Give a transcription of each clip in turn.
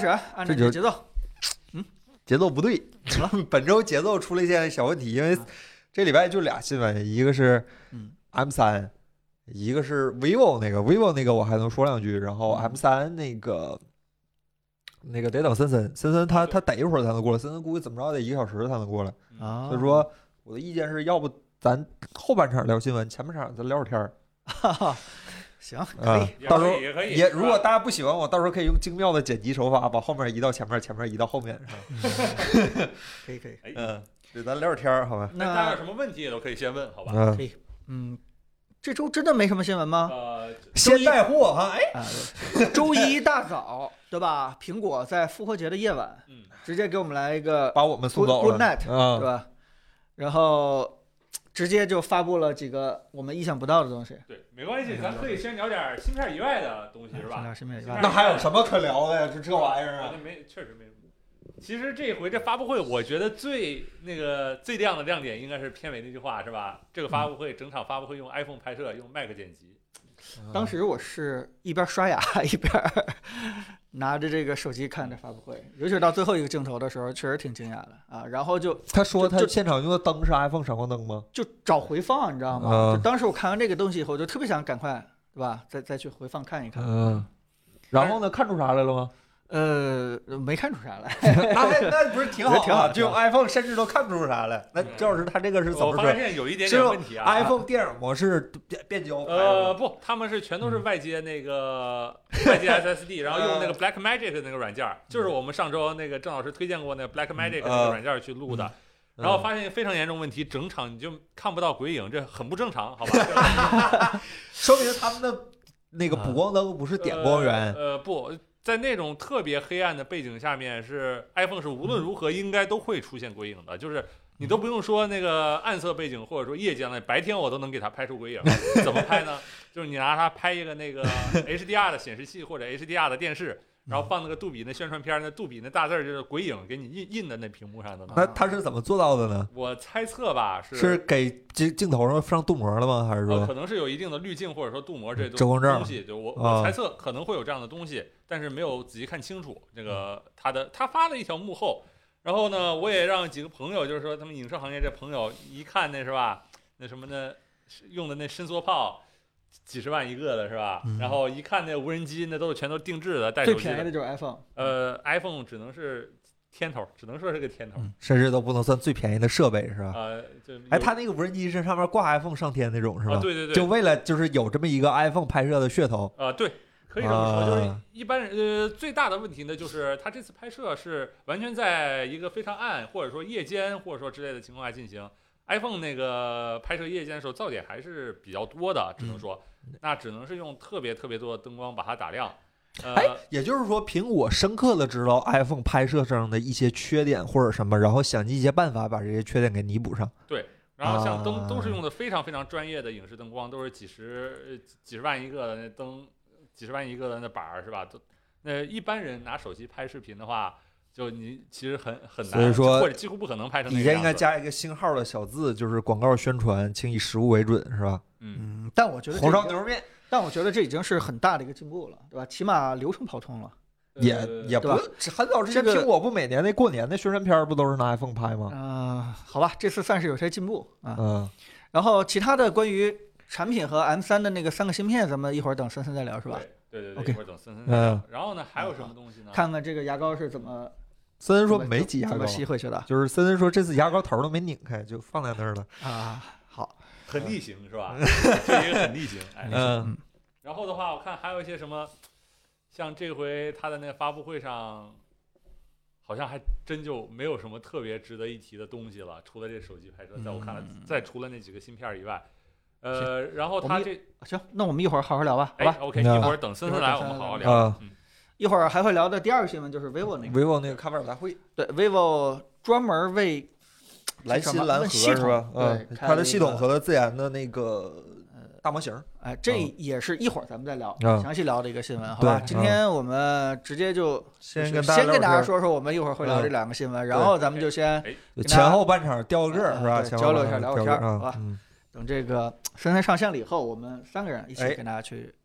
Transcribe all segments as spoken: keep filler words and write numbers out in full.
始，按照你的节奏。 嗯，节奏不对，本周节奏出了一些小问题，因为这礼拜就俩新闻，一个是 M 三，一个是 vivo 那个 vivo 那个我还能说两句，然后 M 三那个那个得等森森，森森他他得一会儿才能过来，森森估计怎么着得一个小时才能过来啊。所以说我的意见是要不咱后半场聊新闻，前半场咱聊会儿天儿。 哈哈。行，可以， 呃、到时候也可以。 也如果大家不喜欢我，到时候可以用精妙的剪辑手法，把后面移到前面，前面移到后面，是吧？可以，可以， 嗯，对，咱聊会儿天儿，好吧？ 那大家有什么问题也都可以先问，好吧？ 嗯， 可以。嗯，这周真的没什么新闻吗？ 呃， 先带货哈，哎、 啊，周一大早，对吧？苹果在复活节的夜晚， 嗯， 直接给我们来一个把我们送走了 Good Night，、 嗯、 对吧？然后。直接就发布了几个我们意想不到的东西。 对，没关系，咱可以先聊点芯片以外的东西，是吧？ 聊芯片以外。 那还有什么可聊的呀？就这玩意儿啊？ 那没，确实没什么。其实这回这发布会，我觉得最那个最亮的亮点应该是片尾那句话，是吧？这个发布会、嗯、整场发布会用 iPhone 拍摄，用 Mac 剪辑。 当时我是一边刷牙一边拿着这个手机看着发布会，尤其是到最后一个镜头的时候，确实挺惊讶的啊。然后就他说他现场用的灯是 iPhone 闪光灯吗？ 就找回放，你知道吗？ 嗯、 就当时我看完这个东西以后，就特别想赶快，对吧？再再去回放看一看。 嗯。然后呢？看出啥来了吗？ 呃，没看出啥来， 那那不是挺好？ 挺好， 就 iPhone 甚至都看不出啥来。那赵老师他这个是怎么说？ 我发现有一点点问题啊。 iPhone 电影模式变变焦？ 呃，不，他们是全都是外接那个、嗯、外接 S S D， 然后用那个 Blackmagic 的那个软件，嗯、就是我们上周那个郑老师推荐过那个 Blackmagic 那个软件去录的。嗯、然后发现非常严重问题，整场你就看不到鬼影，这很不正常，好吧？ 说明他们的那个补光灯不是点光源。 呃，呃不。在那种特别黑暗的背景下面，是 iPhone 是无论如何应该都会出现鬼影的，就是你都不用说那个暗色背景或者说夜间的，白天我都能给它拍出鬼影。怎么拍呢？就是你拿它拍一个那个 H D R 的显示器或者 H D R 的电视，然后放那个杜比那宣传片，那杜比那大字就是鬼影给你印印在那屏幕上的。 那他是怎么做到的呢？ 我猜测吧，是是给镜镜头上上镀膜了吗？还是说、 呃、可能是有一定的滤镜或者说镀膜这遮光罩东西？就我我猜测可能会有这样的东西。但是没有仔细看清楚，这个他的他发了一条幕后，然后呢，我也让几个朋友，就是说他们影视行业这朋友一看那是吧，那什么呢，用的那伸缩炮，几十万一个的是吧？嗯、然后一看那无人机，那都是全都定制的，带手机的。 最便宜的就是 iPhone， 呃 ，iPhone 只能是天头，只能说是个天头、 嗯，甚至都不能算最便宜的设备是吧？ 呃，就哎，他那个无人机是上面挂 iPhone 上天那种是吧？ 啊、对对对， 就为了就是有这么一个 iPhone 拍摄的噱头啊、呃，对。可以这么说，就是一般人呃最大的问题呢，就是他这次拍摄是完全在一个非常暗或者说夜间或者说之类的情况下进行。iPhone 那个拍摄夜间的时候噪点还是比较多的，只能说，嗯、那只能是用特别特别多的灯光把它打亮。呃、 哎，也就是说，苹果深刻的知道 iPhone 拍摄上的一些缺点或者什么，然后想尽一些办法把这些缺点给弥补上。 对。然后像灯都是用的非常非常专业的影视灯光，都是几十几十万一个的那灯。几十万一个的那板儿是吧？都，那一般人拿手机拍视频的话，就你其实很很难， 所以说或者几乎不可能拍成那个样子。 底下应该加一个星号的小字，就是广告宣传，请以实物为准，是吧？ 嗯，但我觉得红烧牛肉面， 但我觉得这已经是很大的一个进步了，对吧？起码流程跑通了。 也也不很早之前，苹果不每年那过年的宣传片不都是拿 iPhone 拍吗？ 啊、呃，好吧，这次算是有些进步啊。 嗯， 然后其他的关于产品和 M 三的那个三个芯片，咱们一会儿等森森再聊，是吧？ 对对对， okay. 一会儿等森森再聊。然后呢，还有什么东西呢？ 看看这个牙膏是怎么。 森森说没挤牙膏， 怎么吸回去的？ 就是森森说这次牙膏头都没拧开，就放在那儿了。 啊，好， 很例行是吧？这一个很例行。哎、 嗯。 然后的话，我看还有一些什么，像这回他的那个发布会上，好像还真就没有什么特别值得一提的东西了，除了这手机拍摄，在我看来，嗯、再除了那几个芯片以外。呃，然后他这行，那我们一会儿好好聊吧，好吧 ？OK， 一会儿等森森来，我们好好聊。 啊、 嗯， 一会儿还会聊的第二个新闻就是 vivo 那个 vivo 那个开发者大会， 对 vivo 专门为蓝芯蓝盒是吧？嗯，它的系统和它自研的那个大模型， 哎，这也是一会儿咱们再聊、 嗯、 详细聊的一个新闻，好吧？今天我们直接就先跟先跟大家说说，我们一会儿会聊这两个新闻，嗯、然后咱们就先前后半场调个个是吧？ 交流一下，聊会天，好吧？ 嗯。 等这个森森上线了以后，我们三个人一起跟大家去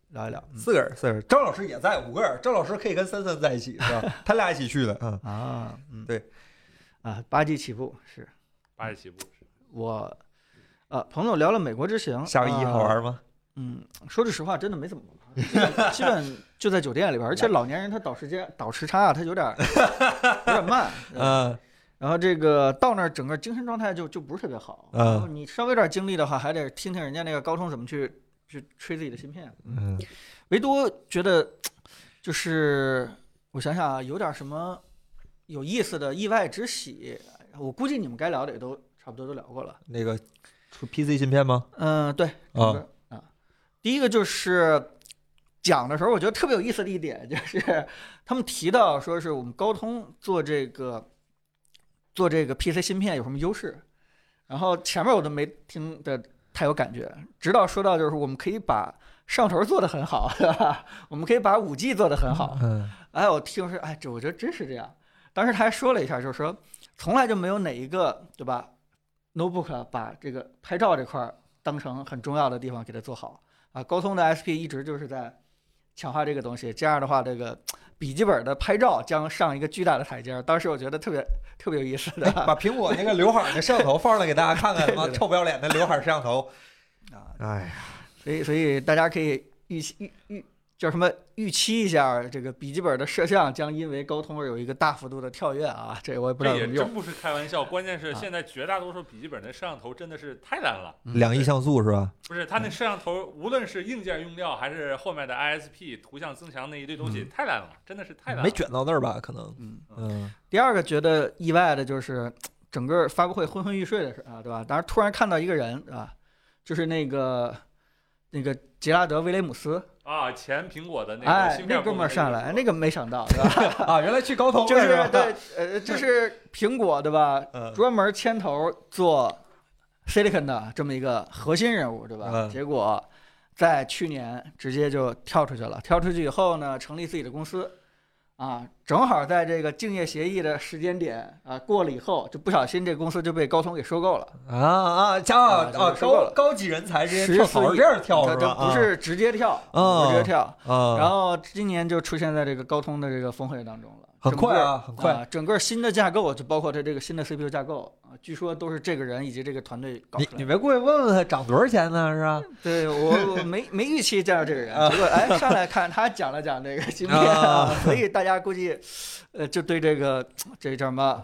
聊一聊。嗯、 四个人，四个人，郑老师也在，五个人。郑老师可以跟森森在一起，是吧？他俩一起去的，嗯啊，嗯， 对， 啊，八 G 起步是， 八 G 起步是。 我，呃，彭总聊了美国之行， 夏威夷好玩吗？ 呃、嗯，说句实话，真的没怎么玩，基本基本就在酒店里边，而且老年人他倒时间倒时差，他有点有点慢， 嗯。 然后这个到那儿整个精神状态就就不是特别好， 嗯， 然后你稍微有点精力的话，还得听听人家那个高通怎么去去吹自己的芯片。 嗯， 唯独觉得就是我想想啊，有点什么有意思的意外之喜，我估计你们该聊的也都差不多都聊过了。 那个出 P C 芯片吗？ 嗯，对，啊啊，第一个就是讲的时候，我觉得特别有意思的一点就是他们提到说是我们高通做这个。做这个 P C 芯片有什么优势？然后前面我都没听的太有感觉，直到说到就是我们可以把摄像头做得很好，对吧？我们可以把五 G 做得很好。 嗯， 哎，我听说，哎，这我觉得真是这样。当时他还说了一下，就是说从来就没有哪一个对吧 notebook 把这个拍照这块当成很重要的地方给它做好啊。高通的 S P 一直就是在强化这个东西，这样的话，这个笔记本的拍照将上一个巨大的台阶。当时我觉得特别特别有意思的， 把苹果那个刘海的摄像头放上来给大家看看，他妈臭不要脸的刘海摄像头啊！ 哎呀， 所以所以大家可以预期预预叫什么预期一下，这个笔记本的摄像将因为高通而有一个大幅度的跳跃啊！这我也不知道这怎么用。 也真不是开玩笑，关键是现在绝大多数笔记本的摄像头真的是太烂了。 两亿像素是吧？ 不是，它那摄像头无论是硬件用料还是后面的 I S P 图像增强那一堆东西， 嗯、 太烂了，真的是太烂了。 没卷到那儿吧？可能。 嗯嗯。 第二个觉得意外的就是整个发布会昏昏欲睡的是啊，对吧？当时突然看到一个人啊，就是那个那个杰拉德·威雷姆斯。 啊，前苹果的那个芯片， 哎，那哥们儿上来，那个没想到，对吧？ 啊，原来去高通就是对，呃，这是苹果对吧？ 嗯、 专门牵头做 Silicon 的这么一个核心人物，对吧？ 嗯、 结果在去年直接就跳出去了，跳出去以后呢，成立自己的公司，啊，正好在这个竞业协议的时间点啊过了以后，就不小心这公司就被高通给收购了。 啊啊，加啊啊高高级人才直接跳槽这样跳是吧？ 不是直接跳， 不是直接跳。 啊， 然后今年就出现在这个高通的这个峰会当中了。 很快啊，很快、 啊！整个新的架构就包括它这个新的 C P U 架构啊，据说都是这个人以及这个团队搞出来的。 你你没过去问问他涨多少钱呢？是吧？ 对我我没没预期见到这个人，结果哎上来看他讲了讲这个芯片啊，所以大家估计呃就对这个这叫什么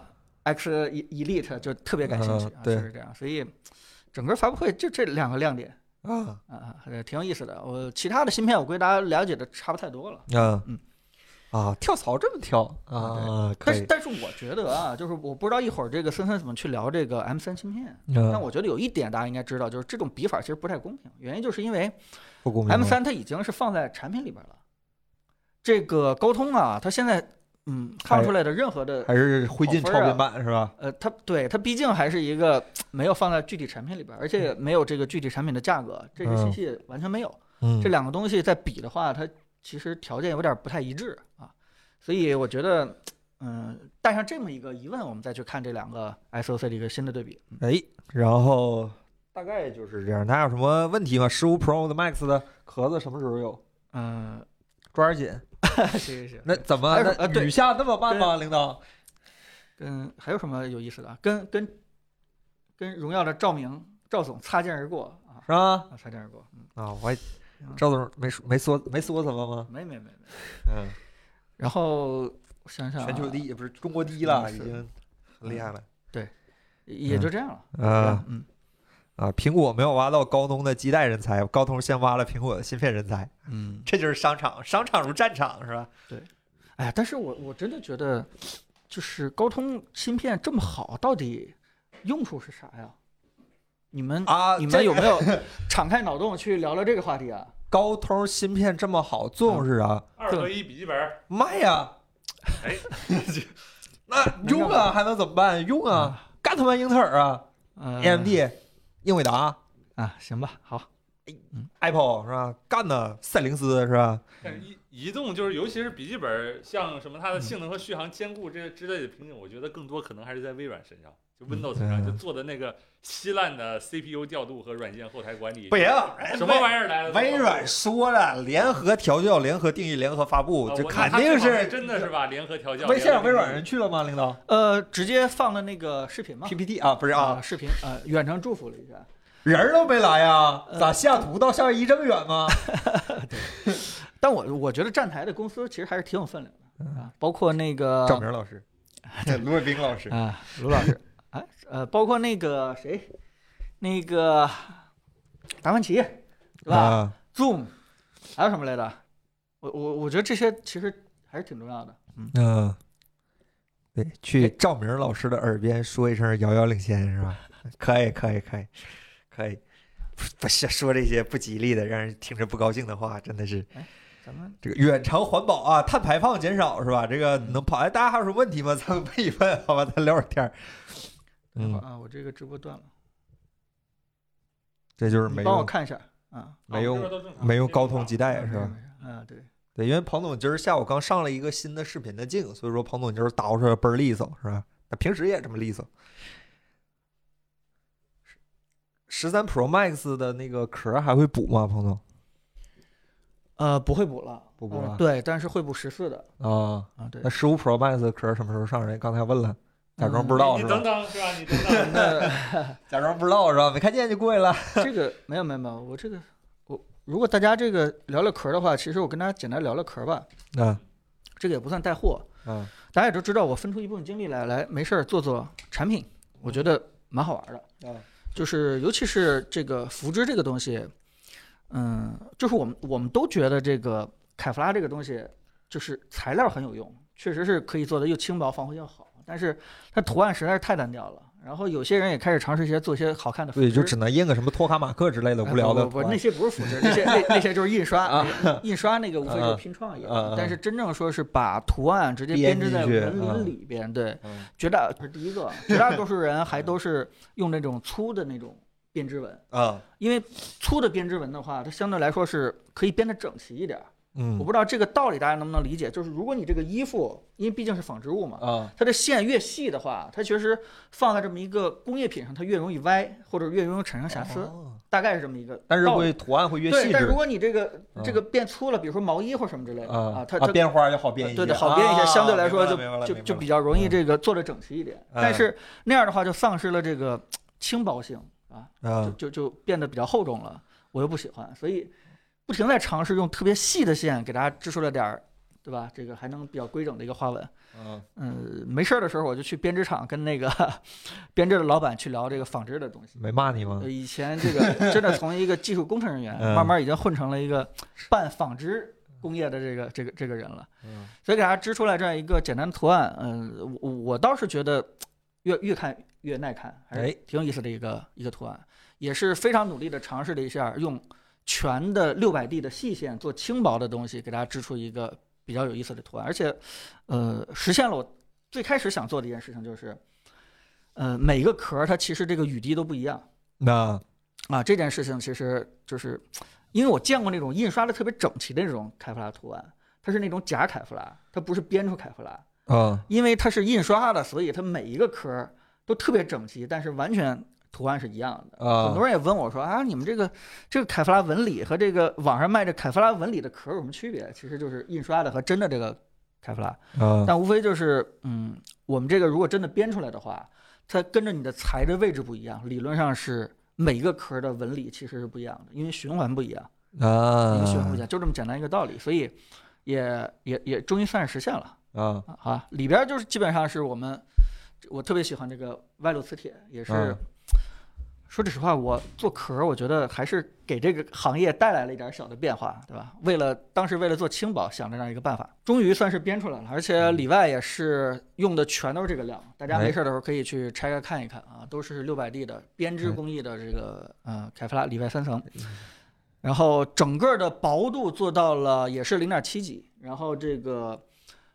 X Elite 就特别感兴趣啊， 对， 就是这样。所以整个发布会就这两个亮点啊啊，挺有意思的。我其他的芯片我估计大家了解的差不太多了。 啊嗯。 啊，跳槽这么跳啊！ 但是但是我觉得啊，就是我不知道一会儿这个森森怎么去聊这个 M 三芯片， 嗯、 但我觉得有一点大家应该知道，就是这种比法其实不太公平。原因就是因为不公平 M 三它已经是放在产品里边了，这个高通啊，它现在嗯放出来的任何的、啊、 还是灰烬超频版是吧？ 呃，它对它毕竟还是一个没有放在具体产品里边，而且没有这个具体产品的价格，这个信息完全没有。 嗯， 这两个东西在比的话，它其实条件有点不太一致啊。所以我觉得，嗯，带上这么一个疑问，我们再去看这两个 S O C 的一个新的对比。 哎，然后大概就是这样。大家有什么问题吗？十五 Pro 的 Max 的壳子什么时候有？ 嗯， 抓点紧。 行行行。 那怎么？那雨下那么慢吗？领导？ 跟还有什么有意思的？跟跟跟荣耀的赵明赵总擦肩而过啊？ 是吧？ 啊，擦肩而过。嗯啊，我还赵总没说没说没说什么吗？ 没没没没。 嗯。 然后我想想、啊， 全球第一不是中国第一了，已经很厉害了。 对，也就这样了。 啊， 嗯， 啊，苹果没有挖到高通的基带人才，高通先挖了苹果的芯片人才。 嗯， 这就是商场，商场如战场，是吧？ 对。哎呀，但是我我真的觉得，就是高通芯片这么好，到底用处是啥呀？你们啊， 你们有没有敞开脑洞去聊聊这个话题啊？ 高通芯片这么好，作用是啥？ 二合一笔记本， 卖呀！ 哎， 那用啊，还能怎么办？用啊，干他妈英特尔啊 ，A M D，英伟达啊，行吧，好， Apple 是吧？干呢，赛灵思是吧？ 但是移移动就是，尤其是笔记本，像什么它的性能和续航兼顾这之类的瓶颈，我觉得更多可能还是在微软身上，就 Windows 上就做的那个稀烂的 C P U 调度和软件后台管理。 不行， 什么玩意儿来了？ 微软说了，联合调教、联合定义、联合发布，这肯定是真的是吧？联合调教。 微现场微软人去了吗？领导？ 呃，直接放的那个视频吗 ？P P T 啊，不是啊， 视频呃，远程祝福了一下。 人都没来呀，咋下图到夏威夷这么远吗？ 对，但我我觉得站台的公司其实还是挺有分量的啊，包括那个赵明老师，卢伟冰老师啊，卢老师，哎呃，包括那个谁，那个达芬奇，对吧、啊、？Zoom， 还有什么来着？我我我觉得这些其实还是挺重要的。嗯， 嗯对，去赵明老师的耳边说一声遥遥领先是吧？可以可以可以。可以，不是说这些不吉利的、让人听着不高兴的话，真的是。 哎，咱们这个远程环保啊，碳排放减少是吧？这个能跑。哎，大家还有什么问题吗？咱们问一问，好吧，咱聊会儿天。 嗯啊，我这个直播断了。 这就是没用。 帮我看一下啊， 没用，没用高通基带是吧？ 啊，对对，因为彭总今儿下午刚上了一个新的视频的镜，所以说彭总今儿捯饬倍儿利索是吧？他平时也这么利索。十三 Pro Max 的那个壳还会补吗，彭总？ 呃，不会补了， 不补了、 呃。对，但是会补十四的。 啊啊，对。 那十五 Pro Max 的壳什么时候上？人刚才问了，假装不知道是吧？ 你等等是吧？你等等。 假装不知道是吧？没看见就过去了。 这个没有没有没有，我这个我如果大家这个聊聊壳的话，其实我跟大家简单聊聊壳吧。 啊， 这个也不算带货。 啊， 大家也都知道，我分出一部分精力来来没事儿做做产品，我觉得蛮好玩的。啊。就是尤其是这个福芝这个东西，嗯，就是我们我们都觉得这个凯夫拉这个东西就是材料很有用，确实是可以做的又轻薄防护又好，但是它图案实在是太单调了。然后有些人也开始尝试一些做一些好看的福芝， 对，就只能印个什么托卡马克之类的无聊的、 哎。不不，那些不是福芝，那些那那些就是印刷，啊、印刷那个无非就是拼创意。 啊、 但是真正说是把图案直接编织在纹理里边， 啊、 对，绝大是第一个，绝大多数人还都是用那种粗的那种编织纹啊， 因为粗的编织纹的话，它相对来说是可以编得整齐一点。 嗯， 我不知道这个道理大家能不能理解，就是如果你这个衣服，因为毕竟是纺织物嘛， 啊， 它的线越细的话，它确实放在这么一个工业品上，它越容易歪，或者越容易产生瑕疵， 哦、 大概是这么一个。 但是会图案会越细致。 对，但如果你这个这个变粗了，比如说毛衣或什么之类的啊， 它它编花就好编一些， 对对，好编一些， 啊、 相对来说就就就比较容易这个嗯、 做的整齐一点。但是那样的话就丧失了这个轻薄性啊，就就就变得比较厚重了，我又不喜欢，所以。不停在尝试用特别细的线给大家织出了点儿，对吧？这个还能比较规整的一个花纹。 嗯嗯，没事儿的时候我就去编织厂跟那个编织的老板去聊这个纺织的东西。 没骂你吗？ 以前这个真的从一个技术工程人员，慢慢已经混成了一个办纺织工业的这个这个这个人了。 嗯， 所以给大家织出来这样一个简单的图案，嗯，我我倒是觉得越越看越耐看，还是挺有意思的一个一个图案，也是非常努力的尝试了一下用。全的六百 D 的细线做轻薄的东西，给大家织出一个比较有意思的图案，而且，呃，实现了我最开始想做的一件事情，就是，呃，每个壳它其实这个雨滴都不一样。 那啊，这件事情其实就是，因为我见过那种印刷的特别整齐的那种凯夫拉图案，它是那种假凯夫拉，它不是编出凯夫拉啊， 因为它是印刷的，所以它每一个壳都特别整齐，但是完全。图案是一样的， 啊、 很多人也问我说啊，你们这个这个凯夫拉纹理和这个网上卖的凯夫拉纹理的壳有什么区别？其实就是印刷的和真的这个凯夫拉， 啊、 但无非就是嗯，我们这个如果真的编出来的话，它跟着你的材质位置不一样，理论上是每一个壳的纹理其实是不一样的，因为循环不一样啊， 因为循环不一样，就这么简单一个道理，所以也也也终于算是实现了啊啊，里边就是基本上是我们我特别喜欢这个外露磁铁，也是。 啊说句实话，我做壳，我觉得还是给这个行业带来了一点小的变化，对吧？为了当时为了做轻薄，想着这样一个办法，终于算是编出来了。而且里外也是用的全都是这个量，大家没事的时候可以去拆开看一看啊，都是六百 D 的编织工艺的这个呃凯夫拉里外三层，然后整个的薄度做到了也是零点七几，然后这个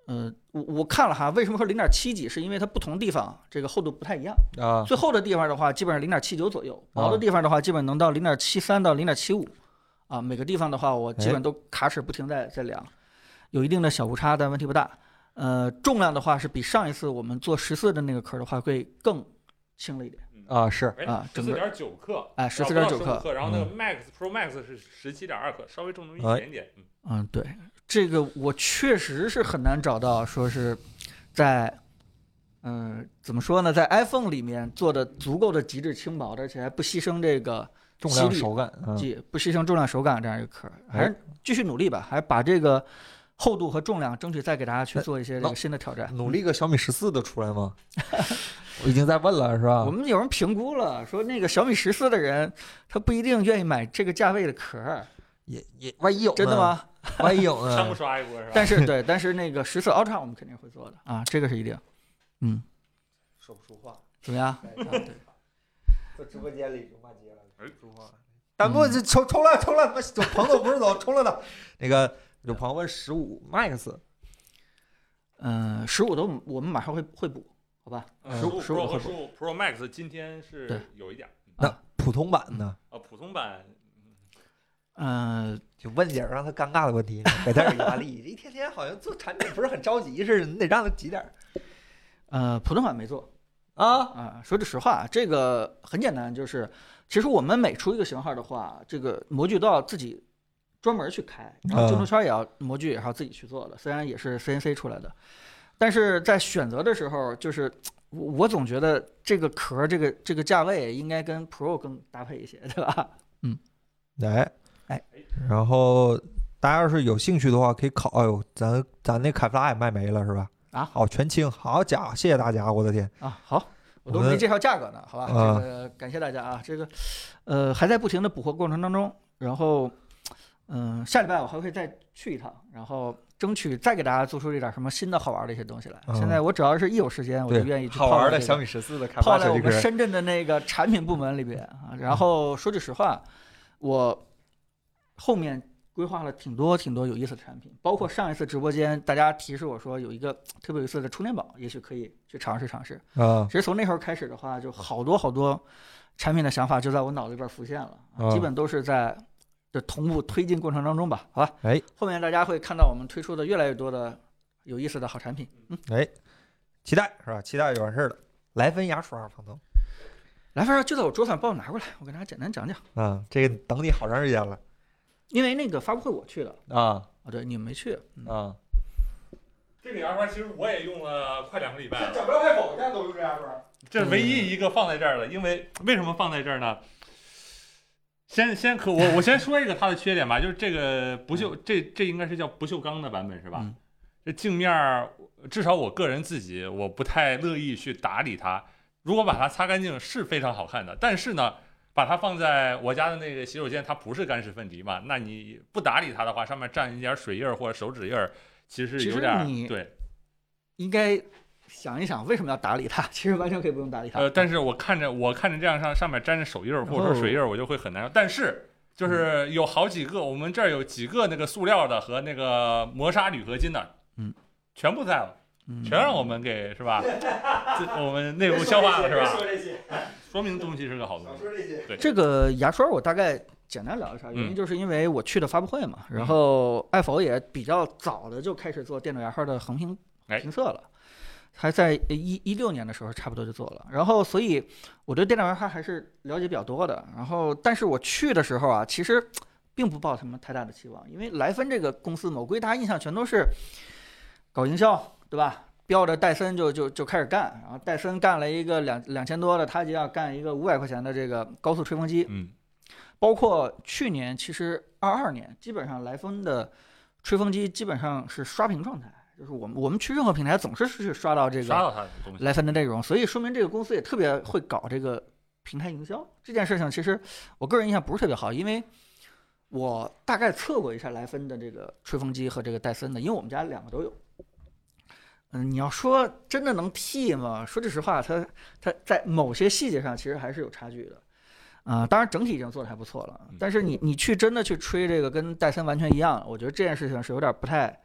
呃，我我看了哈，为什么说零点七几？是因为它不同地方这个厚度不太一样啊。 最厚的地方的话，基本上零点七九左右；薄的地方的话，基本能到零点七三到零点七五。啊，每个地方的话，我基本都卡尺不停在在量，有一定的小误差，但问题不大。呃，重量的话是比上一次我们做十四的那个壳的话会更轻了一点。 啊，是啊， 十四点九克， 哎，十四点九克， 然后那个 Max、嗯、Pro Max 是十七点二克，稍微重那么一点点。 嗯，嗯，对，这个我确实是很难找到说是在，嗯、呃，怎么说呢，在 iPhone 里面做的足够的极致轻薄的，而且还不牺牲这个重量手感， 嗯、不牺牲重量手感这样一个壳，还是继续努力吧，还是把这个厚度和重量争取再给大家去做一些这个新的挑战。 努力个小米十四的出来吗？我已经在问了，是吧？ 我们有人评估了，说那个小米十四的人，他不一定愿意买这个价位的壳， 也也万一有真的吗？ 万一有呢？ 上不刷一波是吧？ 但是对，但是那个十四 Ultra 我们肯定会做的啊，这个是一定。嗯， 说不出话， 怎么样？ 啊、对，在直播间里就骂街了，哎，说话。弹幕这冲冲了冲了，彭总不是走冲了的。那个有朋友问十五 Max， 嗯，十五都我们马上会会补。好吧， 十五 Pro 和十五 Pro Max 今天是有一点。 那普通版呢？ 啊，普通版， 嗯、呃， 就问点让他尴尬的问题，给他点压力。一天天好像做产品不是很着急似的，你得让他急点。 呃，普通版没做啊啊。说句实话，这个很简单，就是其实我们每出一个型号的话，这个模具都要自己专门去开，然后镜头圈也要模具也是要自己去做的，虽然也是 C N C 出来的。但是在选择的时候，就是我总觉得这个壳这个这个价位应该跟 Pro 更搭配一些，对吧？嗯， 哎哎， 然后大家要是有兴趣的话，可以考。哎呦，咱咱那凯夫拉也卖没了是吧？ 啊， 好全清，好家伙，谢谢大家，我的天啊！好，我都没介绍价格呢，好吧？ 啊、 这个感谢大家啊，这个呃还在不停的补货过程当中，然后嗯、呃，下礼拜我还会再去一趟，然后。争取再给大家做出一点什么新的好玩的一些东西来。嗯、现在我只要是一有时间，我就愿意去好玩的小米十四的开发泡在我们深圳的那个产品部门里边啊。然后说句实话，我后面规划了挺多挺多有意思的产品，包括上一次直播间大家提示我说有一个特别有意思的充电宝，也许可以去尝试尝试。 啊， 其实从那时候开始的话，就好多好多产品的想法就在我脑子里边浮现了， 啊、 基本都是在。的同步推进过程当中吧，好吧， 哎， 后面大家会看到我们推出的越来越多的有意思的好产品，嗯， 哎，期待是吧？期待就完事儿了。来分牙刷，彭总， 来分就在我桌上，帮我拿过来，我给大家简单讲讲。 啊，这个等你好长时间了， 因为那个发布会我去了啊， 啊，对，你们没去、 嗯、啊。 这个牙刷其实我也用了快两个礼拜了， 整个外保家都用这牙刷， 这是唯一一个放在这儿的，因为为什么放在这儿呢？先先可我我先说一个它的缺点吧，就是这个不锈这这应该是叫不锈钢的版本是吧？ 嗯、 这镜面至少我个人自己我不太乐意去打理它。如果把它擦干净是非常好看的，但是呢，把它放在我家的那个洗手间，它不是干湿分离嘛？那你不打理它的话，上面沾一点水印或者手指印，其实有点对。 应该想一想为什么要打理它，其实完全可以不用打理它。 呃，但是我看着我看着这样上上面沾着手印或者说水印，我就会很难受。但是就是有好几个，我们这儿有几个那个塑料的和那个磨砂铝合金的， 嗯， 全部在了， 嗯、 全让我们给是吧？我们内部消化了是吧？ 说这些， 说明东西是个好东西。 说这些， 对这个牙刷我大概简单聊一下，原因就是因为我去的发布会嘛， 嗯、 然后爱否也比较早的就开始做电动牙刷的横屏评测了。还在一一六年的时候差不多就做了，然后所以我对电动牙刷还是了解比较多的。然后，但是我去的时候啊，其实并不抱什么太大的期望，因为莱芬这个公司，某归大家印象全都是搞营销，对吧？标着戴森就就就开始干，然后戴森干了一个两两千多的，他就要干一个五百块钱的这个高速吹风机。 嗯， 包括去年，其实二二年，基本上莱芬的吹风机基本上是刷屏状态。就是我们我们去任何平台总是去刷到这个刷到它的东西， 莱芬的内容，所以说明这个公司也特别会搞这个平台营销。这件事情其实我个人印象不是特别好，因为我大概测过一下莱芬的这个吹风机和这个戴森的，因为我们家两个都有。嗯，你要说真的能替吗？说句实话，它它在某些细节上其实还是有差距的。啊、呃，当然整体已经做得还不错了，但是你你去真的去吹这个跟戴森完全一样，我觉得这件事情是有点不太。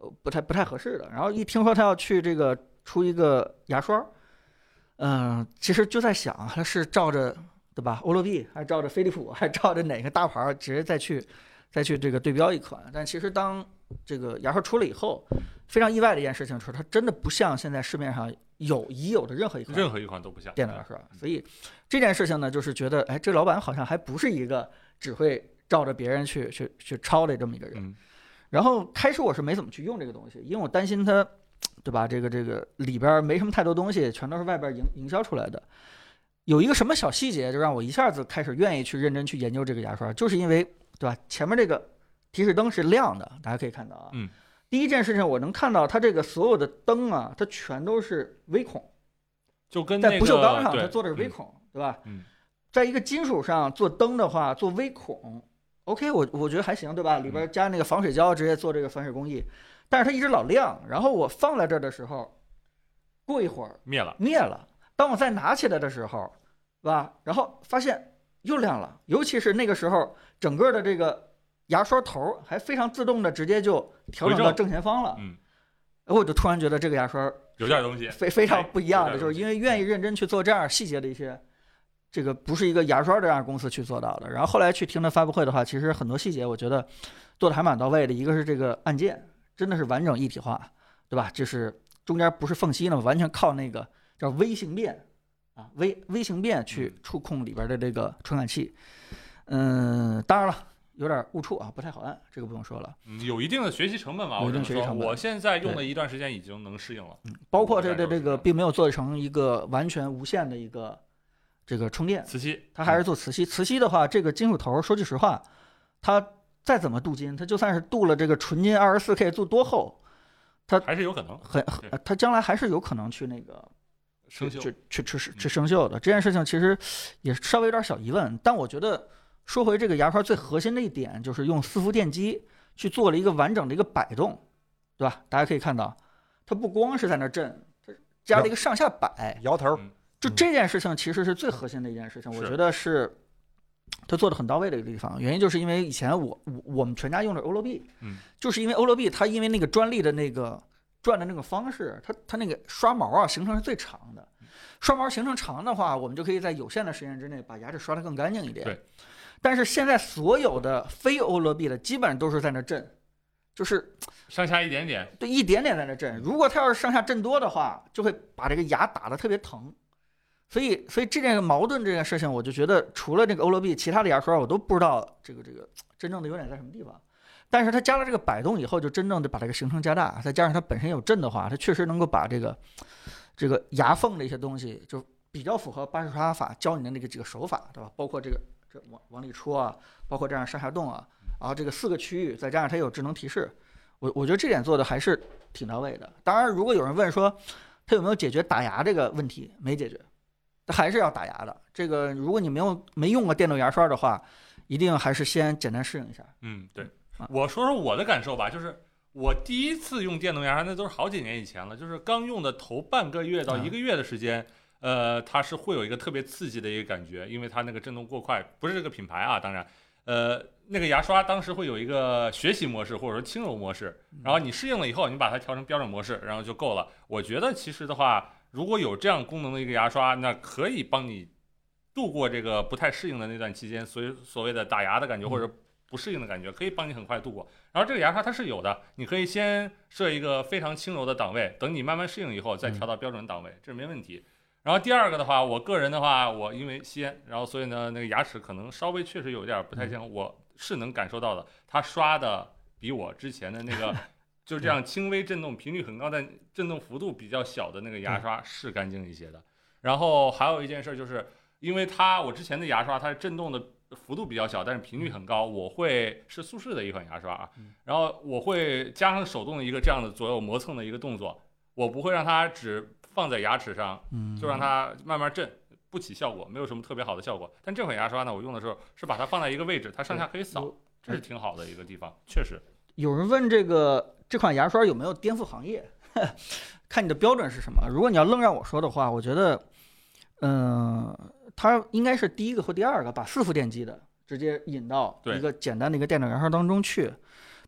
不太不太合适的。然后一听说他要去这个出一个牙刷，嗯、呃，其实就在想他是照着对吧欧乐 B 还是照着飞利浦还是照着哪个大牌直接再去再去这个对标一款。但其实当这个牙刷出了以后，非常意外的一件事情是，它真的不像现在市面上有已有的任何一款任何一款都不像电脑牙刷。所以这件事情呢，就是觉得，哎，这老板好像还不是一个只会照着别人去去去抄的这么一个人。 嗯、 然后开始我是没怎么去用这个东西，因为我担心它，对吧？这个这个里边没什么太多东西，全都是外边营营销出来的。有一个什么小细节，就让我一下子开始愿意去认真去研究这个牙刷，就是因为，对吧？前面这个提示灯是亮的，大家可以看到啊。 嗯。 第一件事情，我能看到它这个所有的灯啊，它全都是微孔， 就跟、那个、 在不锈钢上它做的是微孔， 嗯、 对吧？ 嗯。 在一个金属上做灯的话，做微孔 ，OK， 我我觉得还行，对吧？里边加那个防水胶，直接做这个防水工艺。但是它一直老亮，然后我放在这儿的时候，过一会儿灭了， 灭了。当我再拿起来的时候，对吧？然后发现又亮了，尤其是那个时候，整个的这个牙刷头还非常自动的直接就调整到正前方了。 嗯， 我就突然觉得这个牙刷有点东西， 非非常不一样的，就是因为愿意认真去做这样细节的一些。这个不是一个牙刷这样公司去做到的。然后后来去听他发布会的话，其实很多细节我觉得做的还蛮到位的。一个是这个按键真的是完整一体化，对吧？就是中间不是缝隙呢，完全靠那个叫微形变啊，微微形变去触控里边的这个传感器。嗯，当然了，有点误触啊，不太好按，这个不用说了。 嗯，有一定的学习成本吧， 有一定学习成本。 我现在用了一段时间，已经能适应了。 嗯，包括这个这个并没有做成一个完全无线的一个。这个充电磁吸， 它还是做磁吸。磁吸的话，这个金属头，说句实话，它再怎么镀金，它就算是镀了这个纯金二十四 K， 镀多厚，它还是有可能， 很，它将来还是有可能去那个生锈， 去去去去生锈的。这件事情其实也稍微有点小疑问，但我觉得说回这个牙刷最核心的一点，就是用伺服电机去做了一个完整的一个摆动，对吧？大家可以看到，它不光是在那震，它加了一个上下摆， 摇头。 嗯就这件事情其实是最核心的一件事情，我觉得是他做的很到位的一个地方。原因就是因为以前我我我们全家用的欧乐 B， 嗯， 就是因为欧乐 B 它因为那个专利的那个转的那个方式，它它那个刷毛啊行程是最长的，刷毛行程长的话，我们就可以在有限的时间之内把牙齿刷得更干净一点。 对。 但是现在所有的非欧乐 B 的基本上都是在那震，就是上下一点点， 对，一点点在那震。如果它要是上下震多的话，就会把这个牙打得特别疼。所以，所以这件矛盾这件事情，我就觉得除了这个欧乐 B， 其他的牙刷我都不知道这个这个真正的优点在什么地方。但是它加了这个摆动以后，就真正的把这个行程加大，再加上它本身有震的话，它确实能够把这个这个牙缝的一些东西，就比较符合巴氏刷法教你的那个几个手法，对吧？包括这个这往往里戳啊，包括这样上下动啊，然后这个四个区域，再加上它有智能提示，我我觉得这点做的还是挺到位的。当然，如果有人问说它有没有解决打牙这个问题，没解决。它还是要打牙的。这个如果你没有没用过电动牙刷的话，一定还是先简单适应一下。 嗯，对。我说说我的感受吧，就是我第一次用电动牙刷，那都是好几年以前了，就是刚用的头半个月到一个月的时间，呃，它是会有一个特别刺激的一个感觉，因为它那个震动过快，不是这个品牌啊，当然，呃，那个牙刷当时会有一个学习模式或者说轻柔模式，然后你适应了以后，你把它调成标准模式，然后就够了。我觉得其实的话，如果有这样功能的一个牙刷，那可以帮你度过这个不太适应的那段期间，所以所谓的打牙的感觉或者不适应的感觉，可以帮你很快度过。然后这个牙刷它是有的，你可以先设一个非常轻柔的档位，等你慢慢适应以后再调到标准档位，这是没问题。然后第二个的话，我个人的话，我因为吸烟，然后所以呢，那个牙齿可能稍微确实有点不太像，我是能感受到的，它刷的比我之前的那个就这样轻微震动、频率很高但震动幅度比较小的那个牙刷是干净一些的。然后还有一件事就是，因为它我之前的牙刷它震动的幅度比较小，但是频率很高，我会是速适的一款牙刷啊，然后我会加上手动的一个这样的左右磨蹭的一个动作，我不会让它只放在牙齿上，就让它慢慢震，不起效果，没有什么特别好的效果。但这款牙刷呢，我用的时候是把它放在一个位置，它上下可以扫，这是挺好的一个地方，确实。 有人问这个这款牙刷有没有颠覆行业？看你的标准是什么。如果你要愣让我说的话，我觉得，嗯、呃，它应该是第一个或第二个把伺服电机的直接引到一个简单的一个电脑牙刷当中去。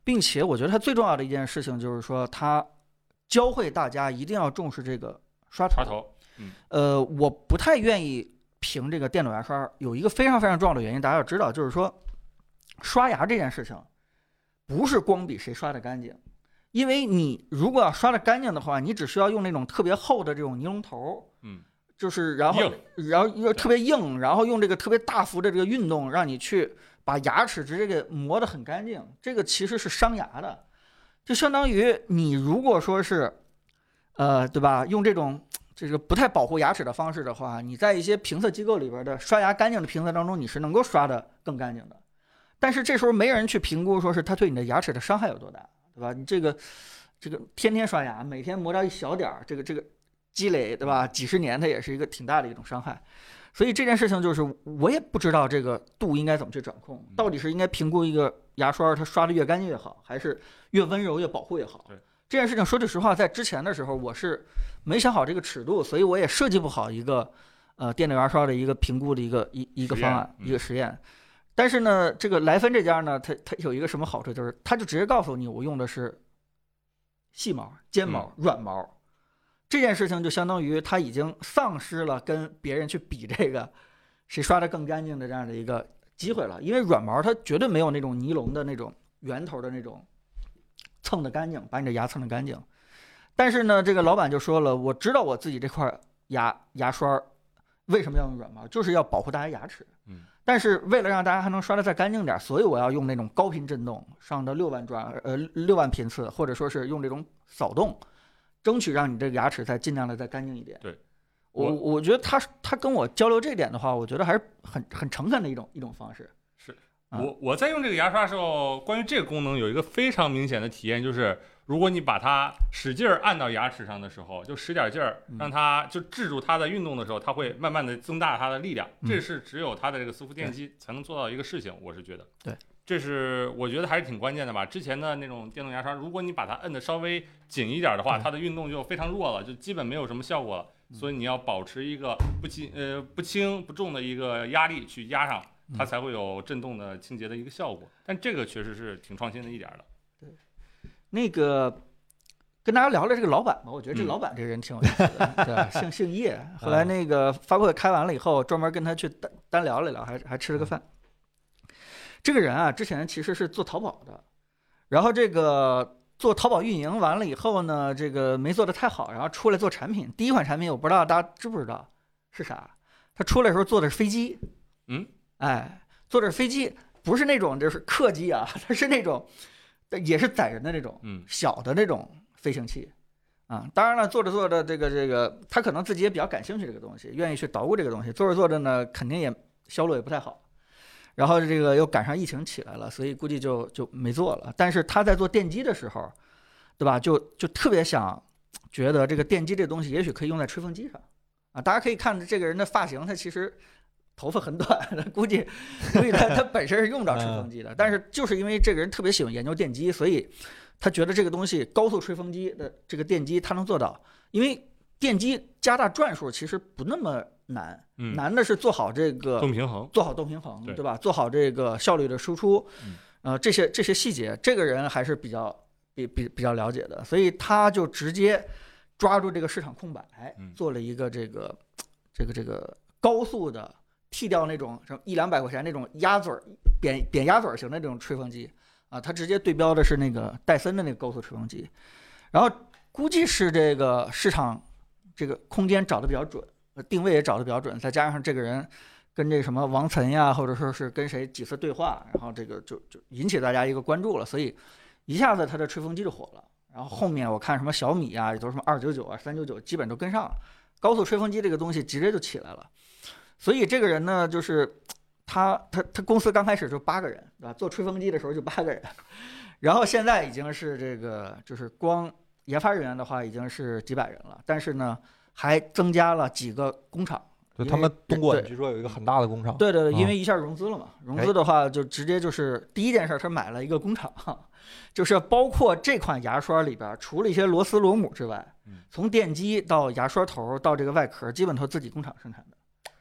并且我觉得它最重要的一件事情就是说，它教会大家一定要重视这个刷头。 刷头，嗯， 呃，我不太愿意评这个电动牙刷，有一个非常非常重要的原因，大家要知道，就是说刷牙这件事情不是光比谁刷的干净。因为你如果要刷的干净的话，你只需要用那种特别厚的这种尼龙头， 嗯， 就是然后然后又特别硬，然后用这个特别大幅的这个运动，让你去把牙齿直接给磨得很干净，这个其实是伤牙的。就相当于你如果说是，呃，对吧？用这种这个不太保护牙齿的方式的话，你在一些评测机构里边的刷牙干净的评测当中，你是能够刷得更干净的。但是这时候没人去评估说是它对你的牙齿的伤害有多大。对吧？你这个，这个天天刷牙，每天磨掉一小点儿，这个这个积累，对吧？几十年，它也是一个挺大的一种伤害。所以这件事情就是，我也不知道这个度应该怎么去掌控，到底是应该评估一个牙刷它刷的越干净越好，还是越温柔越保护越好？这件事情说句实话，在之前的时候我是没想好这个尺度，所以我也设计不好一个呃电动牙刷的一个评估的一个一一个方案，一个实验。但是呢，这个莱芬这家呢，它它有一个什么好处，就是它就直接告诉你，我用的是细毛、尖毛、软毛。这件事情就相当于它已经丧失了跟别人去比这个谁刷的更干净的这样的一个机会了。因为软毛它绝对没有那种尼龙的那种圆头的那种蹭的干净，把你的牙蹭的干净。但是呢，这个老板就说了，我知道我自己这块牙牙刷为什么要用软毛，就是要保护大家牙齿。 嗯。 但是为了让大家还能刷得再干净点，所以我要用那种高频震动，上到六万转，呃，六万频次，或者说是用这种扫动，争取让你这个牙齿再尽量的再干净一点。 对， 我我觉得他他跟我交流这点的话，我觉得还是很很诚恳的一种一种方式。 是我我在用这个牙刷的时候，关于这个功能有一个非常明显的体验，就是如果你把它使劲儿按到牙齿上的时候，就使点劲儿，让它就制住它在运动的时候，它会慢慢的增大它的力量。这是只有它的这个磁浮电机才能做到一个事情，我是觉得。 对， 这是我觉得还是挺关键的吧。之前的那种电动牙刷，如果你把它摁的稍微紧一点的话，它的运动就非常弱了，就基本没有什么效果了。所以你要保持一个不轻呃不轻不重的一个压力去压上，它才会有震动的清洁的一个效果。但这个确实是挺创新的一点的。 对，那个跟大家聊聊这个老板吧，我觉得这老板这个人挺有意思的，嗯、对吧？姓姓叶。后来那个发布会开完了以后，专门跟他去单单聊了聊，还还吃了个饭。这个人啊，之前其实是做淘宝的，然后这个做淘宝运营完了以后呢，这个没做得太好，然后出来做产品。第一款产品我不知道大家知不知道是啥？他出来的时候做的是飞机， 嗯， 哎，做的是飞机，不是那种就是客机啊，它是那种也是载人的那种， 嗯， 小的那种飞行器。啊，当然了，做着做着，这个这个，他可能自己也比较感兴趣这个东西，愿意去捣鼓这个东西。做着做着呢，肯定也销路也不太好，然后这个又赶上疫情起来了，所以估计就就没做了。但是他在做电机的时候，对吧？就就特别想觉得这个电机这东西也许可以用在吹风机上啊。大家可以看这个人的发型，他其实头发很短，估计估计他他本身是用不着吹风机的，但是就是因为这个人特别喜欢研究电机，所以他觉得这个东西高速吹风机的这个电机他能做到。因为电机加大转数其实不那么难， 嗯、 难的是做好这个动平衡， 做好动平衡， 对, 对吧？做好这个效率的输出， 嗯、 呃，这些这些细节，这个人还是比较比比比较了解的，所以他就直接抓住这个市场空白，做了一个这个这个这个高速的，剃掉那种什么一两百块钱那种鸭嘴扁扁鸭嘴型的这种吹风机啊，他直接对标的是那个戴森的那个高速吹风机，然后估计是这个市场这个空间找的比较准，定位也找的比较准，再加上这个人跟这什么王岑呀，或者说是跟谁几次对话，然后这个就就引起大家一个关注了，所以一下子他的吹风机就火了。然后后面我看什么小米啊，也都是什么二九九啊、三九九，基本都跟上了。高速吹风机这个东西直接就起来了。所以这个人呢，就是他他他公司刚开始就八个人，对吧？做吹风机的时候就八个人，然后现在已经是这个就是光研发人员的话已经是几百人了，但是呢还增加了几个工厂。 就他们东莞据说有一个很大的工厂。 对对对，因为一下融资了嘛，融资的话就直接就是第一件事他买了一个工厂，就是包括这款牙刷里边除了一些螺丝螺母之外，从电机到牙刷头到这个外壳基本都自己工厂生产的。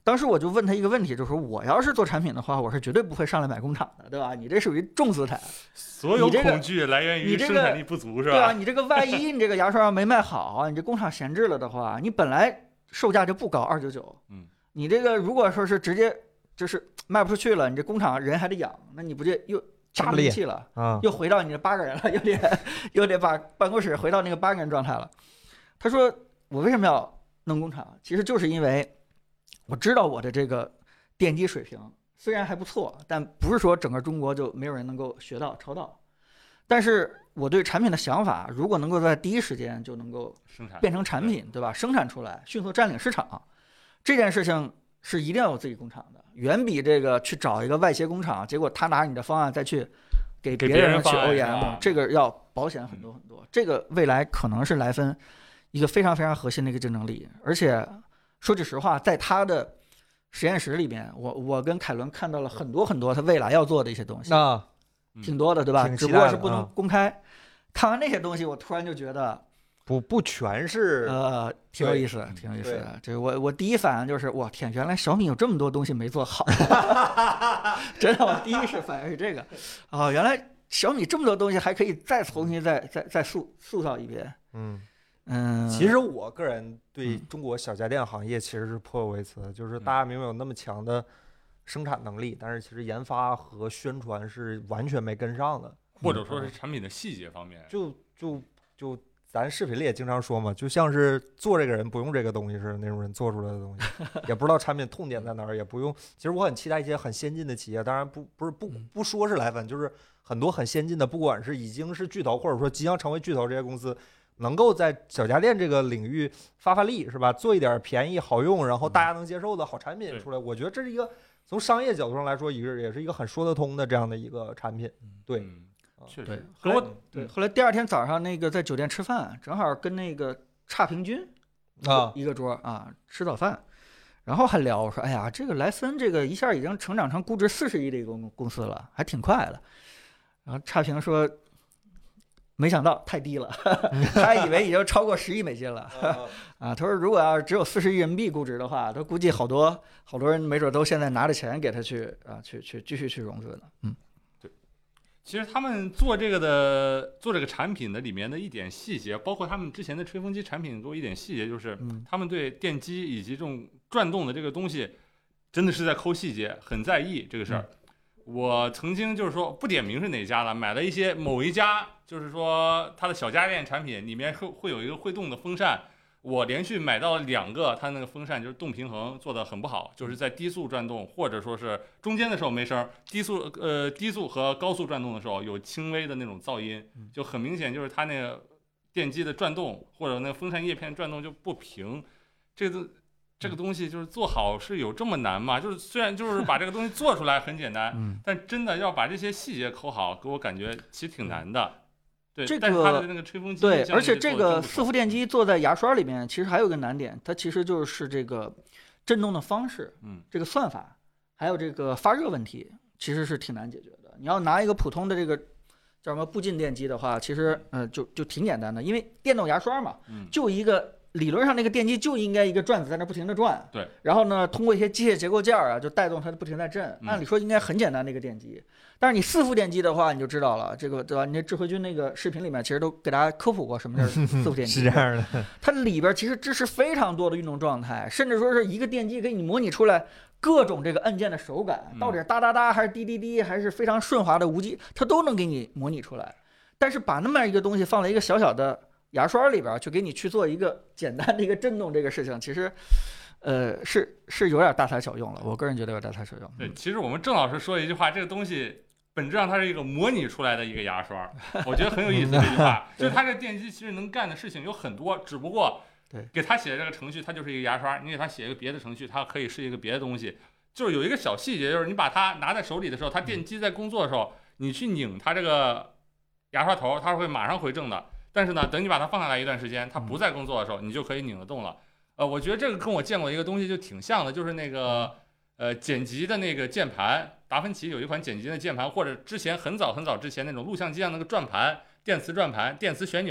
当时我就问他一个问题，就是说我要是做产品的话，我是绝对不会上来买工厂的，对吧？你这属于重资产， 所有恐惧来源于生产力不足，是吧？ 对啊，你这个万一你这个牙刷没卖好，你这工厂闲置了的话，你本来售价就不高，二九九， 嗯， 你这个如果说是直接就是卖不出去了，你这工厂人还得养，那你不就又炸裂气了啊？ 又回到你的八个人了，又得又得把办公室回到那个八个人状态了。他说我为什么要弄工厂？其实就是因为我知道我的这个电机水平虽然还不错，但不是说整个中国就没有人能够学到抄到。但是我对产品的想法，如果能够在第一时间就能够变成产品，对吧？生产出来，迅速占领市场，这件事情是一定要有自己工厂的，远比这个去找一个外协工厂，结果他拿你的方案再去给别人去 O E M， 这个要保险很多很多。这个未来可能是莱芬一个非常非常核心的一个竞争力，而且。说句实话，在他的实验室里面，我我跟凯伦看到了很多很多他未来要做的一些东西啊， 挺多的，对吧？只不过是不能公开。 啊、 看完那些东西，我突然就觉得， 不不全是呃，挺有意思的，挺有意思的。这我我第一反应就是，我天，原来小米有这么多东西没做好，真的，我第一是反应是这个啊、哦，原来小米这么多东西还可以再重新再再再塑塑造一遍， 嗯。 嗯， 其实我个人对中国小家电行业其实是颇有微词的，就是大家明明有那么强的生产能力，但是其实研发和宣传是完全没跟上的， 或者说是产品的细节方面， 就就就咱视频里也经常说嘛，就像是做这个人不用这个东西似的那种人做出来的东西，也不知道产品痛点在哪儿，也不用。其实我很期待一些很先进的企业，当然不不是不不说是莱芬，就是很多很先进的，不管是已经是巨头或者说即将成为巨头这些公司。能够在小家电这个领域发发力，是吧？做一点便宜、好用，然后大家能接受的好产品出来，我觉得这是一个从商业角度上来说，一个也是一个很说得通的这样的一个产品。对， 嗯、确实。 对，后来对，后来第二天早上那个在酒店吃饭，正好跟那个差评君啊一个桌啊吃早饭，然后还聊，我说哎呀，这个莱森这个一下已经成长成估值四十亿的一个公司了，还挺快的。然后差评说。没想到太低了，他以为已经超过十亿美金了啊！他说，如果要是只有四十亿人民币估值的话，他估计好多好多人没准都现在拿着钱给他去啊，去去继续去融资呢。嗯， 对。其实他们做这个的做这个产品的里面的一点细节，包括他们之前的吹风机产品做一点细节，就是他们对电机以及这种转动的这个东西，真的是在抠细节，很在意这个事儿。嗯我曾经就是说不点名是哪家了，买了一些某一家，就是说它的小家电产品里面会会有一个会动的风扇，我连续买到两个，它那个风扇就是动平衡做的很不好，就是在低速转动或者说是中间的时候没声，低速呃低速和高速转动的时候有轻微的那种噪音，就很明显就是它那个电机的转动或者那个风扇叶片转动就不平，这个。这个东西就是做好是有这么难吗？就是虽然就是把这个东西做出来很简单， 嗯、 但真的要把这些细节抠好，给我感觉其实挺难的。对， 这个但是它的那个吹风机， 对，而且这个四伏电机做在牙刷里面，其实还有一个难点，它其实就是这个震动的方式， 嗯， 这个算法，还有这个发热问题，其实是挺难解决的。你要拿一个普通的这个叫什么步进电机的话，其实呃就就挺简单的，因为电动牙刷嘛， 嗯， 就一个。理论上那个电机就应该一个转子在那不停的转， 对， 然后呢，通过一些机械结构件啊，就带动它不停在震。按理说应该很简单的一个电机，但是你四伏电机的话，你就知道了，这个对吧？你这智慧君那个视频里面其实都给大家科普过什么叫四伏电机， 是这样的。 它里边其实支持非常多的运动状态，甚至说是一个电机给你模拟出来各种这个按键的手感，到底是哒哒哒还是滴滴滴，还是非常顺滑的无极，它都能给你模拟出来。但是把那么一个东西放在一个小小的牙刷里边，就给你去做一个简单的一个震动这个事情，其实，呃，是是有点大材小用了。我个人觉得有点大材小用。 对，其实我们郑老师说了一句话，这个东西本质上它是一个模拟出来的一个牙刷，我觉得很有意思。这句话就是它这电机其实能干的事情有很多，只不过对给他写的这个程序它就是一个牙刷，你给他写一个别的程序，它可以是一个别的东西。就是有一个小细节，就是你把它拿在手里的时候，它电机在工作的时候，你去拧它这个牙刷头，它是会马上回正的。但是呢，等你把它放下来一段时间，它不在工作的时候，你就可以拧得动了。呃，我觉得这个跟我见过一个东西就挺像的，就是那个呃剪辑的那个键盘，达芬奇有一款剪辑的键盘，或者之前很早很早之前那种录像机上那个转盘，电磁转盘、电磁旋钮，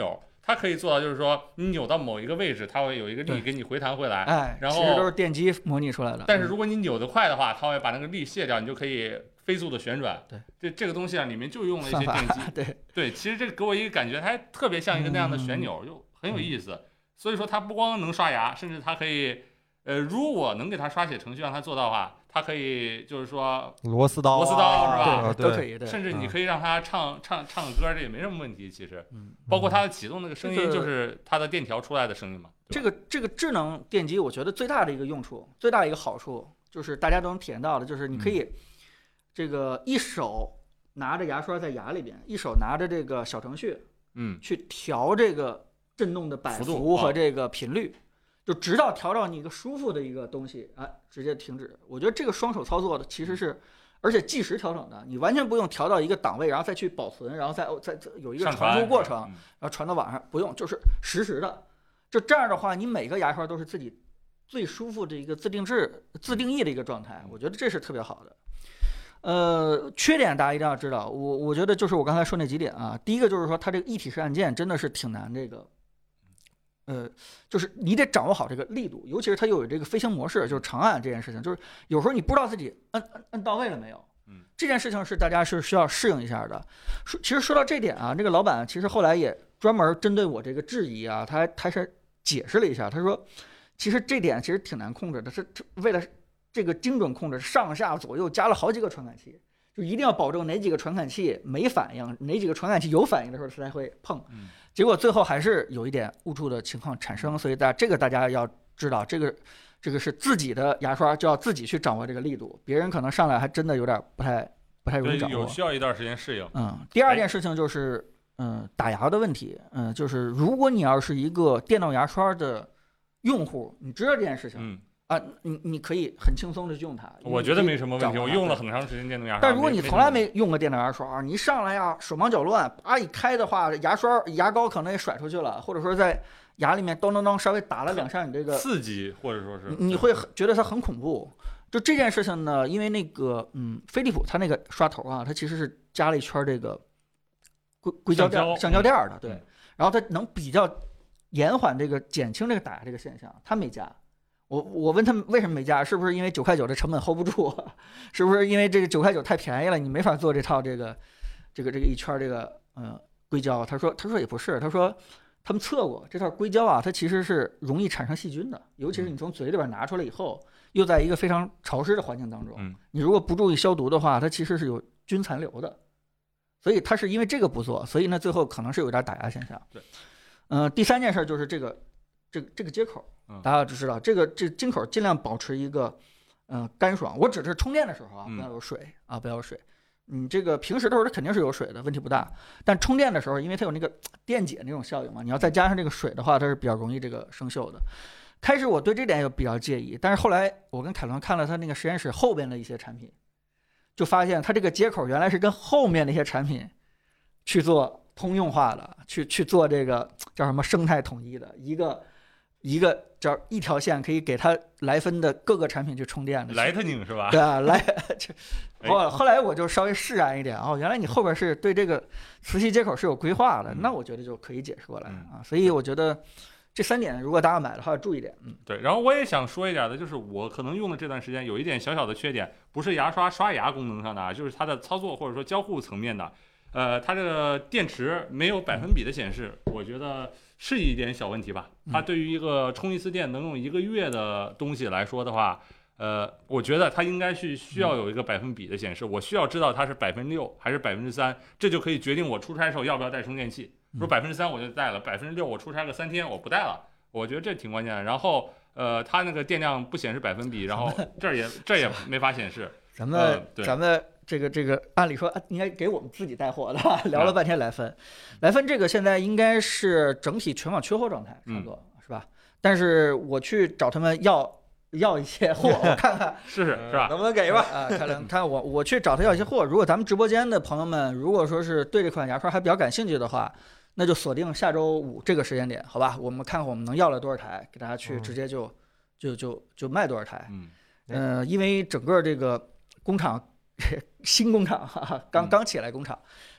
它可以做到，就是说你扭到某一个位置，它会有一个力给你回弹回来。 哎， 然后其实都是电机模拟出来的。 但是如果你扭得快的话，它会把那个力卸掉，你就可以飞速的旋转。 对， 这这个东西啊，里面就用了一些电机。 对对，其实这个给我一个感觉，它特别像一个那样的旋钮， 嗯、 就很有意思。所以说它不光能刷牙，甚至它可以，呃，如果能给它刷写程序让它做到的话。它可以就是说螺丝刀， 螺丝刀是吧？ 对，都可以。 甚至你可以让它唱唱唱个歌，这也没什么问题。其实， 嗯， 包括它的启动那个声音，就是它的电条出来的声音嘛。 这个这个智能电机，我觉得最大的一个用处，最大的一个好处，就是大家都能体验到的，就是你可以这个一手拿着牙刷在牙里边，一手拿着这个小程序， 嗯， 去调这个震动的摆幅和这个频率。就直到调到你一个舒服的一个东西，哎，直接停止。我觉得这个双手操作的其实是，而且计时调整的，你完全不用调到一个档位，然后再去保存，然后再再有一个传输过程，然后传到网上，不用，就是实时的。就这样的话，你每个牙刷都是自己最舒服的一个自定制、自定义的一个状态。我觉得这是特别好的。呃，缺点大家一定要知道，我我觉得就是我刚才说那几点啊。第一个就是说，它这个一体式按键真的是挺难这个。呃，就是你得掌握好这个力度，尤其是它又有这个飞行模式，就是长按这件事情，就是有时候你不知道自己摁摁摁到位了没有。 嗯， 这件事情是大家是需要适应一下的。说其实说到这点啊，这个老板其实后来也专门针对我这个质疑啊，他他是解释了一下，他说，其实这点其实挺难控制的，是为了这个精准控制，上下左右加了好几个传感器。就一定要保证哪几个传感器没反应，哪几个传感器有反应的时候它才会碰。 嗯， 结果最后还是有一点误触的情况产生，所以大家这个大家要知道，这个这个是自己的牙刷就要自己去掌握这个力度，别人可能上来还真的有点不太不太容易掌握， 有需要一段时间适应。 嗯，第二件事情就是嗯打牙的问题，嗯，就是如果你要是一个电动牙刷的用户，你知道这件事情。 嗯啊，你你可以很轻松的去用它， 我觉得没什么问题。我用了很长时间电动牙刷。 但如果你从来没用过电动牙刷，你上来呀手忙脚乱，叭一开的话，牙刷牙膏可能也甩出去了，或者说在牙里面咚咚咚稍微打了两下，你这个刺激或者说是你会觉得它很恐怖。就这件事情呢，因为那个嗯，飞利浦它那个刷头啊，它其实是加了一圈这个硅硅胶垫、橡胶垫的，对，然后它能比较延缓这个减轻这个打牙这个现象，它没加。我我问他们为什么没加，是不是因为九块九的成本 hold 不住？是不是因为这个九块九太便宜了，你没法做这套这个这个这个一圈这个呃硅胶？他说他说也不是，他说他们测过这套硅胶啊，它其实是容易产生细菌的，尤其是你从嘴里边拿出来以后，又在一个非常潮湿的环境当中，你如果不注意消毒的话，它其实是有菌残留的。所以它是因为这个不做，所以呢最后可能是有点打压现象。 对， 嗯、呃，第三件事就是这个这个这个接口。大家就知道这个这金口尽量保持一个嗯、呃、干爽。我只是充电的时候啊，不要有水啊，不要有水。你这个平时的时候它肯定是有水的，问题不大。但充电的时候，因为它有那个电解那种效应嘛，你要再加上这个水的话，它是比较容易这个生锈的。开始我对这点也比较介意，但是后来我跟凯伦看了他那个实验室后边的一些产品，就发现它这个接口原来是跟后面的一些产品去做通用化的，去去做这个叫什么生态统一的一个。一个叫一条线可以给它来分的各个产品去充电的 Lightning 是吧？ 对啊，来，后后来我就稍微释然一点哦，原来你后边是对这个磁吸接口是有规划的， 嗯、 那我觉得就可以解释过来、 嗯、 啊。所以我觉得这三点如果大家买的话注意点，嗯， 对。然后我也想说一点的，就是我可能用的这段时间有一点小小的缺点，不是牙刷刷牙功能上的啊，就是它的操作或者说交互层面的。呃，它这个电池没有百分比的显示，我觉得是一点小问题吧。它对于一个充一次电能用一个月的东西来说的话，呃，我觉得它应该是需要有一个百分比的显示。我需要知道它是百分之六还是百分之三，这就可以决定我出差的时候要不要带充电器。说百分之三我就带了，百分之六我出差个三天我不带了，我觉得这挺关键的。然后呃，它那个电量不显示百分比，然后这儿也这也没法显示。 咱们、呃、咱们。这个这个，按理说应该给我们自己带货的，聊了半天来分，来分这个现在应该是整体全网缺货状态，差不多、嗯、是吧？但是我去找他们要要一些货，我看看是是吧？ 能不能给吧？ 啊，看看看我我去找他要一些货。如果咱们直播间的朋友们，如果说是对这款牙刷还比较感兴趣的话，那就锁定下周五这个时间点，好吧？我们看看我们能要了多少台，给大家去直接就、嗯、就就就卖多少台。 嗯， 呃，因为整个这个工厂。新工厂哈哈，刚刚起来工厂，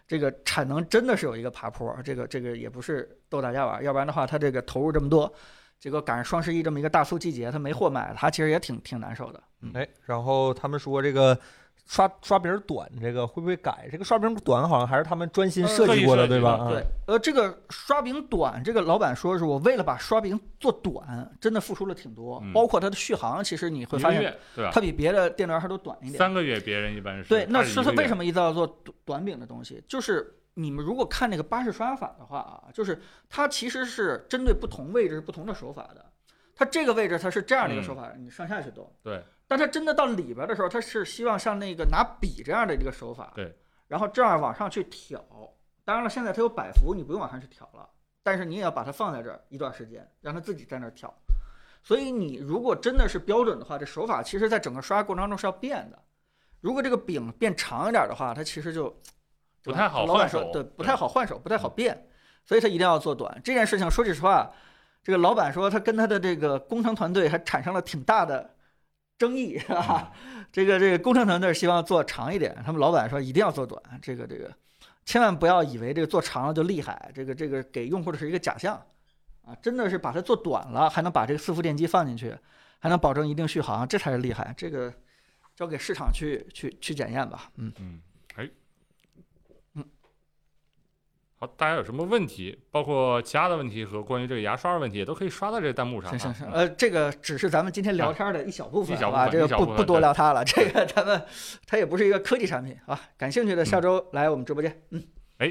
这个产能真的是有一个爬坡，这个这个也不是逗大家玩，要不然的话，它这个投入这么多，结果赶上双十一这么一个大促季节，它没货买，它其实也挺挺难受的。 嗯、哎，然后他们说这个刷刷柄短，这个会不会改？这个刷柄短好像还是他们专心设计过的， 呃、 对吧？ 对，呃，这个刷柄短，这个老板说是我为了把刷柄做短，真的付出了挺多， 嗯、 包括它的续航，其实你会发现，它比别的电脑还都短一点。 三个月，别人一般是。 对，那是它为什么一定要做短柄的东西？就是你们如果看那个巴氏刷法的话啊，就是它其实是针对不同位置不同的手法的。它这个位置它是这样的一个手法，嗯、你上下去动。 对。 但它真的到里边的时候，它是希望像那个拿笔这样的一个手法。 对。 然后这样往上去挑。当然了，现在它有摆幅，你不用往上去挑了。但是你也要把它放在这儿一段时间，让它自己在那儿挑。所以你如果真的是标准的话，这手法其实在整个刷过程当中是要变的。如果这个柄变长一点的话，它其实就不太好换手。对，不太好换手，不太好变。所以它一定要做短。这件事情说句实话。这个老板说，他跟他的这个工程团队还产生了挺大的争议，是吧？这个这个工程团队希望做长一点，他们老板说一定要做短。这个这个，千万不要以为这个做长了就厉害，这个这个给用户的是一个假象啊！真的是把它做短了，还能把这个四伏电机放进去，还能保证一定续航，这才是厉害。这个交给市场去去去检验吧。嗯嗯，哎。好，大家有什么问题，包括其他的问题和关于这个牙刷的问题，也都可以刷到这个弹幕上、啊。 行行行，呃，这个只是咱们今天聊天的一小部分，好吧、 啊？ 这个不不多聊它了。这个咱们它也不是一个科技产品啊。感兴趣的下周来我们直播间。嗯， 哎，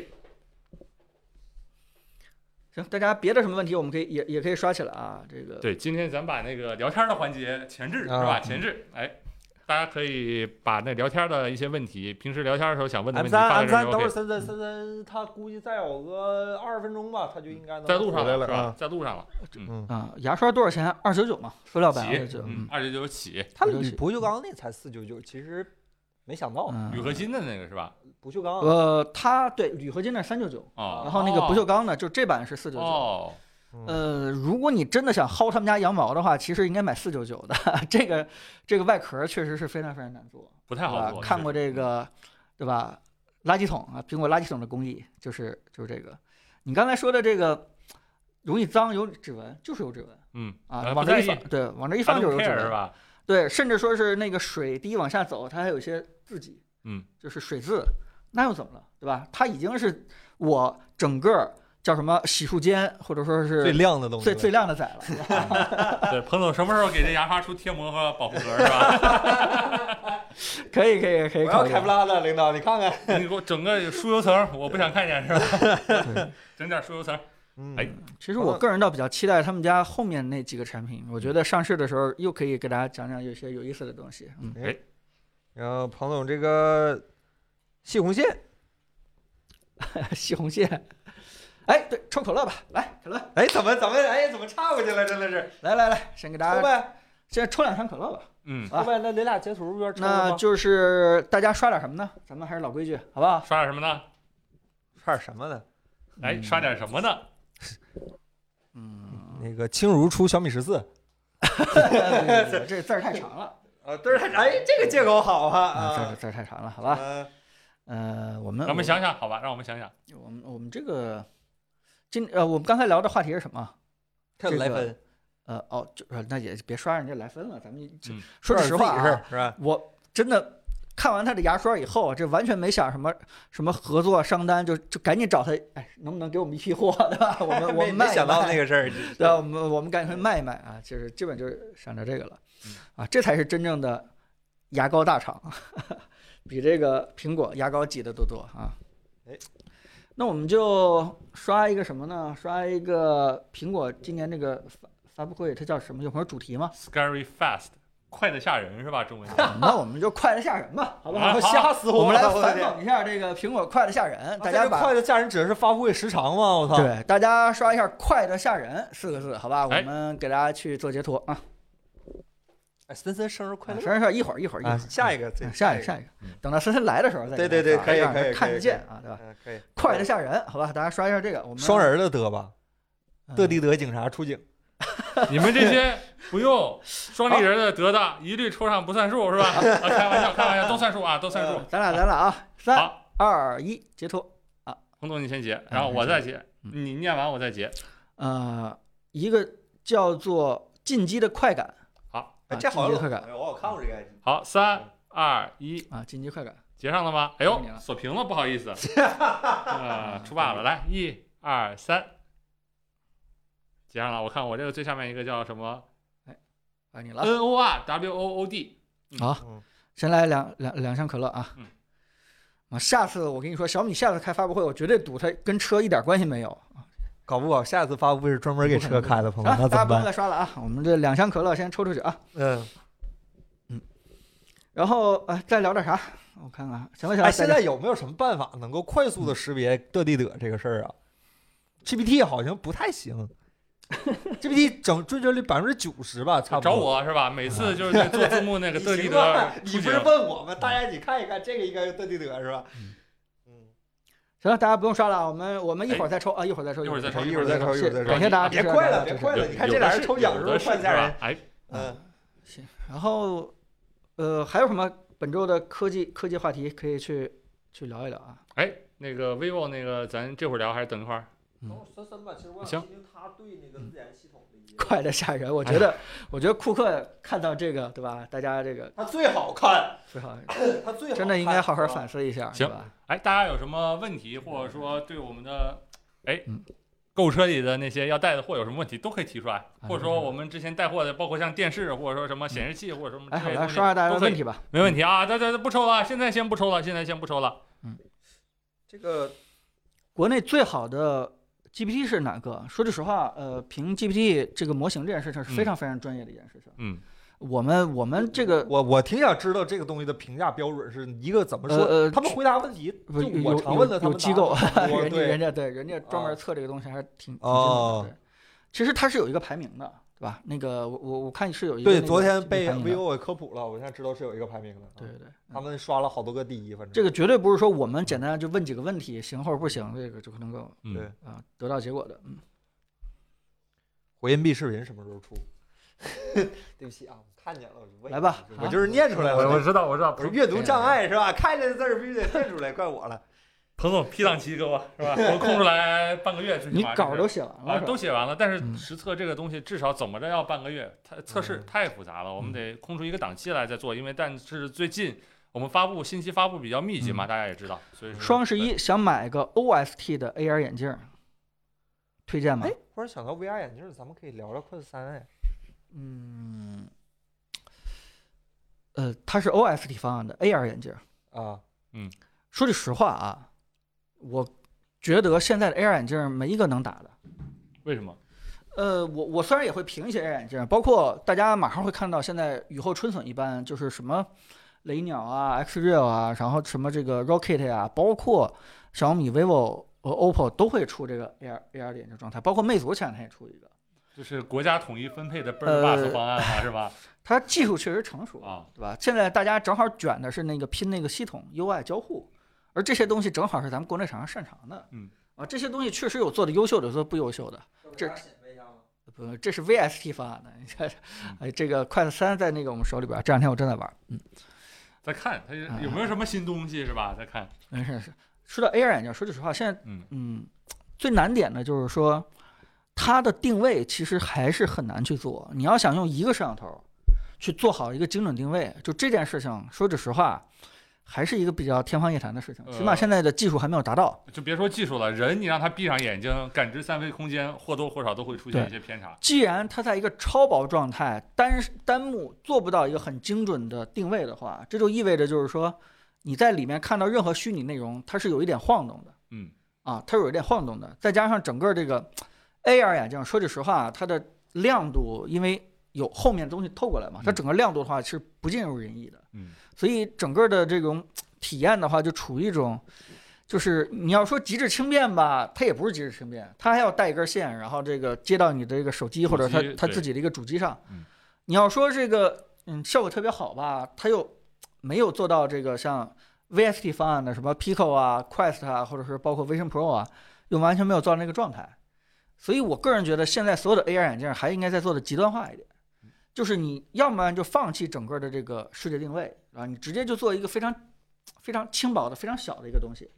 行，大家别的什么问题，我们可以也也可以刷起来啊。这个对，今天咱把那个聊天的环节前置、啊、是吧？前置，哎。大家可以把那聊天的一些问题，平时聊天的时候想问的问题 M 发在这儿。 M 三等会儿森森森森，他估计再有个二十分钟吧，他就应该能在路上了， 是吧？在路上了。 嗯啊，牙刷多少钱？二九九嘛，塑料版二九九， 嗯，二九九起。 他铝不锈钢那才四九九，其实没想到， 铝合金的那个是吧？ 不锈钢。 呃，它对铝合金的三九九，然后那个不锈钢的就这版是四九九。 哦。 呃，如果你真的想薅他们家羊毛的话，其实应该买四九九的。这个这个外壳确实是非常非常难做， 不太好做。 看过这个，对吧？垃圾桶啊，苹果垃圾桶的工艺就是就是这个。你刚才说的这个容易脏，有指纹，就是有指纹。 嗯啊，往这一放，对，往这一放就有指纹， 是吧？ 对，甚至说是那个水滴往下走，它还有一些字迹， 嗯， 就是水渍，那又怎么了，对吧？它已经是我整个。叫什么洗漱间，或者说是最亮的东西， 最最亮的仔了。 对，彭总什么时候给这牙刷出贴膜和保护壳是吧？ 可以可以可以， 我要凯布拉的领导，你看看， 你给我整个输油层，我不想看见是吧？整点输油层。 嗯， 哎， 其实我个人倒比较期待他们家后面那几个产品，我觉得上市的时候又可以给大家讲讲有些有意思的东西。嗯， 哎，然后彭总这个细红线， 细红线。哎，对，抽可乐吧，来，可乐。 哎，怎么怎么哎怎么插过去了？真的是， 来来来，先给大家抽呗， 现在抽两箱可乐吧。 嗯， 抽呗，那咱俩截图边抽。 那就是大家刷点什么呢？咱们还是老规矩，好不好？ 刷点什么呢？ 刷点什么呢？ 哎，刷点什么呢？ 嗯， 那个轻如出小米十四。 这字儿太长了。 啊，字儿太长。哎，这个借口好啊。 啊，字字儿太长了，好吧。呃，我们让我们想想，好吧，让我们想想。 我们我们这个。今呃，我们刚才聊的话题是什么？ 这个来分。 呃哦，就那也别刷人家来分了，咱们、 嗯、 说实话啊，是吧？ 我真的看完他的牙刷以后，这完全没想什么什么合作商单，就就赶紧找他，哎，能不能给我们一批货，对吧？我们我们卖没想到那个事儿， 对吧？我们我们赶紧卖一卖啊，就是基本就是想着这个了，啊，这才是真正的牙膏大厂，比这个苹果牙膏挤的都多啊。 哎。 那我们就刷一个什么呢？刷一个苹果今年这个发发布会，它叫什么？有什么主题吗 ？Scary Fast， 快得吓人是吧？中文。 那我们就快得吓人吧，好不好？ 啊、吓死我！ 我们来反讽一下这个苹果快得吓人。大家把快得吓人指的是发布会时长吗？我操！ 对，大家刷一下“快得吓人”四个字，好吧？我们给大家去做截图啊。 哎，森森生日快乐！ 生日快乐！一会儿一会儿一会儿， 下一个， 下一个下一个，等到森森来的时候再。 对对对，可以可以， 看得见啊，对吧？ 可以。 快得吓人，好吧？大家刷一下这个，我们双人的得吧，德地德警察出警。 你们这些不用双立人的得的，一律抽上不算数是吧？啊，开玩笑开玩笑，都算数啊，都算数。 咱俩咱俩啊，三二一，截图。 彭总你先结，然后我再结，你念完我再结。 呃，一个叫做进击的快感。 好， 哎，这好进击快感， 我看过这个 I P。 好，三二一啊，进击快感结上了吗？哎呦，锁屏了，不好意思，啊，出 bug 了，来，一二三，结上了。我看我这个最下面一个叫什么？ 哎，该你了 ，N O R W O O D。 好，先来两两两箱可乐啊。 嗯。 啊，下次我跟你说，小米下次开发布会，我绝对赌它跟车一点关系没有。 搞不好下次发布会是专门给车开的，朋友，那怎么办？ 大家不用再刷了啊！我们这两箱可乐先抽出去啊。 嗯嗯。然后呃，再聊点啥？我看看，行了行了。 哎，现在有没有什么办法能够快速的识别的地德这个事儿啊 ？G P T 好像不太行。G P T 整准确率百分之九十吧，差不多。 找我是吧？每次就是做字幕那个的地德， 你不是问我们，大家一起看一看，这个应该是的地德是吧？ 嗯。行了，大家不用刷了，我们我们一会儿再抽啊，一会儿再抽， 一会儿再抽， 一会儿再抽，一会儿再抽。 感谢大家， 别快了，别快了，你看这俩人抽奖是不是快吓人？ 哎， 嗯，行。然后呃，还有什么本周的科技科技话题可以去去聊一聊啊？ 哎，那个 vivo 那个，咱这会儿聊还是等一会儿？ 行。 快的吓人，我觉得，我觉得库克看到这个，对吧？大家这个他最好看， 最好， 他最好真的应该好好反思一下， 行吧？ 哎，大家有什么问题，或者说对我们的哎购车里的那些要带的货有什么问题，都可以提出来，或者说我们之前带货的，包括像电视，或者说什么显示器，或者什么， 哎，好，来刷刷大家的问题吧。 没问题啊，咱咱不抽了，现在先不抽了，现在先不抽了。 嗯， 这个国内最好的 G P T 是哪个？说句实话，呃，评 G P T 这个模型这件事情是非常非常专业的一件事情。 嗯， 我们我们这个， 我我挺想知道这个东西的评价标准是一个怎么说？ 呃， 他们回答问题，就我常有问的， 有机构，人家对人家对人家专门测这个东西还是挺挺哦。 对，其实它是有一个排名的，对吧？那个我我我看是有一个对，昨天被 vivo 给科普了，我现在知道是有一个排名的。 对对对， 他们刷了好多个第一，反正这个绝对不是说我们简单就问几个问题行或者不行，这个就能够对啊得到结果的。嗯。 回音壁视频什么时候出？对不起啊，我看见了，我就问。 来吧， 我就是念出来了。 我知道，我知道， 我是阅读障碍是吧？看见字儿必须得念出来，怪我了。 彭总批档期给我是吧？我空出来半个月， 你稿都写完了啊，都写完了。但是实测这个东西至少怎么着要半个月，它测试太复杂了，我们得空出一个档期来再做。因为但是最近我们发布信息发布比较密集嘛，大家也知道，所以双十一想买个 O S T 的 A R 眼镜，推荐吗？ 哎，忽然想到 V R 眼镜，咱们可以聊聊 Quest 三哎。 嗯，呃，它是 O S T 方案的 A R 眼镜啊， 嗯， 说句实话啊，我觉得现在的 A R 眼镜没一个能打的。 为什么？ 呃，我我虽然也会评一些 A R 眼镜，包括大家马上会看到，现在雨后春笋一般，就是什么雷鸟啊、X-Real 啊，然后什么这个 Rocket 啊，包括小米、vivo 和 O P P O 都会出这个 A R A R 的眼镜状态，包括魅族前两天也出一个。 就是国家统一分配的 Bird Bus 方案嘛， 呃、 是吧？ 它技术确实成熟啊， 对吧？现在大家正好卷的是那个拼那个系统 U I 交互，而这些东西正好是咱们国内厂商擅长的。 嗯， 啊，这些东西确实有做的优秀的，有做不优秀的。这不，这是 V S T 方案的。你看，哎，这个 Quest 三在那个我们手里边，这两天我正在玩。嗯， 再看它有没有什么新东西是吧？再看。 没事是。说到 A R 眼镜，说句实话，现在嗯嗯，最难点的就是说。它的定位其实还是很难去做。你要想用一个摄像头去做好一个精准定位，就这件事情，说句实话，还是一个比较天方夜谭的事情。起码现在的技术还没有达到。 呃、就别说技术了，人你让他闭上眼睛，感知三维空间或多或少都会出现一些偏差。 既然它在一个超薄状态，单单目做不到一个很精准的定位的话，这就意味着就是说你在里面看到任何虚拟内容，它是有一点晃动的。 嗯， 啊，它是有一点晃动的，再加上整个这个。A R 眼镜，说句实话，它的亮度因为有后面的东西透过来嘛，它整个亮度的话是不尽如人意的。 嗯， 所以整个的这种体验的话，就处于一种，就是你要说极致轻便吧，它也不是极致轻便，它还要带一根线，然后这个接到你的这个手机或者它它自己的一个主机上。 嗯， 你要说这个嗯效果特别好吧，它又没有做到这个像 V S T 方案的什么 Pico 啊、Quest 啊，或者是包括 Vision Pro 啊，又完全没有做到那个状态。所以我个人觉得，现在所有的 A R 眼镜还应该再做的极端化一点，就是你要不然就放弃整个的这个视觉定位啊，你直接就做一个非常非常轻薄的、非常小的一个东西， 嗯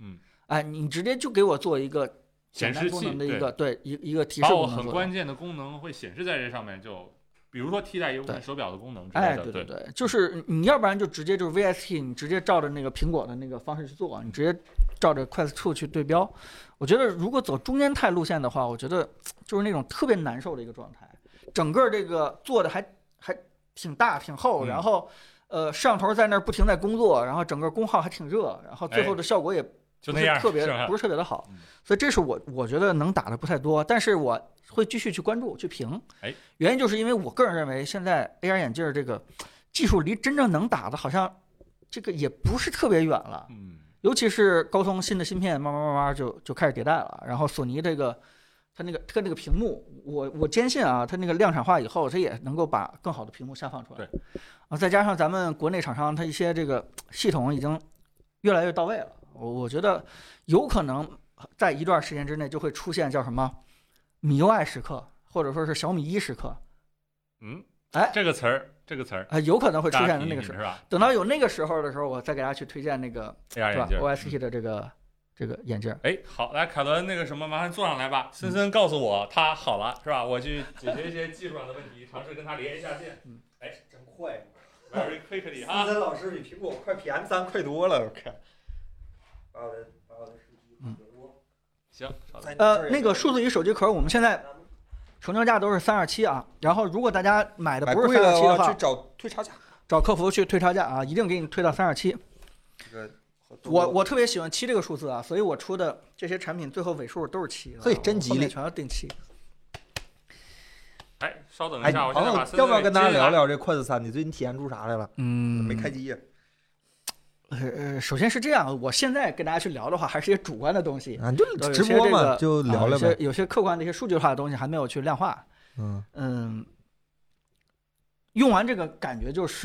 哎，你直接就给我做一个简单显示器功能的一个对一一个提示把我功能， 很关键的功能会显示在这上面，就比如说替代一部分手表的功能之类哎， 的。 对对对，就是你要不然就直接就是 V S T， 你直接照着那个苹果的那个方式去做，你直接照着 Quest 二去对标。我觉得如果走中间态路线的话，我觉得就是那种特别难受的一个状态。整个这个做的还还挺大挺厚， 嗯、 然后呃摄像头在那儿不停在工作，然后整个功耗还挺热，然后最后的效果也不是特别、 哎、 不是特别的好。所以这是我我觉得能打的不太多，但是我会继续去关注去评。 哎， 原因就是因为我个人认为现在 A R 眼镜这个技术离真正能打的好像这个也不是特别远了。 嗯。 尤其是高通新的芯片慢慢慢慢就就开始迭代了，然后索尼这个它那个它那个屏幕，我我坚信啊，它那个量产化以后，它也能够把更好的屏幕下放出来。 对， 啊，再加上咱们国内厂商它一些这个系统已经越来越到位了，我我觉得有可能在一段时间之内就会出现叫什么米 U I 时刻，或者说是小米一时刻。 嗯， 哎， 这个词儿。这个词儿啊、呃，有可能会出现的那个时候， 是吧？ 等到有那个时候的时候，我再给大家去推荐那个 A R 眼镜 O S T 的这个、嗯、这个眼镜。 哎，好，来凯伦那个什么，麻烦坐上来吧。森森告诉我他好了，是吧？我去解决一些技术上的问题，尝试跟他连一下线。 嗯， 哎，真快 ，very quickly 啊！ 森森老师比苹果快 P M 三快多了，我看。把我的把我的手机嗯， 行， 呃，那个数字仪手机壳，我们现在。成交价都是三二七啊，然后如果大家买的不是三二七的话， 去找退差价， 找客服去退差价啊，一定给你退到三二七。 这个我我特别喜欢七这个数字啊，所以我出的这些产品最后尾数都是七， 所以真吉利， 全要定七。 哎，稍等一下， 哎、 我先把要不要跟大家聊聊这 Quest 三？你最近体验出啥来了？ 嗯， 没开机呀。 呃，首先是这样，我现在跟大家去聊的话，还是一些主观的东西啊，就直播嘛， 这个、 就聊聊呗、 啊有些。有些客观的一些数据化的东西还没有去量化。 嗯嗯，用完这个感觉就是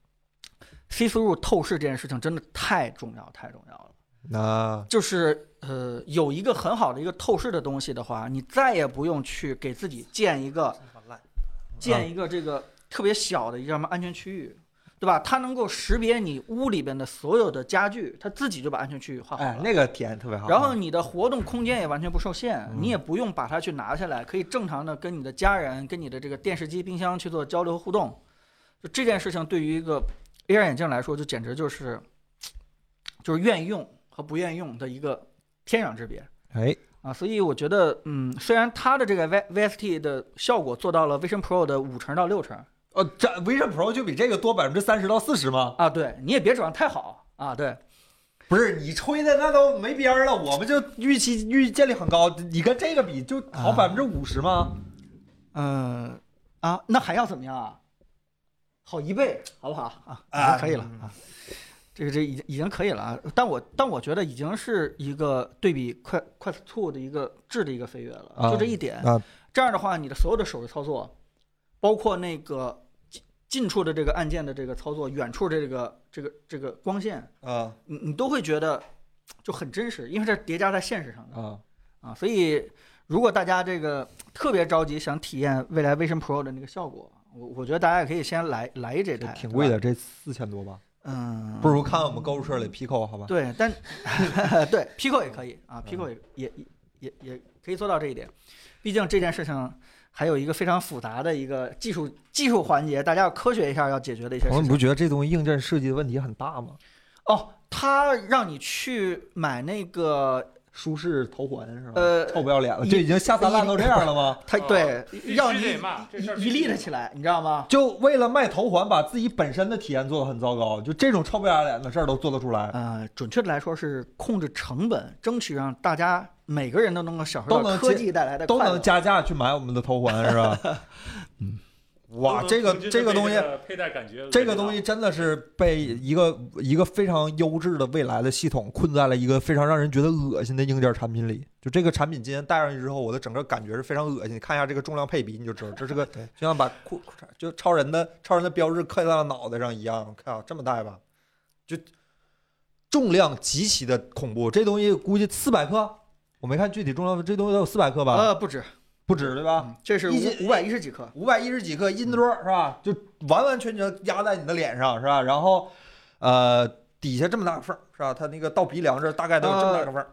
，see through 透视这件事情真的太重要，太重要了。 那、啊、 就是呃，有一个很好的一个透视的东西的话，你再也不用去给自己建一个建一个这个特别小的一个什么安全区域。对吧？它能够识别你屋里边的所有的家具，它自己就把安全区域画好了。 哎，那个体验特别好。 然后你的活动空间也完全不受限， 嗯、 你也不用把它去拿下来，可以正常的跟你的家人、跟你的这个电视机、冰箱去做交流互动。就这件事情，对于一个 A R 眼镜来说，就简直就是就是愿意用和不愿意用的一个天壤之别。 哎， 啊，所以我觉得，嗯，虽然它的这个 V V S T 的效果做到了 Vision Pro 的五成到六成。 哦，这 Vision Pro 就比这个多百分之三十到四十吗？ 啊，对，你也别指望太好啊，对， 不是你吹的那都没边儿了，我们就预期预见率很高，你跟这个比就好百分之五十吗？ 嗯啊，那还要怎么样啊？好一倍，好不好啊？已经可以了啊，这个这已经已经可以了啊，但我但我觉得已经是一个对比快快 Two 的一个质的一个飞跃了， 啊、 就这一点、 啊， 这样的话，你的所有的手势操作。包括那个近处的这个按键的这个操作，远处的这个这个这个光线啊， 你你都会觉得就很真实，因为这是叠加在现实上的啊啊。所以如果大家这个特别着急想体验未来 Vision Pro 的那个效果，我我觉得大家也可以先来来一这台， 挺贵的，这四千多吧？ 嗯， 不如看我们购物车里 Pico 好吧？ 对，但对 Pico 也可以啊 ，Pico 也、嗯、也也也可以做到这一点，毕竟这件事情。还有一个非常复杂的一个技术技术环节，大家要科学一下要解决的一些事情。 你不觉得这东西硬件设计的问题很大吗？ 哦，它让你去买那个舒适头环是吧？ 呃， 臭不要脸了，就已经下三滥都这样了吗？ 它对，让你一一立得起来，你知道吗？ 就为了卖头环，把自己本身的体验做得很糟糕，就这种臭不要脸的事儿都做得出来。 呃，准确的来说是控制成本，争取让大家。每个人都能够享受到科技带来的快乐，都能加价去买我们的头环，是吧？嗯，哇，这个这个东西， 佩戴感觉， 这个东西真的是被一个一个非常优质的未来的系统困在了一个非常让人觉得恶心的硬件产品里。就这个产品今天戴上去之后，我的整个感觉是非常恶心。你看一下这个重量配比，你就知道这是个就像把裤就超人的超人的标志刻在了脑袋上一样。看啊，这么戴吧，就重量极其的恐怖。这东西估计四百克。我没看具体重量，这东西都有四百克吧？ 呃，不止， 不止，对吧？ 嗯、这是五五百一十几克， 五百一十几克硬多是吧？就完完全全压在你的脸上是吧？然后，呃，底下这么大个缝是吧？它那个到鼻梁这大概都有这么大个缝、呃。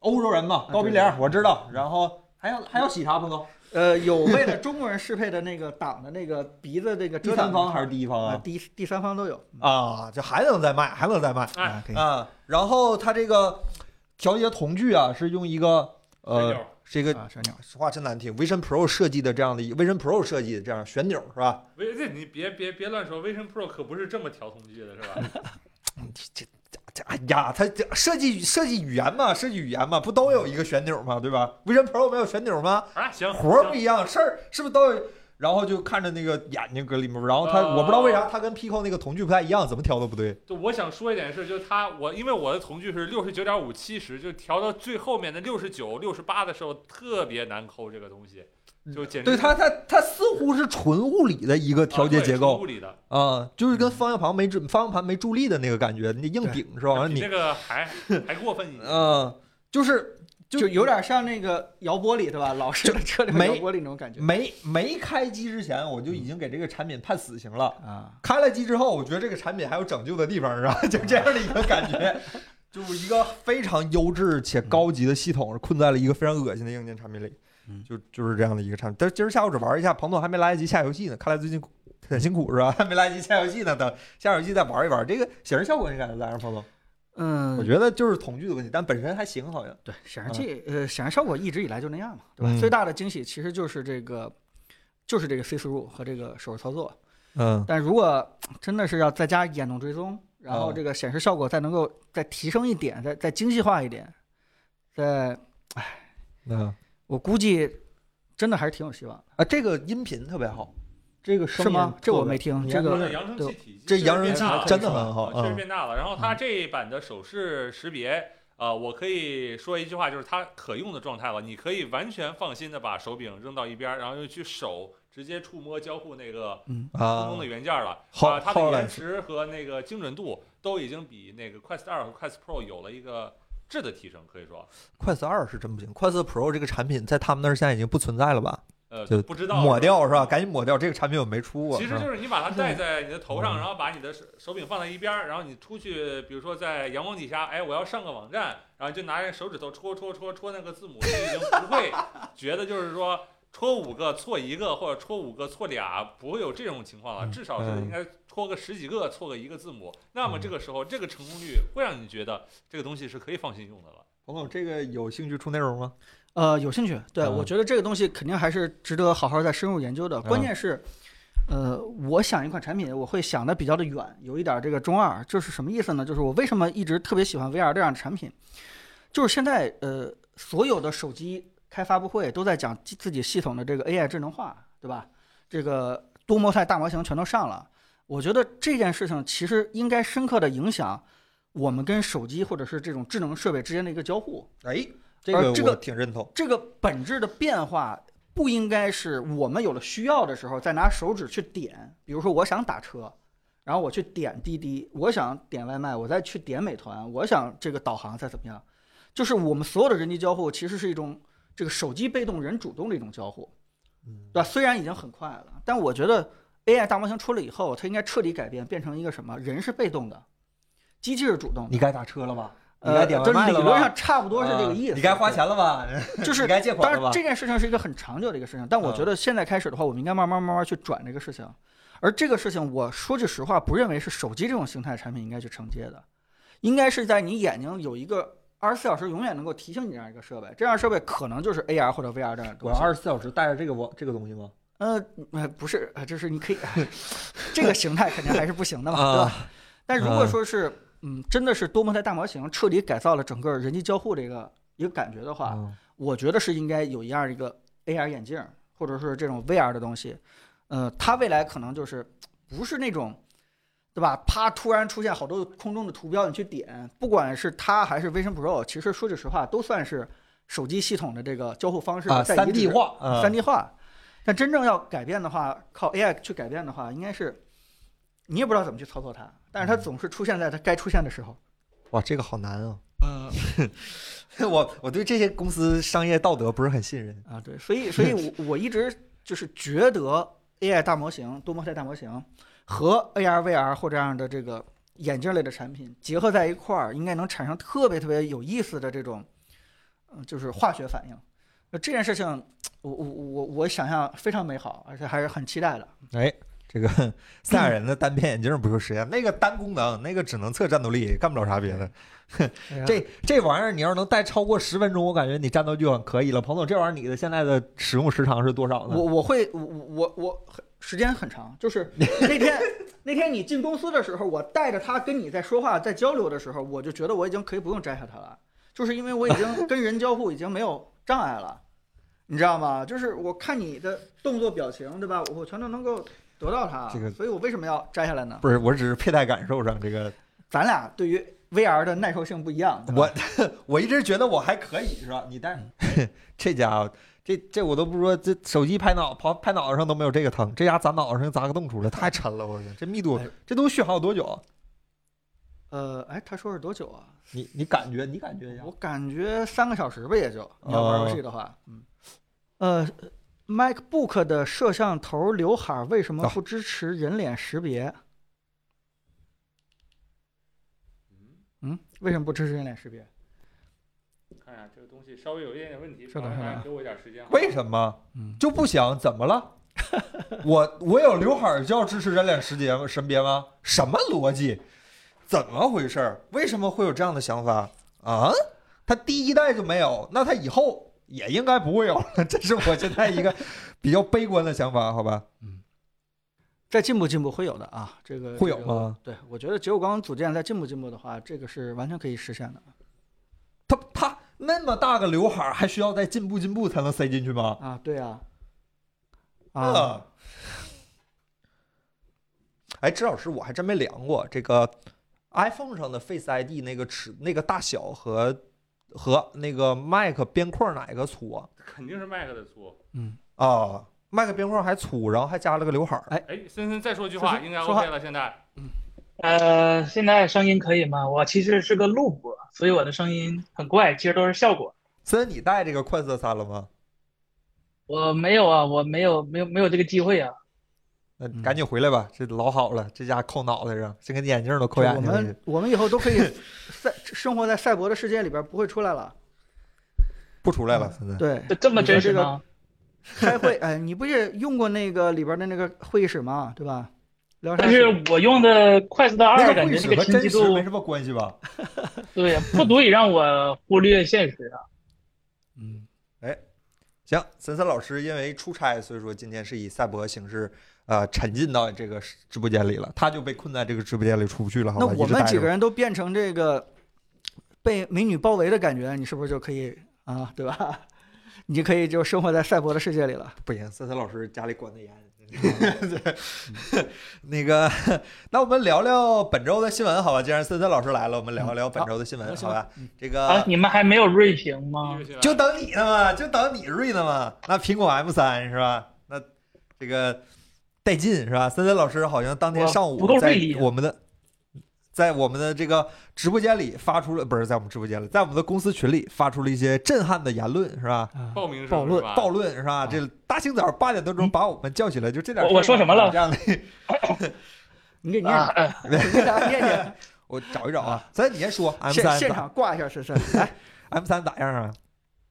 欧洲人嘛，高鼻梁我知道，然后还要还要洗它不能？ 呃，有为了中国人适配的那个挡的那个鼻子这个第三方还是第一方啊？ 第第三方都有啊，这还能再卖，还能再卖啊，可以啊。然后它这个调节瞳距啊，是用一个呃，是一个说话真难听 ，Vision Pro 设计的这样的一 Vision Pro 设计的这样旋钮是吧？ 微这你别别别乱说 ，Vision Pro 可不是这么调瞳距的，是吧？ 这这哎呀，它这设计设计语言嘛，设计语言嘛，不都有一个旋钮嘛，对吧 ？Vision Pro 没有旋钮吗？ 啊，行， 活儿不一样，事儿是不是都有？然后就看着那个眼睛搁里面，然后它、呃、我不知道为啥它跟 Pico 那个瞳距不太一样，怎么调都不对。 就我想说一点是，就是它我因为我的瞳距是六十九点五七十，就调到最后面的六十九、六十八的时候特别难抠这个东西。就简直对它，它它似乎是纯物理的一个调节结构， 啊、物理的啊，就是跟方向盘没方向盘没助力的那个感觉，你硬顶是吧？你那个还还过分一点， 嗯，就是就就有点像那个摇玻璃对吧？老式的车里面摇玻璃那种感觉。 没没开机之前，我就已经给这个产品判死刑了啊！ 开了机之后，我觉得这个产品还有拯救的地方，是吧？就这样的一个感觉，就是一个非常优质且高级的系统，困在了一个非常恶心的硬件产品里。就就是这样的一个产品，但今儿下午只玩一下，彭总还没来得及下游戏呢，看来最近很辛苦是吧？还没来得及下游戏呢，等下游戏再玩一玩。这个显示效果你感觉咋样，彭总？ 嗯， 我觉得就是瞳距的问题，但本身还行，好像。 对，显示器、嗯、呃，显示效果一直以来就那样嘛，对吧？嗯、最大的惊喜其实就是这个，就是这个 see through 和这个手势操作。 嗯。 但如果真的是要再加眼动追踪，然后这个显示效果再能够再提升一点，再再精细化一点，再，唉， 嗯。 我估计真的还是挺有希望的啊！这个音频特别好，这个声音是吗？这我没听。这个扬声器体积， 这扬声器真的很好， 确实变大了。然后它这一版的手势识别，呃，我可以说一句话，就是它可用的状态了。你可以完全放心的把手柄扔到一边，然后又去手直接触摸交互那个空中的元件了。啊，它的延迟和那个精准度都已经比那个 Quest 二和 Quest Pro 有了一个质的提升，可以说。 Quest 二是真不行 ，Quest Pro 这个产品在他们那儿现在已经不存在了吧？ 呃， 就不知道抹掉是吧？赶紧抹掉，这个产品我没出过。 其实就是你把它戴在你的头上，然后把你的手柄放在一边，然后你出去，比如说在阳光底下，哎，我要上个网站，然后就拿着手指头戳戳戳戳那个字母，你已经不会觉得就是说戳五个错一个或者戳五个错俩，不会有这种情况了。至少是应该戳个十几个错个一个字母，那么这个时候这个成功率会让你觉得这个东西是可以放心用的了。 彭总，这个有兴趣出内容吗？ 呃，有兴趣。对、 嗯、 我觉得这个东西肯定还是值得好好再深入研究的。关键是，呃，我想一款产品，我会想的比较的远，有一点这个中二。这是什么意思呢？就是我为什么一直特别喜欢 V R 这样的产品，就是现在呃，所有的手机开发布会都在讲自己系统的这个 A I 智能化，对吧？这个多模态大模型全都上了。我觉得这件事情其实应该深刻的影响我们跟手机或者是这种智能设备之间的一个交互。 哎。这个我挺认同。 这个本质的变化不应该是我们有了需要的时候再拿手指去点，比如说我想打车，然后我去点滴滴，我想点外卖，我再去点美团，我想这个导航再怎么样，就是我们所有的人机交互其实是一种这个手机被动人主动的一种交互，对吧？虽然已经很快了，但我觉得 A I 大模型出了以后，它应该彻底改变，变成一个什么？人是被动的，机器是主动的。 你该打车了吧？ 呃， 就理论上差不多是这个意思。 你该花钱了吧？ 就是该借款了吧？ 当然，这件事情是一个很长久的一个事情，但我觉得现在开始的话，我们应该慢慢慢慢去转这个事情。而这个事情，我说句实话，不认为是手机这种形态产品应该去承接的，应该是在你眼睛有一个二十四小时永远能够提醒你这样一个设备，这样设备可能就是 A R 或者 V R 这样的东西。 我要二十四小时带着这个我这个东西吗？ 呃，不是，就是你可以，这个形态肯定还是不行的嘛，对吧？但如果说是。嗯，真的是多模态大模型彻底改造了整个人机交互的一个一个感觉的话， 嗯、 我觉得是应该有一样一个 A R 眼镜，或者是这种 V R 的东西。呃，它未来可能就是不是那种，对吧？啪，突然出现好多空中的图标，你去点，不管是它还是 Vision Pro， 其实说句实话，都算是手机系统的这个交互方式啊，三 D 化， 三 D 化。但真正要改变的话，靠 A I 去改变的话，应该是。你也不知道怎么去操作它，但是它总是出现在它该出现的时候。 哇，这个好难啊！ 嗯， 我我对这些公司商业道德不是很信任啊。对，所以所以我，我我一直就是觉得 A I 大模型、多模态大模型和 A R、V R 或这样的这个眼镜类的产品结合在一块儿，应该能产生特别特别有意思的这种就是化学反应。这件事情，我我我我想象非常美好，而且还是很期待的。 哎，这个赛亚人的单片眼镜不就实现那个单功能，那个只能测战斗力，干不了啥别的。这这玩意儿你要是能戴超过十分钟，我感觉你战斗就很可以了。彭总，这玩意儿你的现在的使用时长是多少呢？ 我我会我我我时间很长，就是那天那天你进公司的时候，我带着它跟你在说话在交流的时候，我就觉得我已经可以不用摘下它了，就是因为我已经跟人交互已经没有障碍了。你知道吗？就是我看你的动作表情，对吧？我全都能够得到它。 这个， 所以我为什么要摘下来呢？ 不是，我只是佩戴感受上这个， 咱俩对于 V R 的耐受性不一样。 我我一直觉得我还可以，是吧？你戴这家伙，这这我都不说，这手机拍脑拍拍脑袋上都没有这个疼，这家砸脑袋上砸个洞出来，太沉了！我天，这密度，这东西续航有多久？ 呃，哎，他说是多久啊？ 你你感觉你感觉一下？ 我感觉三个小时吧，也就。你要玩游戏的话，嗯。呃 ，MacBook 的摄像头刘海为什么不支持人脸识别？嗯，为什么不支持人脸识别？ 看呀，这个东西稍微有一点点问题， 是的，是的。 给我一点时间。 为什么？ 嗯， 就不想？怎么了？我我有刘海就要支持人脸识别识别吗？什么逻辑？怎么回事？为什么会有这样的想法啊？它第一代就没有，那它以后？也应该不会有了，这是我现在一个比较悲观的想法，好吧？ 嗯，再进步进步会有的啊，这个会有吗？ 对，我觉得结构光组件再进步进步的话，这个是完全可以实现的。 它它那么大个刘海，还需要再进步进步才能塞进去吗？ 啊，对啊。啊。 呃、哎，支老师，我还真没量过这个 iPhone 上的 Face I D 那个尺那个大小和。和那个 Mac 边框哪个粗啊？ 肯定是 Mac 的粗。 嗯啊 ，Mac 边框还粗，然后还加了个刘海儿。 哎哎，森森再说句话，应该 OK 了。现在， 嗯，呃，现在声音可以吗？我其实是个录播，所以我的声音很怪，其实都是效果。 森，你带这个快色三了吗？ 我没有啊，我没有，没有，没有这个机会啊。 那赶紧回来吧，这老好了，这家扣脑袋上，这个眼镜都扣眼睛我们我们以后都可以赛生活在赛博的世界里边，不会出来了， 不出来了，现在。 对， 这么真实吗？ 开会，哎，你不是用过那个里边的那个会议室吗？对吧？ 但是我用的快四到二，感觉这个清晰度没什么关系吧？ 对，不足以让我忽略现实啊。 嗯，哎，行，森森老师因为出差，所以说今天是以赛博形式。呃，沉浸到这个直播间里了，他就被困在这个直播间里出不去了。好吧， 那我们几个人都变成这个被美女包围的感觉，你是不是就可以啊？对吧？你就可以就生活在赛博的世界里了。 不行，森森老师家里管得严。那个，那我们聊聊本周的新闻，好吧？既然森森老师来了，我们聊一聊本周的新闻， 嗯、 好吧？ 嗯、 这个啊，你们还没有锐评吗？ 就等你呢嘛，就等你锐呢嘛。那苹果 M 三是吧？那这个。带劲是吧？森森老师好像当天上午在我们的，在我们的这个直播间里发出了，不是在我们直播间里，在我们的公司群里发出了一些震撼的言论，是吧？ 暴名暴论暴论是吧？这大清早八点多钟把我们叫起来，就这点。 我说什么了？ 这样的， 你给念，你给大家念念。 我找一找啊，咱你先说 M 三， 现场挂一下试试。来 ，M 三咋样啊？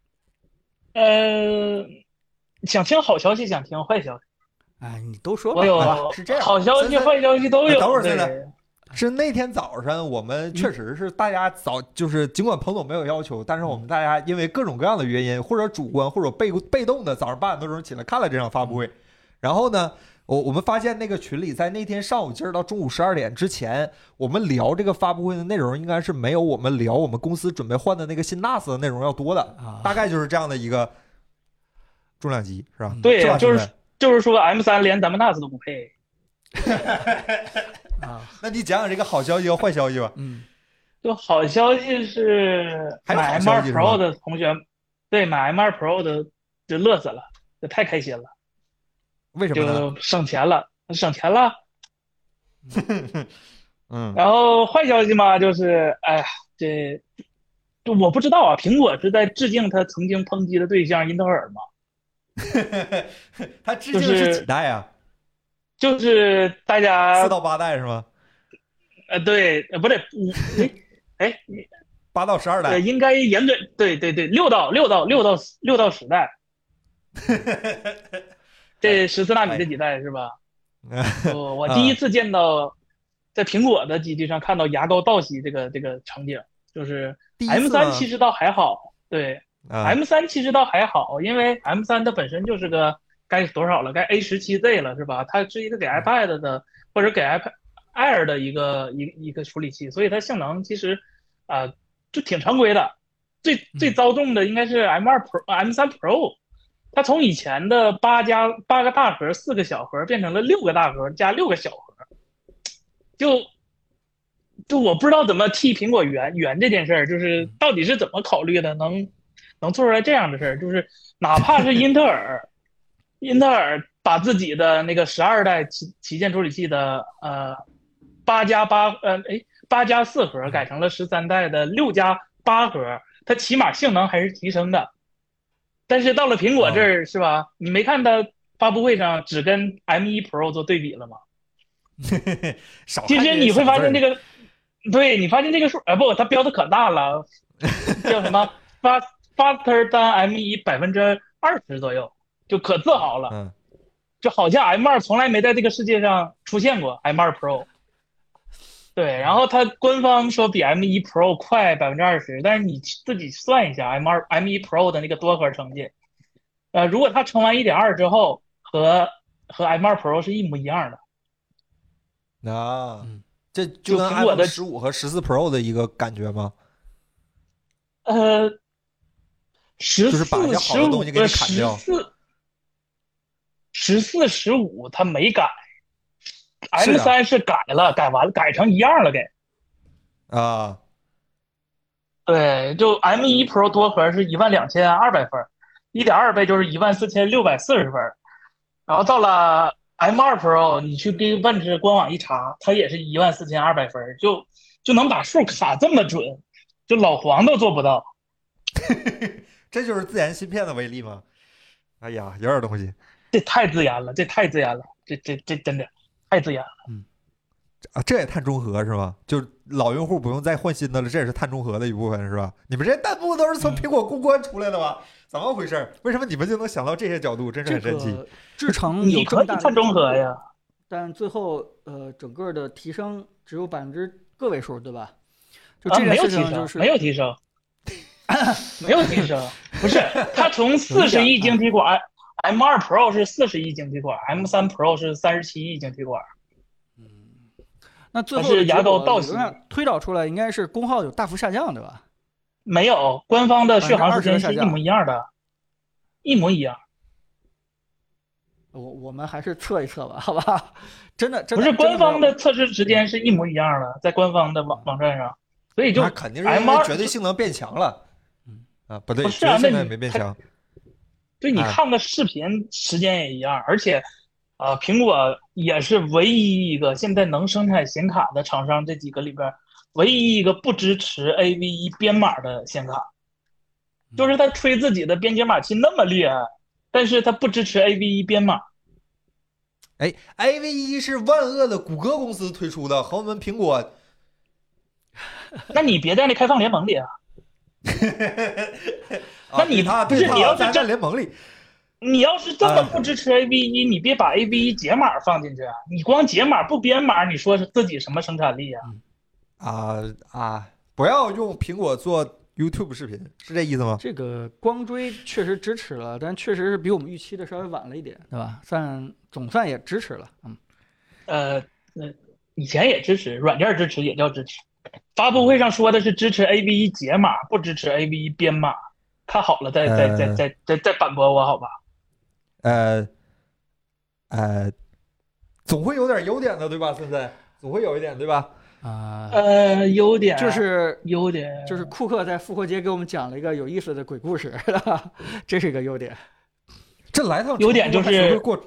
呃，想听好消息，想听坏消息。 哎，你都说吧， 我有是这样， 好消息、坏消息都有。 等会儿，现在是那天早上，我们确实是大家早，就是尽管彭总没有要求，但是我们大家因为各种各样的原因，或者主观或者被被动的，早上八点多钟起来看了这场发布会。然后呢，我我们发现那个群里，在那天上午今儿到中午十二点之前，我们聊这个发布会的内容，应该是没有我们聊我们公司准备换的那个新 N A S 的内容要多的，大概就是这样的一个重量级，是吧？ 对，就是。就是说 ，M 三连咱们 N A S 都不配。 啊， 那你讲讲这个好消息和坏消息吧。 嗯， 就好消息是买 M 二 Pro 的同学，对，买 M 二 Pro 的就乐死了，就太开心了。 为什么呢？ 就省钱了，省钱了。 嗯。 然后坏消息嘛，就是哎呀，这就我不知道啊，苹果是在致敬他曾经抨击的对象英特尔吗？ 他致敬的是几代啊？ 就是大家四到八代是吗？ 呃，对，呃，不对，五哎哎， 八到十二代， 对，应该严格，对对对，六到六到六到六到十代，这十四纳米这几代是吧？我我第一次见到在苹果的机器上看到牙膏倒吸这个这个场景，就是 M 三其实倒还好，对、啊、，M 三其实倒还好，因为 M 三它本身就是个该多少了，该 A 十七 Z 了是吧？它是一个给 iPad 的或者给 iPad Air 的一个一一个处理器，所以它性能其实啊、呃、就挺常规的。最最遭众的应该是 M 二 Pro、M 三 Pro。它从以前的八加八个大核、四个小核变成了六个大核加六个小核，就就我不知道怎么替苹果圆圆这件事儿，就是到底是怎么考虑的，能能做出来这样的事儿，就是哪怕是英特尔，英特尔把自己的那个十二代旗旗舰处理器的呃八加八呃哎八加四核改成了十三代的六加八核，它起码性能还是提升的。但是到了苹果这儿、哦、是吧？你没看他发布会上只跟 M 一 Pro 做对比了吗？其实你会发现这个，对你发现这个数，哎不，它标的可大了，叫什么 fast faster than M 一 百分之二十左右，就可自豪了。嗯，就好像 M 二 从来没在这个世界上出现过 M 二 Pro。对，然后它官方说比 M 一 Pro 快百分之二十，但是你自己算一下 M 二 M 一 Pro 的那个多核成绩，呃，如果它乘完 一点二 之后，和和 M 二 Pro 是一模一样的。啊，这就跟 iPhone 十五和十四 Pro 的一个感觉吗？ 呃，十四、 就是把一些好的东西给你砍掉。 十四、十四、十五它没改。M 三 是改了，改完了，改成一样了给。 啊， 对，就 M 一 Pro 多核是一万两千二百分，一点二倍就是一万四千六百四十分，然后到了 M 二 Pro， 你去 Geekbench 官网一查，它也是一万四千二百分，就就能把数卡这么准，就老黄都做不到。 这就是自研芯片的威力吗？哎呀，有点东西。 这太自研了，这太自研了，这这这真的。太自研了， 嗯，啊，这也碳中和是吧？就老用户不用再换新的了，这也是碳中和的一部分是吧？你们这些弹幕都是从苹果公关出来的吗？嗯、怎么回事？为什么你们就能想到这些角度？真是很神奇。 这个、制程有这么大的碳中和呀， 但最后呃，整个的提升只有百分之个位数，对吧？就这件事情就是、 啊、没有提升，没有提升，没有提升，不是它从四十亿晶体管。M 二 Pro 是四十亿晶体管 ，M 三 Pro 是三十七亿晶体管。 嗯，那最后是牙膏倒吸推导出来应该是功耗有大幅下降，对吧？ 没有，官方的续航时间是一模一样的，一模一样。 我我们还是测一测吧，好吧？真的，真的不是官方的测试时间是一模一样的，在官方的网网站上，所以就肯定是因为绝对性能变强了。嗯啊，不对， 不是啊， 绝对性能也没变强。 对，你看个视频时间也一样，啊、而且，呃，苹果也是唯一一个现在能生产显卡的厂商，这几个里边唯一一个不支持 A V 一 编码的显卡，就是他吹自己的编解码器那么厉害，但是他不支持 A V 一 编码。 哎 ，A V 一 是万恶的谷歌公司推出的，和我们苹果， 那你别在那开放联盟里啊。那你他不是你要是在联盟里， 你要是这么不支持 A V 一，你别把 A V 一 解码放进去啊！你光解码不编码，你说是自己什么生产力啊？ 啊啊！不要用苹果做 YouTube 视频，是这意思吗？ 这个光追确实支持了，但确实是比我们预期的稍微晚了一点，对吧？算总算也支持了，嗯。 呃，呃，以前也支持，软件支持也叫支持。发布会上说的是支持 A V 一 解码，不支持 A V 一 编码。看好了再再再再再再反驳我好吧？ 呃呃，总会有点优点的对吧？森森总会有一点对吧？ 啊呃，优点就是优点就是库克在复活节给我们讲了一个有意思的鬼故事，这是一个优点。 这来趟优点就是过，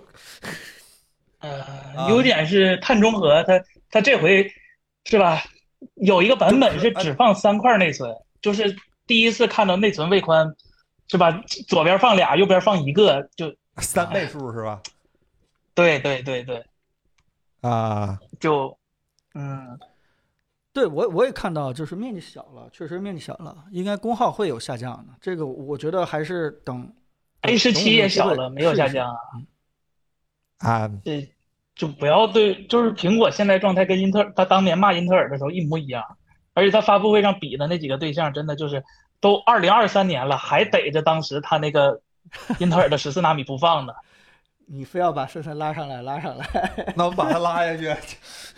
呃，优点是碳中和，它它这回是吧？有一个版本是只放三块内存，就是第一次看到内存位宽，是吧？左边放俩，右边放一个，就三倍数是吧？ 对对对对， 啊， 就嗯， 对我我也看到，就是面积小了，确实面积小了，应该功耗会有下降的。这个我觉得还是等 A 十七也小了，没有下降啊。 啊， 这就不要对，就是苹果现在状态跟英特尔，他当年骂英特尔的时候一模一样，而且他发布会上比的那几个对象，真的就是都二零二三年了，还逮着当时他那个英特尔的十四纳米不放呢。 你非要把森森拉上来，拉上来， 那我们把它拉下去。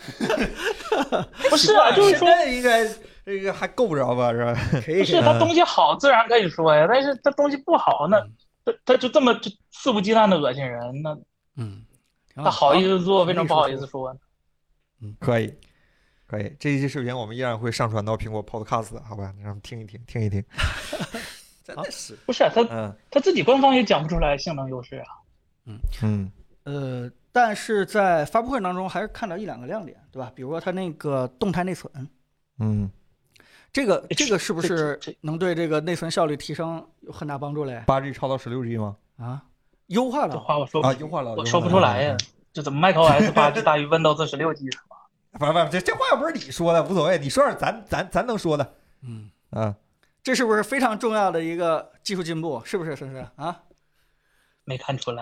不是啊，就是说现在应该这个还够不着吧，是吧？ 可以。 不是他东西好，自然可以说呀，但是他东西不好，那他他就这么就肆无忌惮的恶心人，那嗯， 他好意思做，为什么不好意思说呢？ 嗯，可以，可以。这一期视频我们依然会上传到苹果 Podcast， 好吧？让他们听一听，听一听。真的是， 不是啊他嗯他自己官方也讲不出来性能优势啊。 嗯嗯呃，但是在发布会当中还是看到一两个亮点，对吧？比如说它那个动态内存， 嗯， 这个这个是不这是这这能对这个内存效率提升有很大帮助嘞？ 八 G 超到十六 G 吗？ 啊，优化这了话我说啊，优化了， 我说不出来呀。这怎么 macOS 八 G 大于 Windows 十六 G 是吧？ 不不，这这话又不是你说的，无所谓，你说点咱咱咱能说的。 嗯啊， 这是不是非常重要的一个技术进步？是不是，森森啊？ 没看出来。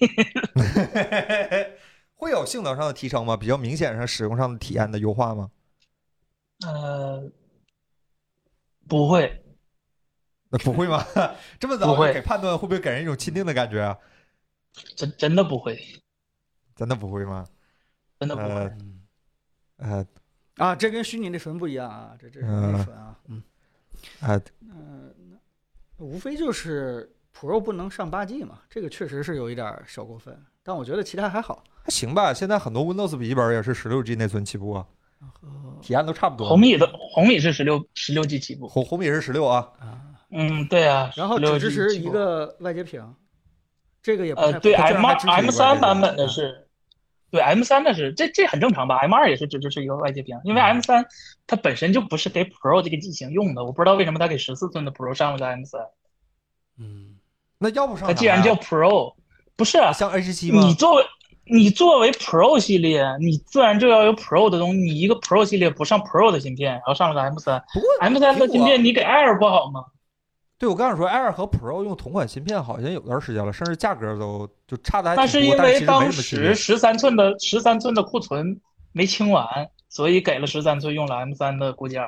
会有性能上的提升吗？比较明显上使用上的体验的优化吗？ 呃，不会， 那不会吗？这么早不会就给判断，会不会给人一种钦定的感觉啊？ 真真的不会， 真的不会吗？ 真的不会。 呃呃啊，这跟虚拟内存不一样啊，这这是内存啊，嗯啊嗯、呃，无非就是 Pro 不能上八 G 嘛，这个确实是有一点小过分，但我觉得其他还好。 还行吧，现在很多 Windows 笔记本也是十六 G 内存起步啊，体验都差不多。 红米的红米是十六十六 G 起步， 红红米是十六啊。 啊， 嗯，对啊， 然后只支持一个外接屏，这个也不太呃，对 M 二支持一个 M 三版本的啊是，对 M 三的是这这很正常吧 ？M 二也是只支持一个外接屏，因为 M 三它本身就不是给 Pro 这个机型用的，我不知道为什么它给十四寸的 Pro 上了个 M 三。 嗯， 那要不上它既然叫 Pro， 不是啊， 像 A 十七吗？ 你作为你作为 Pro 系列，你自然就要有 Pro 的东西。你一个 Pro 系列不上 Pro 的芯片，然后上了个 M 三不过 ，M 三的芯片你给 Air 不好吗？ 对，我刚才说 Air 和 Pro 用同款芯片好像有段时间了，甚至价格都就差的还但挺多。 是因为但其实没当什么区别时十三寸的十三寸的库存没清完，所以给了十三寸用了 M 三的固件。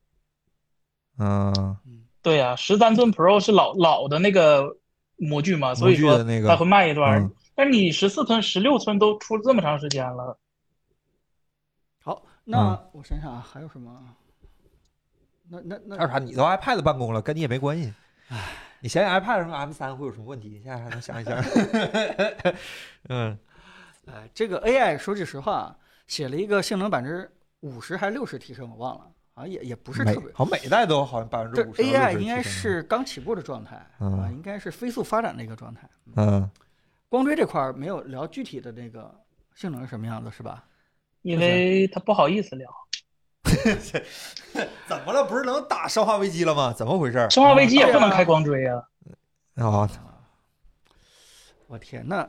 嗯， 对呀、啊，十三寸 Pro 是老老的那个模具嘛，所以说模具的那个它会慢一段。 嗯但是你十四寸、十六寸都出了这么长时间了， 好，那嗯我想想啊，还有什么？那那那还有啥？你都 iPad 办公了，跟你也没关系。你想想 iPad 上 M 三会有什么问题？你现在还能想一想？嗯， 哎，这个 A I 说句实话，写了一个性能百分之五十还是六十提升，我忘了，好像也也不是每特别。 好像每一代都好像百分之这五十。 A I 应该是刚起步的状态嗯啊，应该是飞速发展的一个状态。 嗯， 光追这块儿没有聊具体的那个性能是什么样子，是吧？ 因为他不好意思聊。 怎么了？不是能打生化危机了吗？怎么回事？ 生化危机也不能开光追啊。 啊我天，那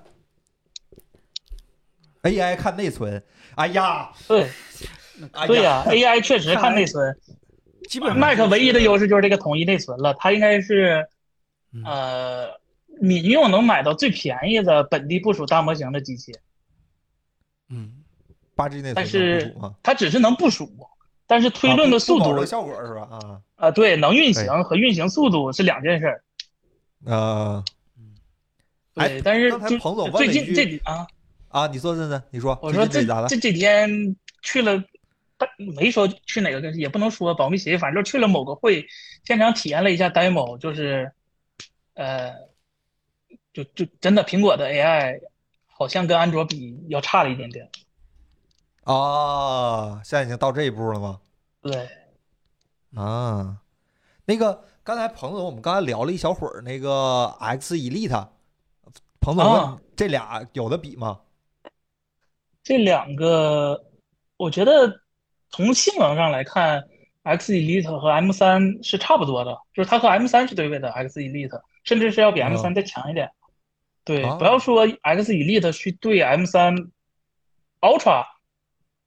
，A I 看内存，哎呀， 对哎对呀、 呀， a I 确实看内存。 基本上 Mac 唯一的优势就是这个统一内存了，它应该是嗯呃民用能买到最便宜的本地部署大模型的机器， 嗯， 八 G 内存能但是部署吗？ 它只是能部署，但是推论的速度啊不保证效果是吧？啊啊，对，能运行和运行速度是两件事儿。 呃，哎对，但是刚才就彭总问最近了一句这几啊， 啊，你说真的，你说， 我说这最近咋了？ 这几天去了，但没说去哪个，也不能说保密协议，反正就去了某个会，现场体验了一下 demo，就是呃，就就真的苹果的 A I 好像跟安卓比要差了一点点。 啊，现在已经到这一步了吗？ 对， 啊，那个刚才彭总，我们刚才聊了一小会儿那个 X Elite，彭总问、 啊这俩有的比吗？ 这两个我觉得从性能上来看，X Elite 和 M 三是差不多的，就是它和 M 三是对位的 X Elite，甚至是要比 M 三再强一点。对， 哦不要说 X Elite 去对 M 三 Ultra，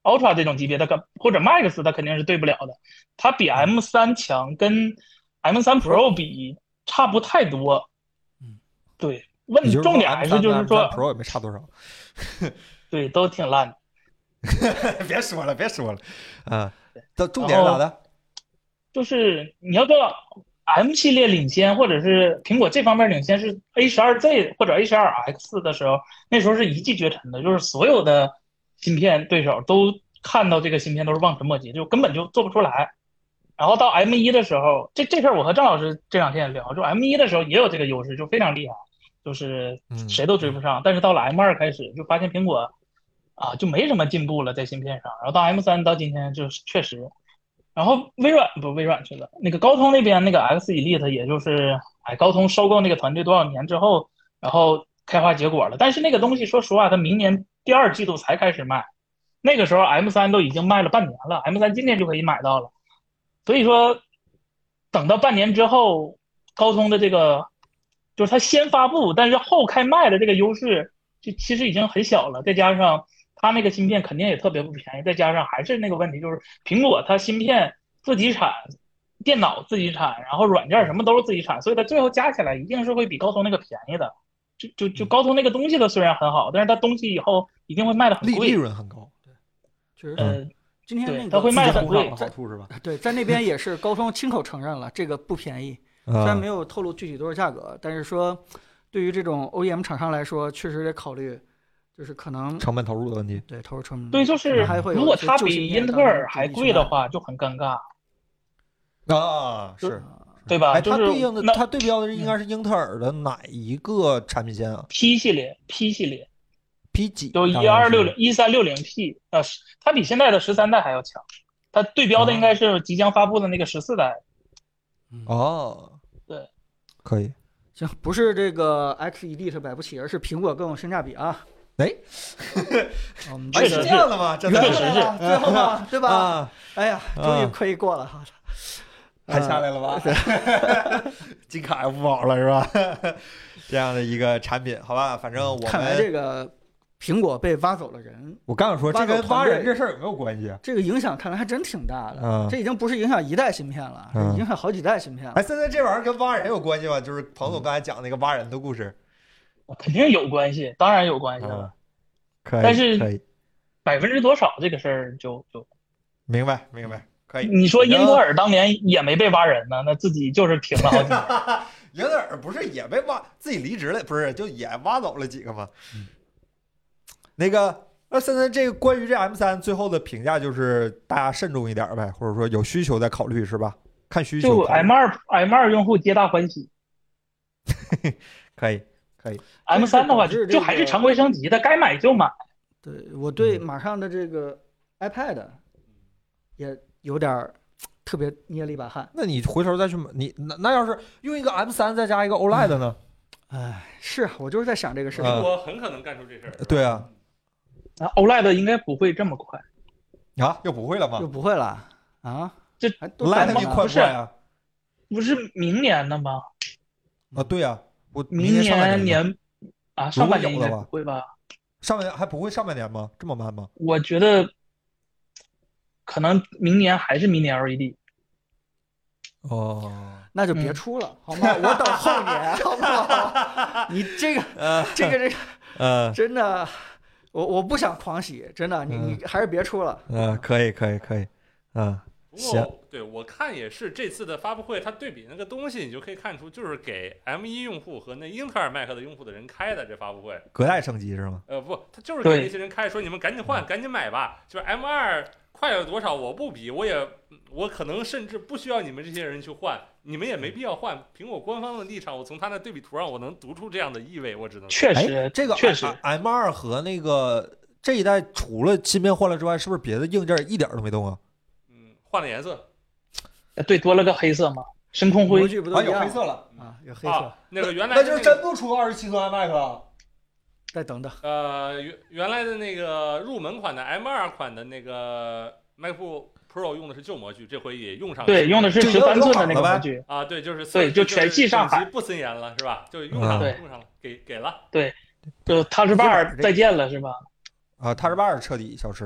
Ultra 这种级别，它跟或者 Max 它肯定是对不了的，它比 M 三强，跟 M 三 Pro 比差不太多。 嗯， 对，问重点还是就是说 Pro 也没差多少， 对，都挺烂的。 别说了，别说了，啊，到重点是咋的？ 就是你要知道 ，M 系列领先，或者是苹果这方面领先是 A 十二 Z 或者 A 十二 X 的时候，那时候是一骑绝尘的，就是所有的芯片对手都看到这个芯片都是望尘莫及，就根本就做不出来。然后到 M 一的时候，这这事儿我和郑老师这两天也聊，就 M 一的时候也有这个优势，就非常厉害，就是谁都追不上。但是到了 M 二开始，就发现苹果啊就没什么进步了在芯片上。然后到 M 三到今天就是确实。然后微软不微软去了，那个高通那边那个 X Elite， 也就是哎高通收购那个团队多少年之后，然后开花结果了。但是那个东西说实话，它明年第二季度才开始卖，那个时候 M 三都已经卖了半年了 ，M 三今年就可以买到了。所以说，等到半年之后，高通的这个就是它先发布，但是后开卖的这个优势，就其实已经很小了。再加上它那个芯片肯定也特别不便宜，再加上还是那个问题，就是苹果它芯片自己产，电脑自己产，然后软件什么都是自己产，所以它最后加起来一定是会比高通那个便宜的。就就就高通那个东西它虽然很好，但是它东西以后一定会卖的很贵， 利利润很高。 对，确实。 呃， 今天那个它会卖的很贵， 好处是吧？ 对，在那边也是高通亲口承认了，这个不便宜。虽然没有透露具体多少价格，但是说对于这种 O E M 厂商来说，确实得考虑，就是可能成本投入的问题。 对，投入成本。 对，就是如果它比英特尔还贵的话，就很尴尬。 啊，是， 对吧？ 哎， 就是它对应的，它对标的应该是英特尔的哪一个产品线啊 ？P 系列 ，P 系列 ，P 几？ 就一二六零一三六零 P， 呃，它比现在的十三代还要强。它对标的应该是即将发布的那个十四代。 哦， 对， 可以。 行，不是这个 X Elite 买不起，而是苹果更有性价比啊。 哎， 我们这是这样的吗？ 确实是最后嘛，对吧？ 啊， 哎呀，终于可以过了哈。 还下来了吧？金卡也不保了是吧？这样的一个产品，好吧，反正我们看来这个苹果被挖走了人。 我刚想说，这跟挖人这事儿有没有关系？ 这个影响看来还真挺大的。 嗯， 这已经不是影响一代芯片了，是影响好几代芯片了。 哎，现在这玩意儿跟挖人有关系吗？就是彭总刚才讲那个挖人的故事， 肯定有关系，当然有关系了。 可以， 但是可以百分之多少这个事儿就就明白明白。可以， 你说英特尔当年也没被挖人呢，那自己就是停了好几年。 英特尔不是也被挖，自己离职了，不是就也挖走了几个吗？嗯、那个，那现在这个关于这 M 三最后的评价就是大家慎重一点呗，或者说有需求再考虑是吧？看需求。 就 M 二 M 二用户皆大欢喜。 可以可以。 M 三的话就就还是常规升级的，该买就买。 对，我对马上的这个 iPad 也有点特别捏了一把汗。 那你回头再去买，你那那要是用一个 M 三再加一个 O L E D 呢？ 哎，是我就是在想这个事情。 苹果很可能干出这事儿。 对啊， 啊 O L E D 应该不会这么快啊，又不会了吗？ 又不会了啊？ 这 O L E D 你快不快啊？ 不是明年的吗？ 啊，对呀，我明年年啊，上半年应该不会吧？ 上半年还不会上半年吗？这么慢吗？ 我觉得可能明年还是明年 L E D。 哦， 那就别出了，嗯、好吗？我等后年，好不好？你这个，呃、这个，这个， 呃， 真的，我我不想狂喜，真的，你、嗯、你还是别出了。 嗯、呃，可以，可以，可以，嗯，行。 对，我看也是这次的发布会，它对比那个东西，你就可以看出，就是给 M 一 用户和那英特尔 Mac 的用户的人开的这发布会。 隔代升级是吗？ 呃，不，它就是给那些人开，说你们赶紧换，赶紧买吧。就是 M 二 快了多少，我不比，我也我可能甚至不需要你们这些人去换，你们也没必要换。苹果官方的立场，我从它的对比图上我能读出这样的意味，我只能确实， 这个确实 M 二 和那个这一代除了芯片换了之外，是不是别的硬件一点都没动啊？ 嗯，换了颜色。 对，多了个黑色嘛，深空灰啊， 有黑色了啊，有黑色。 啊、那个原来、 那就是真不出二十七寸 iMac 了。 再等等。 呃，原原来的那个入门款的 M 二 款的那个 MacBook Pro 用的是旧模具，这回也用上了。 对，用的是十三寸的那个模具啊，对，就是对，就全系上海， 不森严了是吧？就用上了， 嗯、 用上了，给给了。 对，就 Touch Bar 再见了是吧？ 啊 ，Touch Bar 彻底消失了。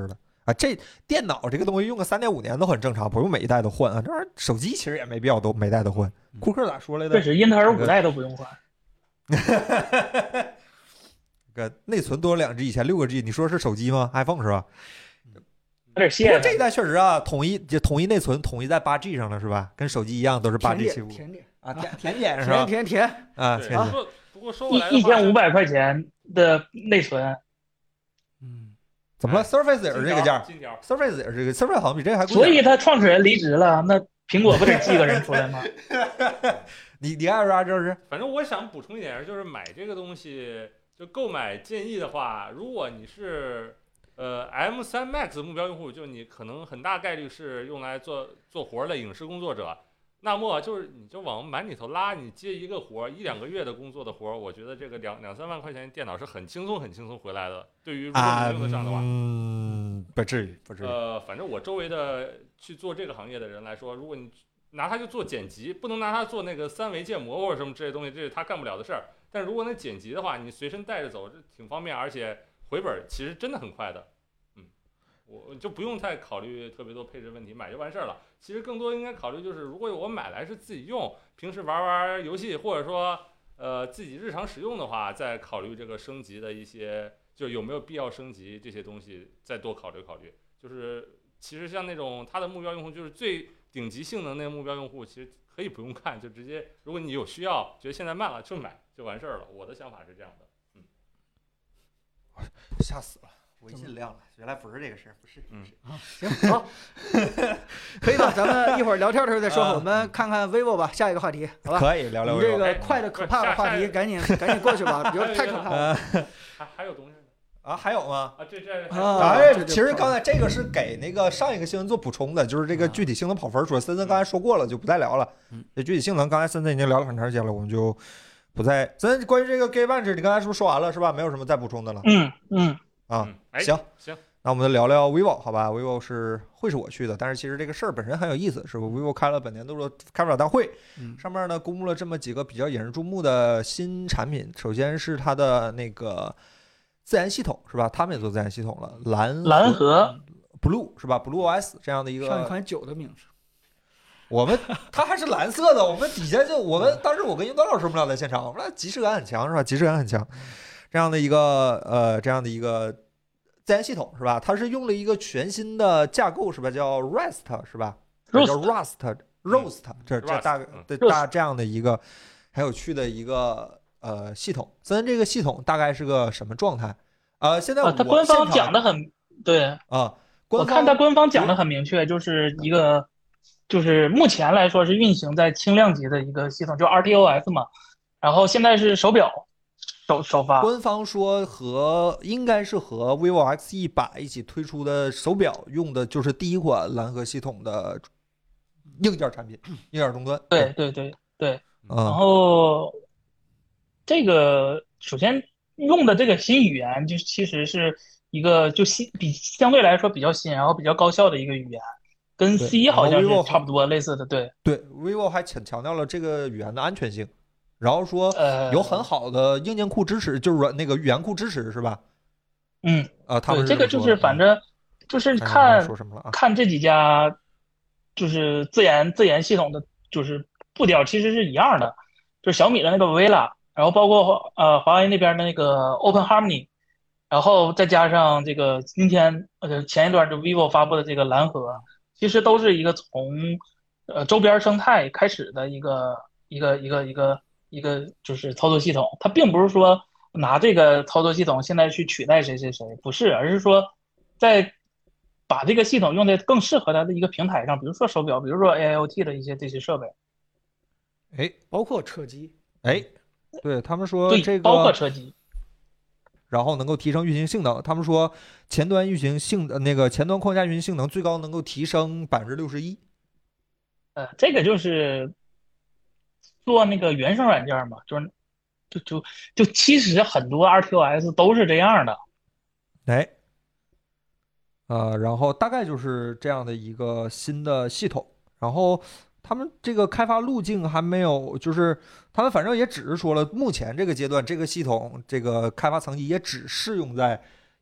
啊，这电脑这个东西用个三年五年都很正常，不用每一代都换啊。这玩意儿手机其实也没必要都每代都换。库克咋说来的？ 确实，英特尔五代都不用换。 这个内存多了两 G， 以前六个 G， 你说是手机吗 ？iPhone 是吧？ 有点谢。 这一代确实啊，统一就统一内存统一在八 G 上了是吧？跟手机一样都是八 G 起步。 甜点啊，甜甜点是吧？ 甜甜甜啊， 对甜不过不过说回来的话， 一一千五百块钱的内存， 嗯，怎么了 ？Surface 也是这个价金条 ，Surface 也是这个 Surface 好像比这个还贵。 所以他创始人离职了，那苹果不得寄个人出来吗？ 你你爱啥就是？ 反正我想补充一点，就是买这个东西，就购买建议的话，如果你是呃 M 三 Max 目标用户，就你可能很大概率是用来做做活的影视工作者。那么就是你就往满里头拉，你接一个活一两个月的工作的活，我觉得这个两两三万块钱电脑是很轻松很轻松回来的。对于如果你用得上的话， 嗯，不至于不至于。 呃，反正我周围的去做这个行业的人来说，如果你拿它就做剪辑，不能拿它做那个三维建模或者什么这些东西，这是他干不了的事儿。但如果能剪辑的话，你随身带着走，这挺方便，而且回本其实真的很快的。嗯，我就不用太考虑特别多配置问题，买就完事儿了。其实更多应该考虑就是，如果我买来是自己用，平时玩玩游戏，或者说呃自己日常使用的话，再考虑这个升级的一些，就有没有必要升级这些东西，再多考虑考虑。就是其实像那种它的目标用户，就是最顶级性能那个目标用户，其实可以不用看，就直接如果你有需要，觉得现在慢了就买就完事儿了。我的想法是这样的。嗯， 吓死了。微信亮了，原来不是这个事儿，不是。 嗯啊，行好，可以吧？咱们一会儿聊天的时候再说。我们看看 vivo 吧，下一个话题，好吧？ 可以聊聊你这个快的可怕的话题，赶紧赶紧过去吧，别太可怕了。 还还有东西啊？还有吗？ 啊，这这啊， 哎，其实刚才这个是给那个上一个新闻做补充的，就是这个具体性能跑分说，森森刚才说过了，就不再聊了。 嗯， 这具体性能刚才森森已经聊了很长时间了，我们就不再。咱关于这个 Geekbench，你刚才是不是说完了是吧？没有什么再补充的了。 嗯嗯啊， 嗯、 行行。 那我们聊聊 vivo 好吧 ，vivo 是会是我去的，但是其实这个事儿本身很有意思，是吧 ？vivo 开了本年度的开发者大会， 嗯、 上面呢公布了这么几个比较引人注目的新产品。首先是它的那个自研系统，是吧？他们也做自研系统了，蓝蓝河 Blue 是吧 ？Blue O S 这样的一个上一款酒的名字。 我们它还是蓝色的，我们底下就我们当时我跟英端老师我们俩在现场，我们俩即视感很强，是吧？即视感很强，这样的一个呃这样的一个。自研系统是吧？它是用了一个全新的架构是吧？叫 Rest 是吧？叫 Rust Roast 这这大对大这样的一个很有趣的一个呃系统。咱这个系统大概是个什么状态？呃，现在我它官方讲的很对啊， 我看它官方讲的很明确，就是一个就是目前来说是运行在轻量级的一个系统，就 R T O S 嘛。然后现在是手表。首首发， 官方说和应该是和 vivo X E 八一起推出的手表用的就是第一款蓝河系统的硬件产品，硬件终端。 对对对对， 嗯、 然后这个首先用的这个新语言，就其实是一个就新比相对来说比较新，然后比较高效的一个语言，跟 C 好像是差不多类似的。对对 ，vivo 还强强调了这个语言的安全性。然后说有很好的硬件库支持，呃、就是软那个语言库支持是吧？ 嗯， 啊，他们这个就是反正就是看说什么了啊？ 看这几家就是自研自研系统的就是步调其实是一样的，就是小米的那个 Vela， 然后包括呃华为那边的那个 Open Harmony， 然后再加上这个今天呃前一段就 vivo 发布的这个蓝河，其实都是一个从呃周边生态开始的一个一个一个一个。一个就是操作系统，它并不是说拿这个操作系统现在去取代谁谁谁，不是，而是说在把这个系统用在更适合它的一个平台上，比如说手表，比如说 A I O T 的一些这些设备， 哎， 包括车机， 哎，对他们说这个包括车机， 然后能够提升运行性能，他们说前端运行性的那个前端框架运行性能最高能够提升百分之六十一， 呃，这个就是。做那个原生软件嘛，就是就就就其实很多 R T O S 都是这样的， 哎，呃，然后大概就是这样的一个新的系统，然后他们这个开发路径还没有，就是他们反正也只是说了，目前这个阶段这个系统这个开发层级也只适用在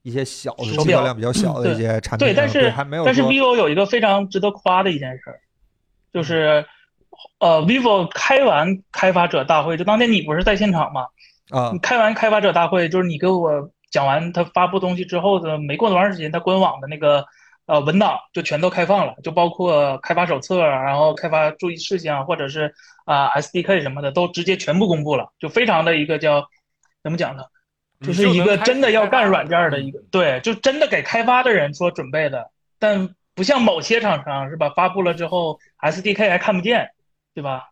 一些小的手表计算量比较小的一些产品， 对，但是还没有但是说 vivo 有一个非常值得夸的一件事，就是呃 vivo 开完开发者大会，就当天你不是在现场吗？ 啊你开完开发者大会，就是你给我讲完他发布东西之后的没过多长时间，他官网的那个呃文档就全都开放了，就包括开发手册，然后开发注意事项，或者是啊、呃、S D K 什么的，都直接全部公布了，就非常的一个叫怎么讲呢？就是一个真的要干软件的一个，对，就真的给开发的人所准备的，但不像某些厂商是吧？发布了之后 S D K 还看不见，对吧？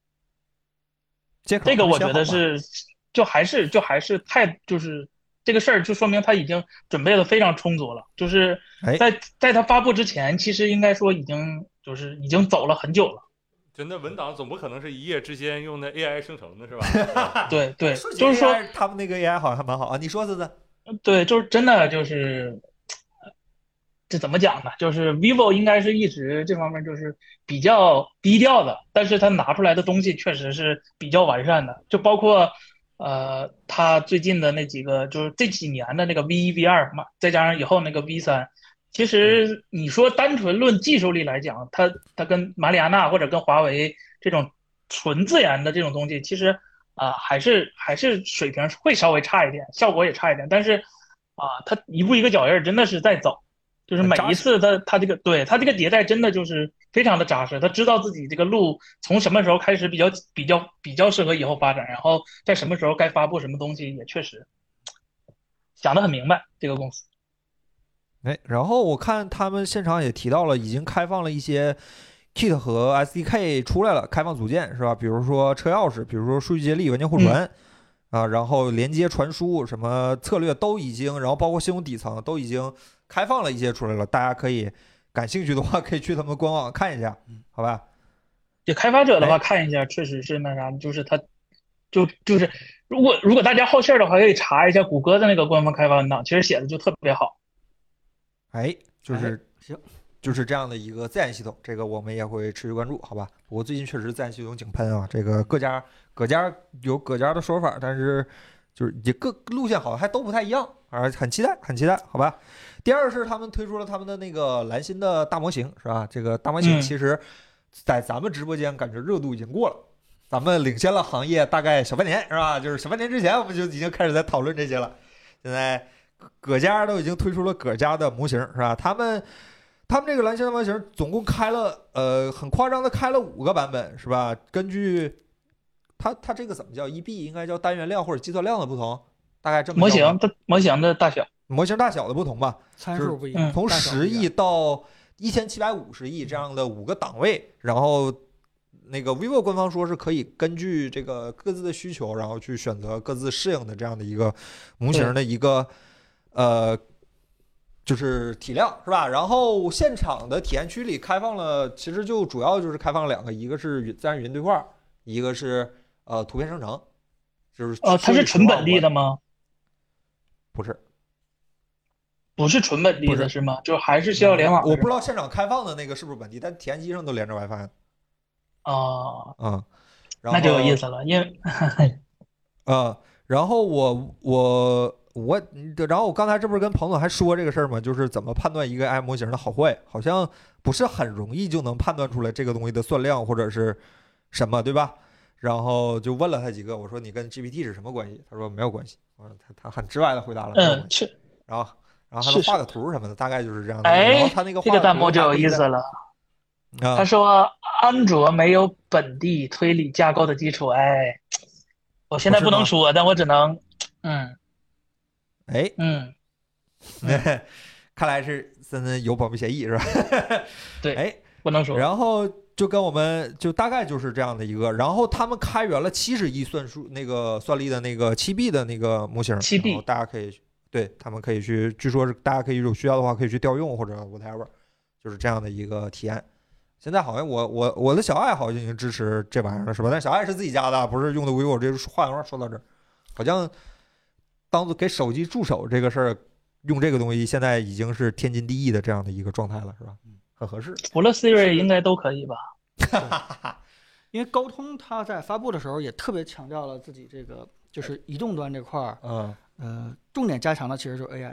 接口这个我觉得还是，就还是就还是太就是这个事儿，就说明他已经准备的非常充足了。就是哎在在他发布之前，其实应该说已经就是已经走了很久了。 真的文档总不可能是一夜之间用的 A I 生成的是吧？ 对对， 说起就是说 A I 他们那个 A I 好像还蛮好啊。你说森森？ 对，就是真的就是这怎么讲呢？就是 vivo 应该是一直这方面就是比较低调的，但是他拿出来的东西确实是比较完善的，就包括呃他最近的那几个，就是这几年的那个 V 一 V 二嘛，再加上以后那个 V 三，其实你说单纯论技术力来讲，它它跟马里亚纳或者跟华为这种纯自研的这种东西，其实啊、还是还是水平会稍微差一点，效果也差一点，但是啊、它一步一个脚印儿真的是在走。就是每一次它它这个对它这个迭代真的就是非常的扎实，他知道自己这个路从什么时候开始比较比较比较适合以后发展，然后在什么时候该发布什么东西，也确实想得很明白。这个公司， 哎，然后我看他们现场也提到了，已经开放了一些 Kit 和 S D K 出来了，开放组件是吧？比如说车钥匙，比如说数据接力、文件互传、嗯、啊，然后连接传输什么策略都已经，然后包括系统底层都已经开放了一些出来了，大家可以感兴趣的话可以去他们官网看一下，好吧？ 这开发者的话哎看一下，确实是那啥，就是他就就是如果如果大家好信儿的话，可以查一下谷歌的那个官方开发文档，其实写的就特别好。 哎，就是、 哎、行。 就是这样的一个自研系统，这个我们也会持续关注，好吧？不过最近确实自研系统井喷啊，这个各家各家有各家的说法，但是就是也各路线好像还都不太一样，啊，很期待，很期待，好吧？第二是他们推出了他们的那个蓝芯的大模型，是吧？这个大模型其实，在咱们直播间感觉热度已经过了，咱们领先了行业大概小半年，是吧？就是小半年之前我们就已经开始在讨论这些了，现在各家都已经推出了各家的模型，是吧？他们。他们这个蓝芯的模型总共开了，呃，很夸张的开了五个版本，是吧？根据它它这个怎么叫 E B， 应该叫单元量或者计算量的不同，大概这么模型的模型的大小， 模型大小的不同吧， 参数不一样， 从十亿到一千七百五十亿这样的五个档位，然后那个 vivo 官方说是可以根据这个各自的需求，然后去选择各自适应的这样的一个模型的一个呃。就是体量是吧？然后现场的体验区里开放了，其实就主要就是开放了两个，一个是自然语音对话，一个是呃图片生成，就是呃，它是纯本地的吗？ 不是， 不是纯本地的是吗？就还是需要联网的。 我不知道现场开放的那个是不是本地，但体验机上都连着 WiFi。 啊， 嗯， 那就有意思了，因为呃，然后我我。我，然后我刚才这不是跟彭总还说这个事儿吗？就是怎么判断一个 A I 模型的好坏，好像不是很容易就能判断出来这个东西的算量或者是什么，对吧？然后就问了他几个，我说你跟 G P T 是什么关系？他说没有关系。我说他他很直白的回答了， 嗯，是。 然后然后还能画个图什么的，大概就是这样的。 哎， 然后他那个这个弹幕就有意思了。 啊、 他说安卓没有本地推理架构的基础，哎，我现在不能说，但我只能，嗯。 哎， 嗯， 看来是森森有保密协议是吧？ 对， 哎， 不能说。 然后就跟我们就大概就是这样的一个，然后他们开源了七十亿算数那个算力的那个七 B 的那个模型， 七 B， 然后大家可以对他们可以去，据说是大家可以有需要的话可以去调用或者 whatever， 就是这样的一个体验。现在好像我我我的小爱好像已经支持这玩意儿了是吧？但小爱是自己家的，不是用的 vivo。这话话说到这儿，好像。当做给手机助手这个事儿，用这个东西现在已经是天经地义的这样的一个状态了，是吧？很合适。 除了 Siri 应该都可以吧？ 因为高通它在发布的时候也特别强调了自己这个就是移动端这块儿， 嗯呃，重点加强的其实就是 A I 这块儿。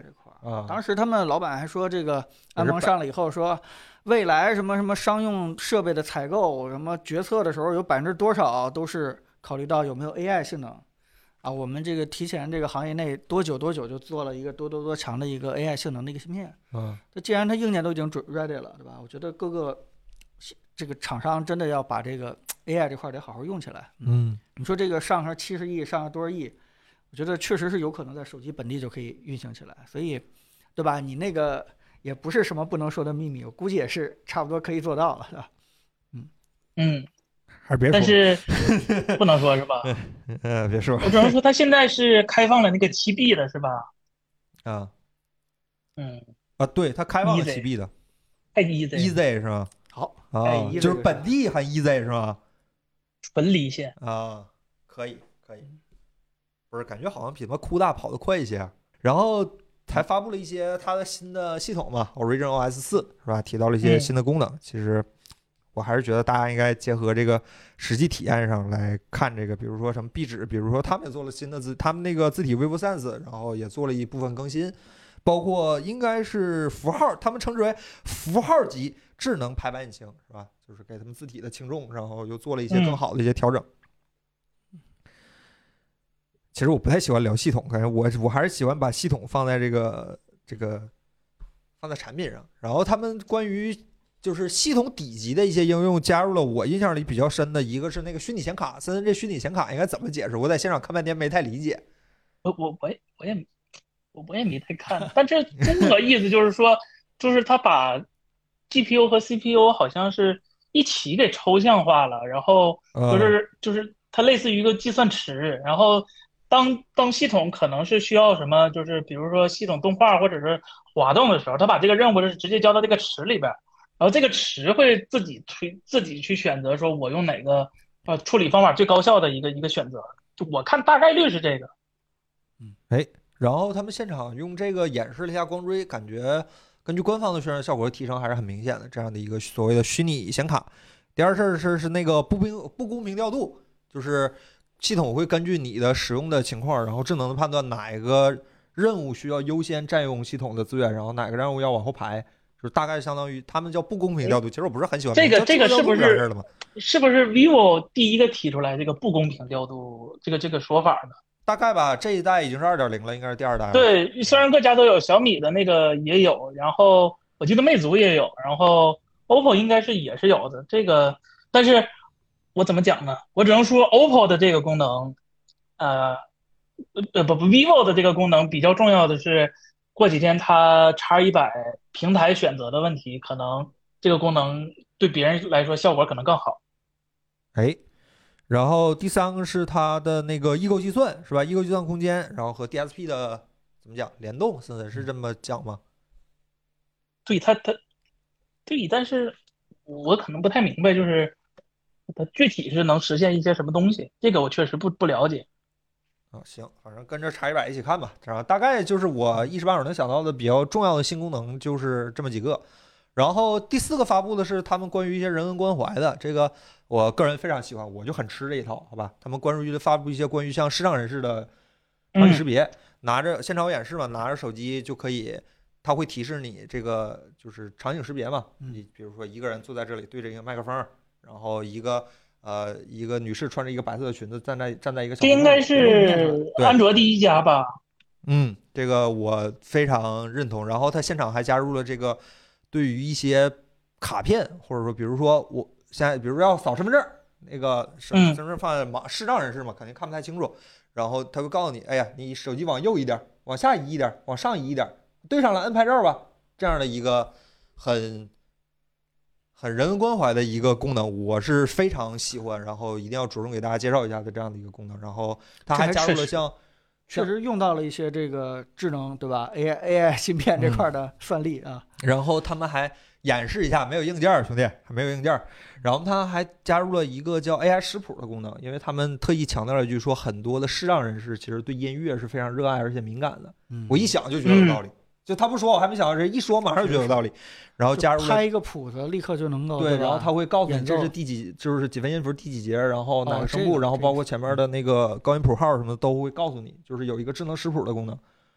啊， 当时他们老板还说，这个安盟上了以后说，未来什么什么商用设备的采购，什么决策的时候有百分之多少都是考虑到有没有 A I 性能啊。我们这个提前这个行业内多久多久就做了一个多多多强的一个 A I 性能的一个芯片。 嗯， 那既然它硬件都已经准 ready 了，对吧？我觉得各个这个厂商真的要把这个 A I 这块得好好用起来。 嗯， 你说这个上个七十亿，上个多少亿？我觉得确实是有可能在手机本地就可以运行起来，所以，对吧？你那个也不是什么不能说的秘密，我估计也是差不多可以做到了，是吧？ 嗯嗯， 还是别说， 但是不能说是吧？ 嗯，别说， 我只能说它现在是开放了那个七 B 的是吧？ 啊， 嗯啊，对，它开放了七 B 的， 太 easy easy 是吗？ 好， 啊， 哎就是本地还 easy 是吗？ 纯离线啊，可以可以。不是，感觉好像比他妈酷大跑得快一些，然后还发布了一些它的新的系统嘛 ，Origin O S 四是吧？提到了一些新的功能。嗯、其实我还是觉得大家应该结合这个实际体验上来看这个，比如说什么壁纸，比如说他们也做了新的字，他们那个字体 Vivo Sans， 然后也做了一部分更新，包括应该是符号，他们称之为符号级智能排版引擎是吧？就是给他们字体的轻重，然后又做了一些更好的一些调整。嗯其实我不太喜欢聊系统，感觉我我还是喜欢把系统放在这个这个放在产品上。然后他们关于就是系统底级的一些应用加入了我印象里比较深的一个是那个虚拟显卡。森森这虚拟显卡应该怎么解释？我在现场看半天没太理解。 我我我也我也我我也没太看，但这综合意思就是说，就是他把 G P U 和 C P U 好像是一起给抽象化了，然后就是、嗯、就是它类似于一个计算池，然后。当当系统可能是需要什么，就是比如说系统动画或者是滑动的时候，它把这个任务是直接交到这个池里边，然后这个池会自己推自己去选择，说我用哪个呃处理方法最高效的一个一个选择。就我看大概率是这个。 嗯，哎，然后他们现场用这个演示了一下光追，感觉根据官方的渲染效果提升还是很明显的，这样的一个所谓的虚拟显卡。第二事儿是是那个不平不公平调度，就是系统会根据你的使用的情况，然后智能的判断哪一个任务需要优先占用系统的资源，然后哪个任务要往后排，就是大概相当于他们叫不公平调度。其实我不是很喜欢这个这个是不是是不是 vivo 第一个提出来这个不公平调度这个这个说法呢？ 大概吧，这一代已经是 二点零 了，应该是第二代了。 对，虽然各家都有，小米的那个也有，然后我记得魅族也有，然后 O P P O 应该是也是有的。这个，但是。我怎么讲呢？我只能说 O P P O 的这个功能，呃，呃不不 vivo 的这个功能比较重要的是，过几天它 X 一百平台选择的问题，可能这个功能对别人来说效果可能更好。 哎，然后第三个是它的那个异构计算是吧？异构计算空间，然后和 D S P 的怎么讲联动，现在是这么讲吗？ 对，它它对，但是我可能不太明白，就是。它具体是能实现一些什么东西？这个我确实不不了解。 啊，行，反正跟着X一百一起看吧。然后大概就是我一时半会儿能想到的比较重要的新功能就是这么几个。然后第四个发布的是他们关于一些人文关怀的，这个我个人非常喜欢，我就很吃这一套，好吧？他们关于发布一些关于像视障人士的场景识别，嗯、拿着现场演示嘛，拿着手机就可以，它会提示你这个就是场景识别嘛。你、嗯、比如说一个人坐在这里对着一个麦克风。然后一个呃一个女士穿着一个白色的裙子站在站在一个小， 这应该是安卓第一家吧？ 嗯，这个我非常认同。然后他现场还加入了这个对于一些卡片，或者说比如说我现在比如说要扫身份证，那个身份证放在盲视障人士嘛，肯定看不太清楚。然后他会告诉你，哎呀，你手机往右一点，往下移一点，往上移一点，对上了摁拍照吧，这样的一个很。很人文关怀的一个功能，我是非常喜欢，然后一定要着重给大家介绍一下的这样的一个功能。然后它还加入了像， 确实用到了一些这个智能对吧 ？A I A I 芯片这块的算力啊、 嗯。然后他们还演示一下，没有硬件，兄弟，还没有硬件。然后他还加入了一个叫 A I 识谱的功能，因为他们特意强调了一句，说很多的视障人士其实对音乐是非常热爱而且敏感的。嗯、我一想就觉得有道理。嗯就他不说，我还没想到这一说，马上就觉得有道理。然后加入拍一个谱子，立刻就能够对，然后他会告诉你这是第几，就是几分音符第几节，然后哪个声部， 哦、 然后包括前面的那个高音谱号什么的都会告诉你，就是有一个智能识谱的功能。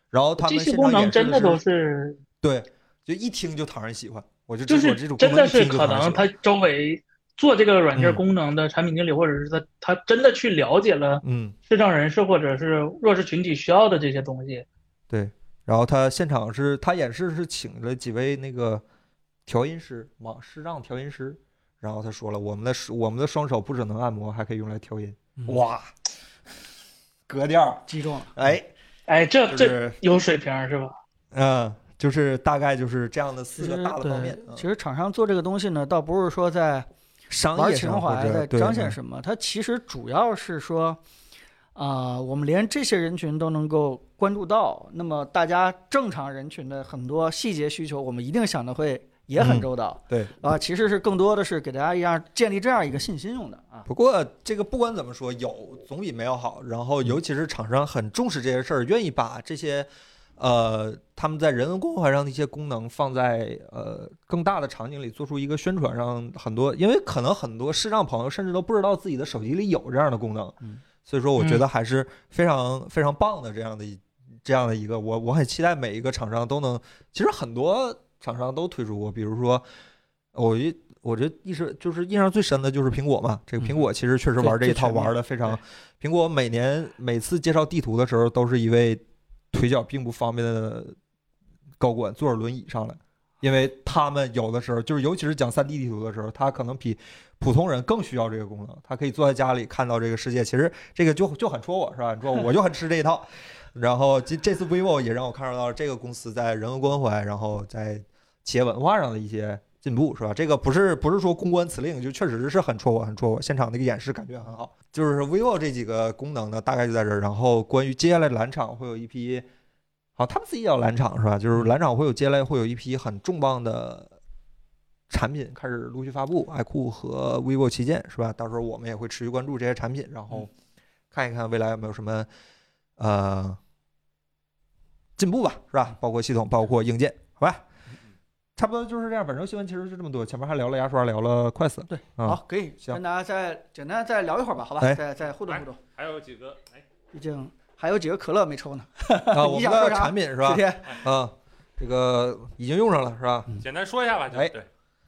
然后他们这些功能真的都是对，就一听就讨人喜欢。我就就是这种真的是可能他周围做这个软件功能的产品经理， 嗯、 或者是他他真的去了解了嗯视障人士或者是弱势群体需要的这些东西。 对，然后他现场是他演示是请了几位那个调音师，网视障调音师，然后他说了，我们的我们的双手不只能按摩，还可以用来调音。嗯、哇，格调击中了， 哎哎，这、 就是、 这有水平是吧？ 嗯。就是大概就是这样的四个大的方面。 其实厂商做这个东西呢，倒不是说在玩情怀，在彰显什么，它其实主要是说，啊、呃，我们连这些人群都能够关注到，那么大家正常人群的很多细节需求，我们一定想的会也很周到。 嗯、对啊，其实是更多的是给大家一样建立这样一个信心用的啊。 不过这个不管怎么说，有总比没有好。然后尤其是厂商很重视这些事儿，愿意把这些。呃，他们在人文关怀上的一些功能放在呃更大的场景里做出一个宣传，让很多，因为可能很多视障朋友甚至都不知道自己的手机里有这样的功能， 嗯， 所以说我觉得还是非常、嗯、非常棒的这样的这样的一个，我我很期待每一个厂商都能，其实很多厂商都推出过，比如说我一我觉得意识就是印象最深的就是苹果嘛，这个苹果其实确实玩这一套玩的非常，苹果每年每次介绍地图的时候都是一位。腿脚并不方便的高管坐着轮椅上来，因为他们有的时候就是，尤其是讲 三 D 地图的时候，他可能比普通人更需要这个功能。他可以坐在家里看到这个世界，其实这个就就很戳我，是吧？你说我就很吃这一套。然后这这次 vivo 也让我看到这个公司在人文关怀，然后在企业文化上的一些进步，是吧？这个不是不是说公关辞令，就确实是很戳我，很戳我。现场那个演示感觉很好。就是 vivo 这几个功能呢，大概就在这儿。然后关于接下来蓝厂会有一批，好，他们自己叫蓝厂是吧？就是蓝厂会有接下来会有一批很重磅的产品开始陆续发布，爱酷和 vivo 旗舰是吧？到时候我们也会持续关注这些产品，然后看一看未来有没有什么呃进步吧，是吧？包括系统，包括硬件，好吧？差不多就是这样，本周新闻其实是这么多，前面还聊了牙刷，聊了快死。 对， 嗯、 好，可以跟大家再简单再聊一会儿吧，好吧？ 哎、 再再互动互动。 还有几个，哎， 毕竟还有几个可乐没抽呢。 啊，我们的产品是吧？啊，这个已经用上了是吧？ 嗯、简单说一下吧。 哎， 对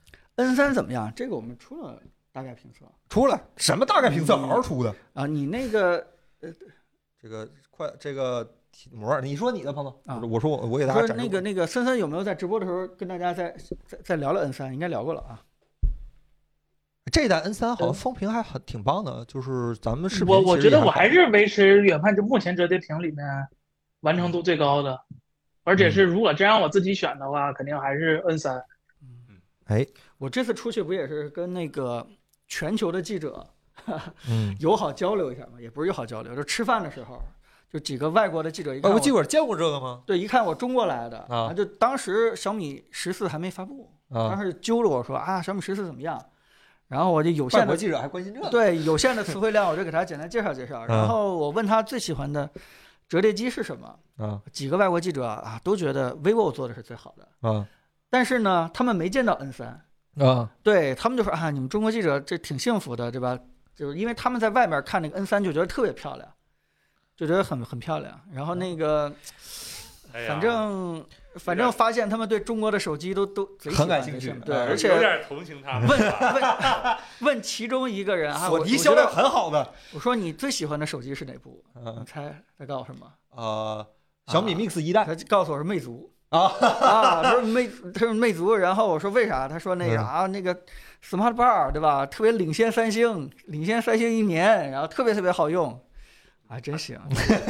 ，N 三怎么样？这个我们出了大概评测。 出了什么大概评测？好好出的啊！你那个呃， 这个快这个。膜，你说你的朋友啊， 我说我我给大家说那个那个森森有没有在直播的时候跟大家再再再聊聊 N 三？应该聊过了啊。 这一代 N 三好像风评还很挺棒的，就是咱们视频我我觉得我还是维持远判这目前折叠屏里面完成度最高的，而且是如果真让我自己选的话，肯定还是 N 三。 嗯，哎， 我这次出去不也是跟那个全球的记者， 嗯， 友好交流一下嘛？也不是友好交流，就吃饭的时候。就几个外国的记者一看， 我记者见过这个吗？ 对，一看我中国来的啊， 就当时小米十四还没发布， 啊、 当时揪着我说啊，小米十四怎么样？然后我就有限的外国记者还关心这个， 对，有限的词汇量，我就给他简单介绍介绍。然后我问他最喜欢的折叠机是什么？ 啊， 几个外国记者啊都觉得 vivo 做的是最好的啊， 但是呢，他们没见到 N 三啊， 对他们就说啊，你们中国记者这挺幸福的，对吧？就是因为他们在外面看那个 N 三就觉得特别漂亮。就觉得很很漂亮，然后那个， 哎、 反正反正发现他们对中国的手机都都贼很感兴趣， 对， 而且有点同情他们。 问问问其中一个人啊， 索尼销量很好的， 我说你最喜欢的手机是哪部？ 嗯， 你猜他告诉我什么？ 呃，小米 Mix 一代， 他告诉我是魅族啊啊，他说魅他说魅族，然后我说为啥？他说那个啊那个 Smart Bar 对吧？特别领先三星，领先三星一年，然后特别特别好用。还真行，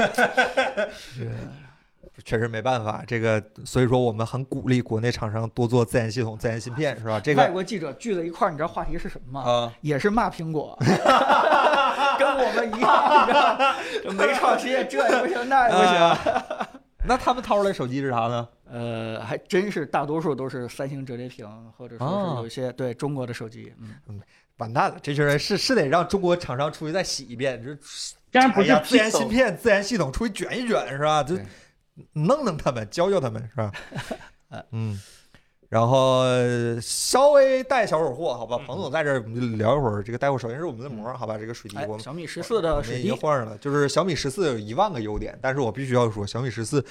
确实没办法，这个所以说我们很鼓励国内厂商多做自研系统、自研芯片，是吧？这个外国记者聚在一块儿，你知道话题是什么吗？ 啊， 也是骂苹果，跟我们一样，你知道，没创新，这也不行，那也不行。 啊、那他们掏出来手机是啥呢？ 呃，还真是大多数都是三星折叠屏，或者说是有一些、哦、对中国的手机。嗯嗯，完蛋了，这群人是是得让中国厂商出去再洗一遍，这。 这样不是、 哎、自研芯片、自研系统出去卷一卷是吧？就弄弄他们，教教他们是吧？嗯，然后稍微带小手货，好吧？彭总在这儿，我们就聊一会儿这个带货。首先是我们的膜，好吧？这个水滴，我们小米十四的水滴已经换上了。就是小米十四有一万个优点，但是我必须要说，小米十四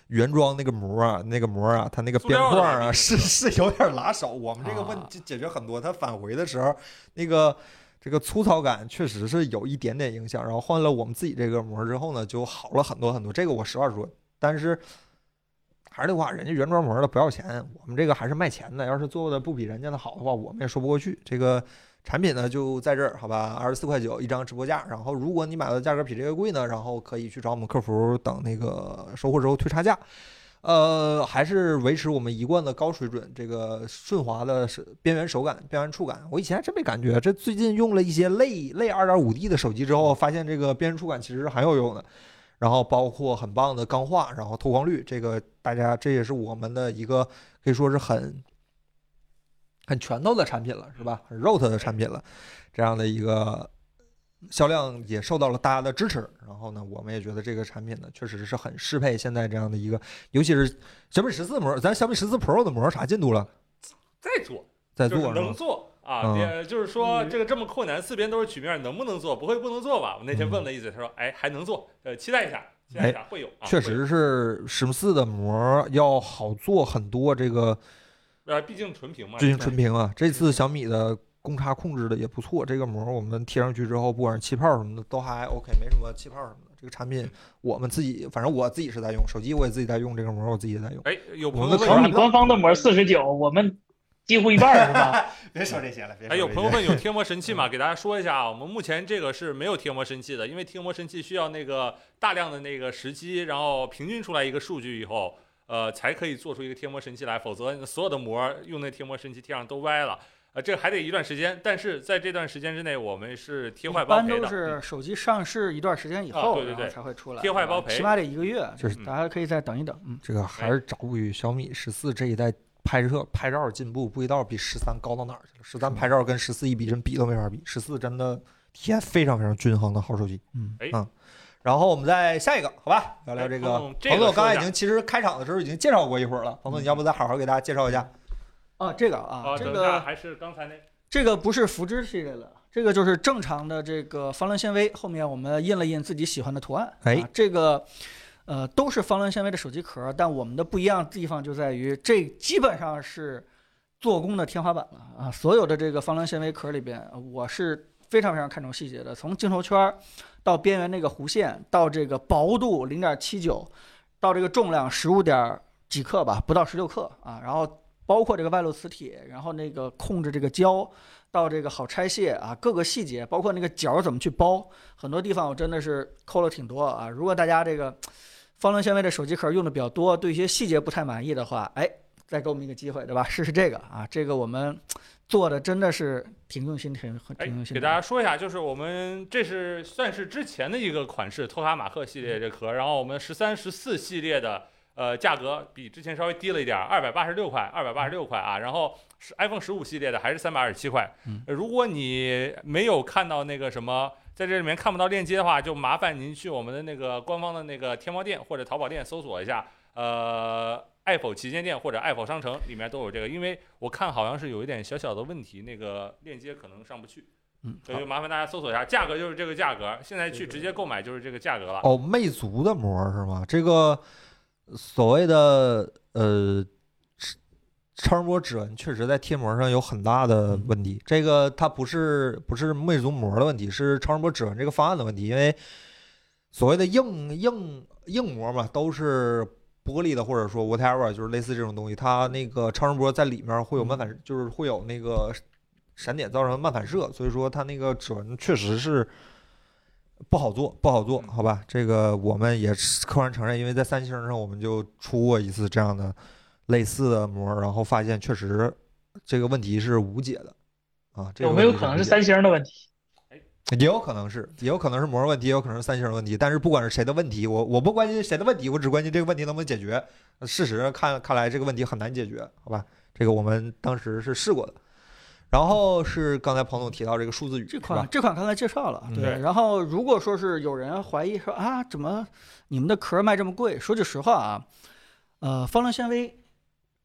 原装那个膜啊，那个膜啊，它那个边框啊，是是有点拉手。我们这个问题解决很多，它返回的时候，那个这个粗糙感确实是有一点点影响。然后换了我们自己这个膜之后呢，就好了很多很多。这个我实话说，但是还是那话，人家原装膜的不要钱，我们这个还是卖钱的。要是做的不比人家的好的话，我们也说不过去。这个产品呢就在这儿，好吧，二十四块九一张直播价。然后如果你买的价格比这个贵呢，然后可以去找我们客服等那个收货之后退差价。呃，还是维持我们一贯的高水准，这个顺滑的边缘手感、边缘触感。我以前还真没感觉，这最近用了一些类类 二点五 D 的手机之后，发现这个边缘触感其实很有用的。然后包括很棒的钢化，然后透光率，这个大家这也是我们的一个可以说是很。很拳头的产品了，是吧？很肉的产品了，这样的一个销量也受到了大家的支持。然后呢，我们也觉得这个产品呢，确实是很适配现在这样的一个，尤其是小米十四膜，咱小米十四 Pro 的膜啥进度了？ 在做， 在做， 就是能做啊。也、嗯、就是说，这个这么困难，四边都是曲面，能不能做？不会不能做吧？我那天问了一嘴，他说：“哎，还能做，呃，期待一下，期待一下，会有。啊” 确实是十四的膜要好做很多，这个。 呃，毕竟纯平嘛， 毕竟纯平啊。这次小米的公差控制的也不错，这个膜我们贴上去之后，不管是气泡什么的都还 OK， 没什么气泡什么的。这个产品我们自己，反正我自己是在用，手机我也自己在用，这个膜我自己也在用。 哎，有朋友问小米官方的膜四十九，我们几乎一半是吧？ 别说这些了，别说这些。 哎，有朋友问有贴膜神器吗？给大家说一下啊，我们目前这个是没有贴膜神器的，因为贴膜神器需要那个大量的那个时机，然后平均出来一个数据以后。呃，才可以做出一个贴膜神器来，否则所有的膜用那贴膜神器贴上都歪了。呃，这还得一段时间，但是在这段时间之内，我们是贴坏包赔的。 一般都是手机上市一段时间以后， 啊、对对对， 才会出来贴坏包赔， 起码得一个月， 就是大家可以再等一等。嗯， 这个还是找于小米十四这一代拍摄拍照进步，不知道比十三高到哪儿去了。十三拍照跟十四一比，真比都没法比。十四真的体验非常非常均衡的好手机。 嗯， 哎。 嗯然后我们再下一个，好吧，聊聊这个。 彭总刚才已经其实开场的时候已经介绍过一会儿了，彭总，你要不再好好给大家介绍一下？ 啊，这个啊， 啊这个还是刚才那， 这个不是福芝系列的，这个就是正常的这个防蓝纤维，后面我们印了印自己喜欢的图案。 哎， 啊、这个呃都是防蓝纤维的手机壳，但我们的不一样的地方就在于，这基本上是做工的天花板了啊！所有的这个防蓝纤维壳里边，我是非常非常看重细节的，从镜头圈到边缘那个弧线，到这个薄度零点七九，到这个重量十五点几克吧，不到十六克啊，然后包括这个外露磁铁，然后那个控制这个胶，到这个好拆卸啊，各个细节，包括那个角怎么去包，很多地方我真的是抠了挺多啊。如果大家这个防蓝纤维的手机壳用的比较多，对一些细节不太满意的话，哎，再给我们一个机会，对吧？试试这个啊，这个我们做的真的是挺用心，挺挺用心的。 给大家说一下，就是我们这是算是之前的一个款式，托卡马克系列这壳，然后我们十三、十四系列的呃价格比之前稍微低了一点，二百八十六块，二百八十六块啊。然后是 iPhone 十五系列的还是三百二十七块。 嗯， 如果你没有看到那个什么，在这里面看不到链接的话，就麻烦您去我们的那个官方的那个天猫店或者淘宝店搜索一下，呃。爱否旗舰店或者爱否商城里面都有这个，因为我看好像是有一点小小的问题，那个链接可能上不去， 嗯， 所以就麻烦大家搜索一下，价格就是这个价格，现在去直接购买就是这个价格了。 哦，魅族的膜是吗？这个所谓的呃超声波指纹确实在贴膜上有很大的问题，这个它不是不是魅族膜的问题，是超声波指纹这个方案的问题，因为所谓的硬硬硬膜嘛，都是玻璃的，或者说 whatever， 就是类似这种东西，它那个超声波在里面会有漫反，就是会有那个闪点造成漫反射，所以说它那个指纹确实是不好做，不好做，好吧？这个我们也客观承认，因为在三星上我们就出过一次这样的类似的膜，然后发现确实这个问题是无解的啊。这个、 有没有可能是三星的问题？ 也有可能是，也有可能是膜问题，也有可能是三星的问题。但是不管是谁的问题，我我不关心谁的问题，我只关心这个问题能不能解决。事实看看来这个问题很难解决，好吧？这个我们当时是试过的。然后是刚才彭总提到这个数字语， 这款这款刚才介绍了，对。 嗯、 然后如果说是有人怀疑说啊，怎么你们的壳卖这么贵？说句实话啊，呃，防蓝纤维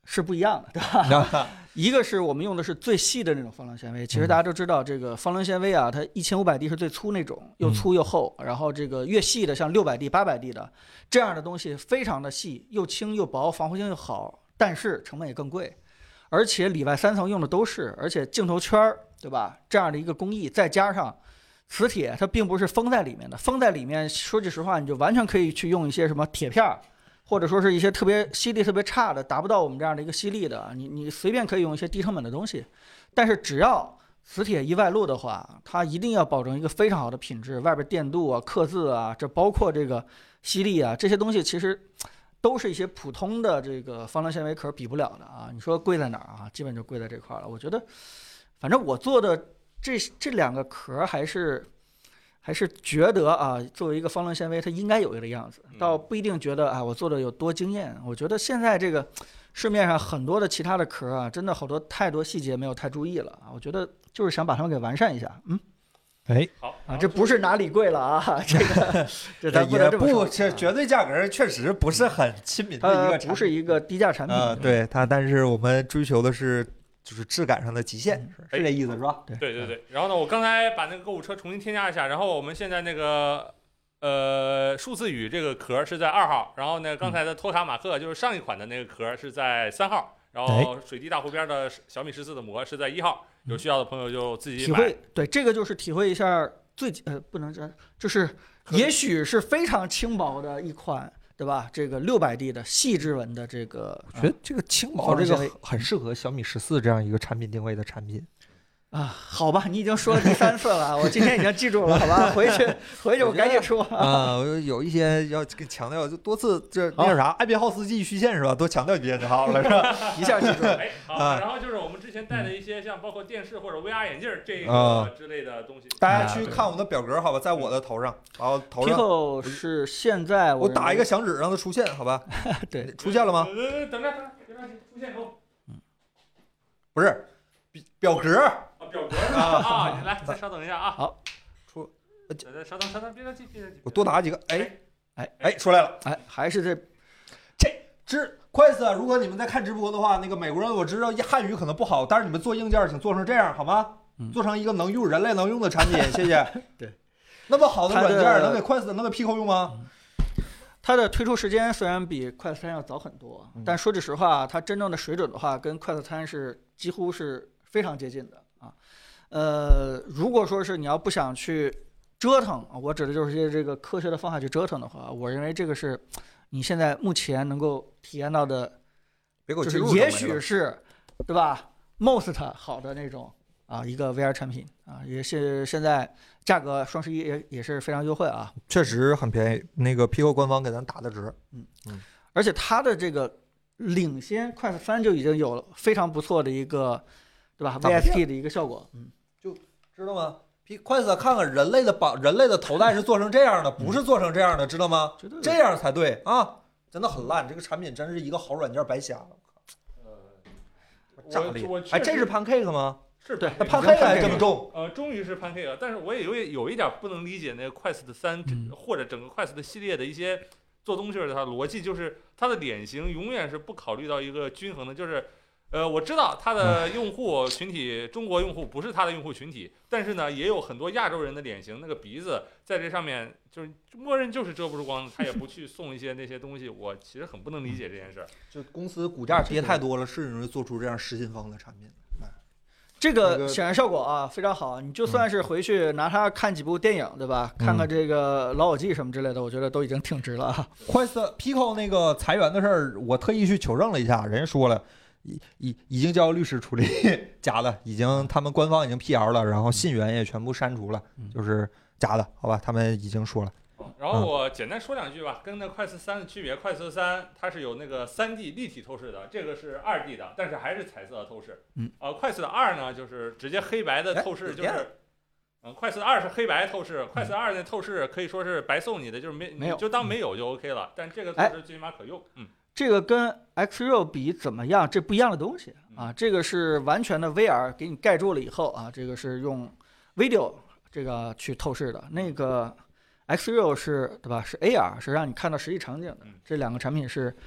是不一样的，对吧？一个是我们用的是最细的那种方棱纤维，其实大家都知道，这个方棱纤维啊，它一千五百 D 是最粗那种，又粗又厚，然后这个越细的，像六百 D、八百 D 的这样的东西，非常的细，又轻又薄，防护性又好，但是成本也更贵，而且里外三层用的都是，而且镜头圈儿，对吧？这样的一个工艺，再加上磁铁，它并不是封在里面的，封在里面，说句实话，你就完全可以去用一些什么铁片儿。或者说是一些特别吸力特别差的，达不到我们这样的一个吸力的，你你随便可以用一些低成本的东西，但是只要磁铁一外露的话，它一定要保证一个非常好的品质，外边电镀啊、刻字啊，这包括这个吸力啊，这些东西其实都是一些普通的这个方棱纤维壳比不了的啊。你说贵在哪儿啊？基本就贵在这块了。我觉得，反正我做的这这两个壳还是。还是觉得啊，作为一个方棱纤维，它应该有一个样子，倒不一定觉得啊，我做的有多惊艳。我觉得现在这个市面上很多的其他的壳啊，真的好多太多细节没有太注意了啊。我觉得就是想把它们给完善一下。嗯， 哎， 好啊，这不是哪里贵了啊，这个这咱不能这么说。 这绝对价格确实不是很亲民的一个产品， 不是一个低价产品啊、呃。对它，但是我们追求的是。就是质感上的极限， 嗯、 是这意思是吧？ 对对对对。然后呢，我刚才把那个购物车重新添加一下，然后我们现在那个呃数字雨这个壳是在二号，然后呢刚才的托卡马克就是上一款的那个壳是在三号，然后水滴大湖边的小米十四的膜是在一号，有需要的朋友就自己体会。对，这个就是体会一下最呃不能这就是也许是非常轻薄的一款。对吧？这个六百 D 的细织纹的这个， 我觉得这个轻薄这个很适合小米十四这样一个产品定位的产品啊。好吧，你已经说了第三次了，我今天已经记住了，好吧？回去回去我赶紧说啊。有一些要强调，就多次这那啥，艾宾浩斯记忆虚线是吧？多强调一遍就好了，是吧？ 一下记住了。 哎，好。然后就是我们之前带的一些像包括电视或者 V R 眼镜这个之类的东西， 大家去看我们的表格，好吧，在我的头上，然后头上。 Pico 是现在我打一个响指让它出现，好吧？ 对， 出现了吗？ 等着等着，别着急，出现后。 嗯，不是表格啊，表格啊啊！来，再稍等一下啊。 好， 出。 再稍等稍等，别着急别着急。 我多打几个，哎哎哎，出来了， 哎，还是这这直。快思，如果你们在看直播的话，那个美国人我知道汉语可能不好，但是你们做硬件请做成这样好吗？ 嗯、 做成一个能用人类能用的产品，谢谢。 对， 那么好的软件能给快思能给 Pico 用吗？ 嗯、它的推出时间虽然比快思三要早很多， 嗯、 但说句实话，它真正的水准的话，跟快思三是几乎是非常接近的啊。呃，如果说是你要不想去折腾，我指的就是些这个科学的方法去折腾的话，我认为这个是。你现在目前能够体验到的，就是也许是，对吧 ？most 好的那种啊，一个 V R 产品啊，也是现在价格双十一也也是非常优惠啊， 确实很便宜。那个 Pico 官方给咱打的折， 嗯嗯，而且它的这个领先快思三就已经有了非常不错的一个，对吧 ？V S T 的一个效果，嗯， 就知道吗？快思看看人类的绑人类的头带是做成这样的，不是做成这样的，知道吗？这样才对啊！真的很烂，这个产品真是一个好软件白瞎了。 呃， 炸裂！哎，这是 Pancake 吗？ 是对， 那 Pancake 还这么重？ 呃，终于是 Pancake， 但是我也有有一点不能理解那个快思的三、嗯、或者整个快思的系列的一些做东西的它逻辑，就是它的脸型永远是不考虑到一个均衡的，就是。呃，我知道它的用户群体，中国用户不是它的用户群体，但是呢，也有很多亚洲人的脸型，那个鼻子在这上面就是默认就是遮不住光，他也不去送一些那些东西，我其实很不能理解这件事。 就公司股价跌太多了，是容易做出这样失心疯的产品。 这个显然效果啊非常好，你就算是回去拿它看几部电影，对吧？ 嗯、 看看这个《老友记》什么之类的，我觉得都已经挺值了啊。 快思 Pico 那个裁员的事儿，我特意去求证了一下，人家说了。已已已经交律师处理假的，已经他们官方已经辟谣了，然后信源也全部删除了，就是假的，好吧？他们已经说了。 然后我简单说两句吧，跟那快思三的区别，快思三它是有那个 三 D 立体透视的，这个是 二 D 的，但是还是彩色的透视。 嗯， 呃，快思的二呢，就是直接黑白的透视，就是。嗯，快思二是黑白透视，快思二那透视可以说是白送你的，就是没没有就当没有就 OK 了。但这个透视最起码可用。嗯。 这个跟 X-Ray 比怎么样？这不一样的东西啊！这个是完全的 V R 给你盖住了以后啊，这个是用 video 这个去透视的。那个 X-Ray 是对吧？是 A R， 是让你看到实际场景的。这两个产品是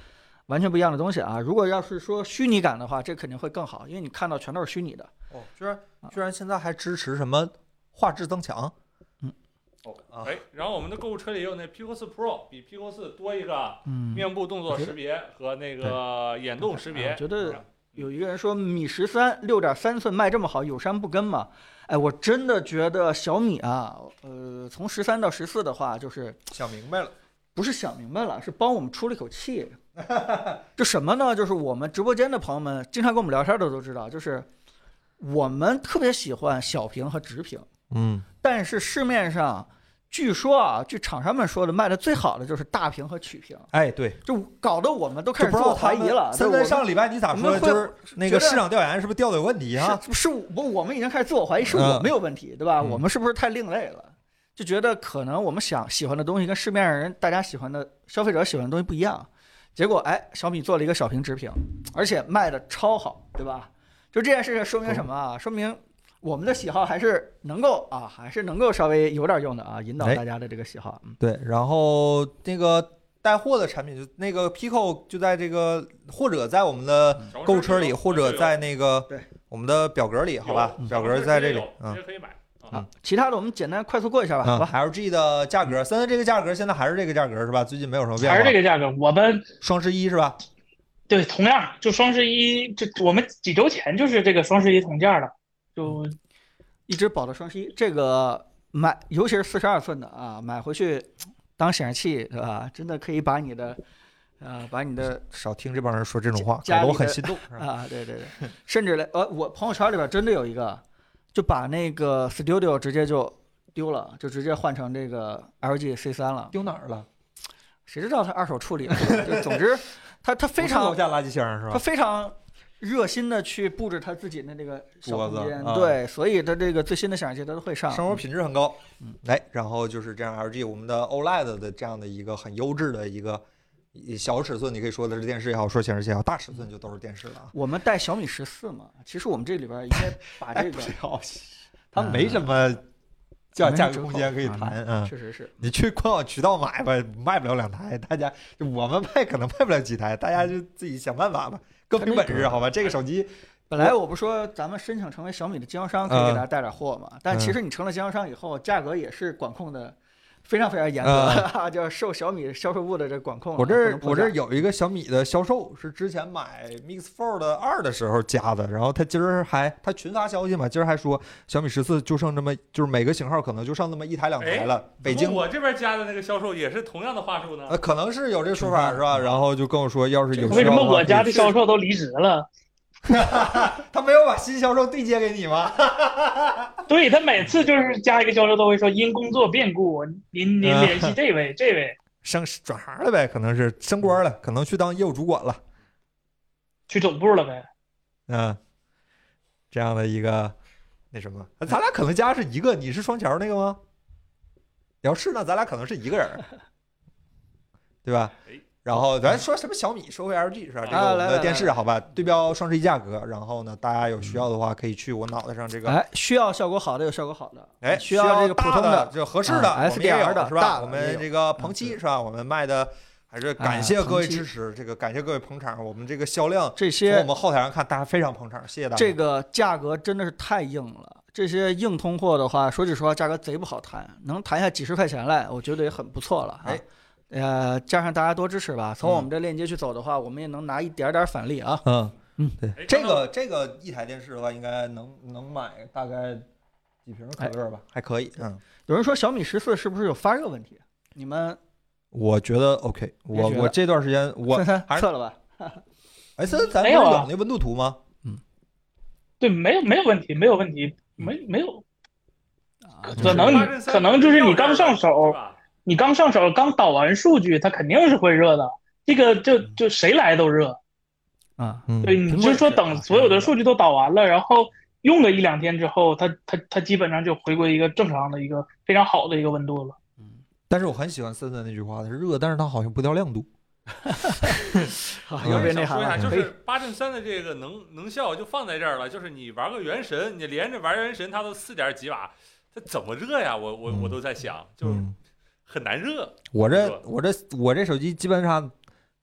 完全不一样的东西啊。如果要是说虚拟感的话，这肯定会更好，因为你看到全都是虚拟的。 哦，居然居然现在还支持什么画质增强？ 嗯， 哦，哎，然后我们的购物车里也有那 Pico 四 Pro， 比 Pico 四多一个嗯， 面部动作识别和那个眼动识别。 我觉得有一个人说米十三六点三寸卖这么好，有山不跟吗？哎，我真的觉得小米啊，呃，从十三到十四的话，就是想明白了， 不是想明白了，是帮我们出了一口气。就什么呢？就是我们直播间的朋友们经常跟我们聊天的都知道，就是我们特别喜欢小屏和直屏， 嗯， 但是市面上据说啊，据厂商们说的，卖的最好的就是大屏和曲屏。 哎，对， 就搞得我们都开始自我就不知道怀疑了。 森森上礼拜你咋说？就是那个市场调研是不是调的有问题啊？ 是是，不，我们已经开始自我怀疑，是我们有问题，对吧？ 嗯、 我们是不是太另类了？就觉得可能我们想喜欢的东西跟市面上人大家喜欢的消费者喜欢的东西不一样。结果，哎，小米做了一个小屏直屏，而且卖的超好，对吧？就这件事情说明什么啊？说明我们的喜好还是能够啊，还是能够稍微有点用的啊，引导大家的这个喜好。嗯， 对。然后那个带货的产品，就那个 Pico 就在这个，或者在我们的购物车里，或者在那个我们的表格里，好吧？表格在这里，嗯， 可以买。 啊，其他的我们简单快速过一下吧。 好吧 ，L G 的价格，现在这个价格现在还是这个价格是吧？最近没有什么变化。 还是这个价格，我们双十一是吧？ 对，同样就双十一，就我们几周前就是这个双十一同价的，就一直保到双十一。这个买，尤其是四十二寸的啊，买回去当显示器，对吧？真的可以把你的，呃，把你的少听这帮人说这种话，搞得我很心动啊！对对对，甚至来，呃，我朋友圈里边真的有一个。就把那个 Studio 直接就丢了，就直接换成这个 L G C 三了。 丢哪儿了？ 谁知道他二手处理了？就总之，他他非常楼下垃圾箱是吧？ 他非常热心的去布置他自己的那个小空间， 啊、 对，所以他这个最新的显示器他都会上， 生活品质很高。 嗯， 来，然后就是这样 ，L G 我们的 O L E D 的这样的一个很优质的一个。小尺寸，你可以说的是电视也好，说显示器也好，大尺寸就都是电视了。 我们带小米十四嘛，其实我们这里边应该把这个， 它没什么价价格空间可以谈，嗯， 确实是。 你去官网渠道买吧，卖不了两台，大家就我们卖可能卖不了几台，大家就自己想办法吧，各凭本事，好吧？这个手机本来我不说咱们申请成为小米的经销商，可以给大家带点货嘛，但其实你成了经销商以后，价格也是管控的。非常非常严格，嗯、就受小米销售部的这管控。 我这儿我这儿有一个小米的销售，是之前买 Mix Fold 二的时候加的，然后他今儿还他群发消息嘛，今儿还说小米十四就剩这么，就是每个型号可能就剩那么一台两台了。北京我这边加的那个销售也是同样的话术呢？ 呃，可能是有这个说法是吧？然后就跟我说，要是有为什么我家的销售都离职了？ 他没有把新销售对接给你吗？ 对，他每次就是加一个销售都会说因工作变故，您您联系这位、嗯、这位升转行了呗，可能是升官了，可能去当业务主管了， 去总部了呗。 嗯，这样的一个那什么，咱俩可能加是一个，你是双桥那个吗？要是呢，咱俩可能是一个人，对吧？然后咱说什么小米，说回 L G 是吧？这个我们的电视好吧，对标双十一价格。然后呢，大家有需要的话，可以去我脑袋上这个。 哎，需要效果好的有效果好的， 哎， 需要这个普通的就合适的 S D R 的是吧？我们这个鹏七是吧？我们卖的还是感谢各位支持，这个感谢各位捧场。我们这个销量这些， 从我们后台上看，大家非常捧场，谢谢大家。 这个价格真的是太硬了。这些硬通货的话，说句实话，价格贼不好谈，能谈下几十块钱来，我觉得也很不错了。哎。呃，加上大家多支持吧，从我们这链接去走的话，嗯、我们也能拿一点点返利啊。 嗯嗯， 对，这个这个一台电视的话，应该能能买大概几瓶可乐吧，哎、还可以。嗯， 有人说小米十四是不是有发热问题？你们？ 我觉得 OK， 我我这段时间我还测了吧？ 哎，森咱不是有那温度图吗？ 嗯，对，没有没有问题，没有问题，没没有。可能可能就是你刚上手。你刚上手，刚导完数据，它肯定是会热的。这个就就谁来都热啊。 对，你就说等所有的数据都导完了，然后用个一两天之后，它它它基本上就回归一个正常的一个非常好的一个温度了。 嗯，但是我很喜欢森森那句话，它是热，但是它好像不掉亮度。 好，又变内行了。 就是八阵三的这个能能效就放在这儿了，就是你玩个原神，你连着玩原神，它都四点几瓦，它怎么热呀？我我我都在想，就是。很难热， 我这我这我这手机基本上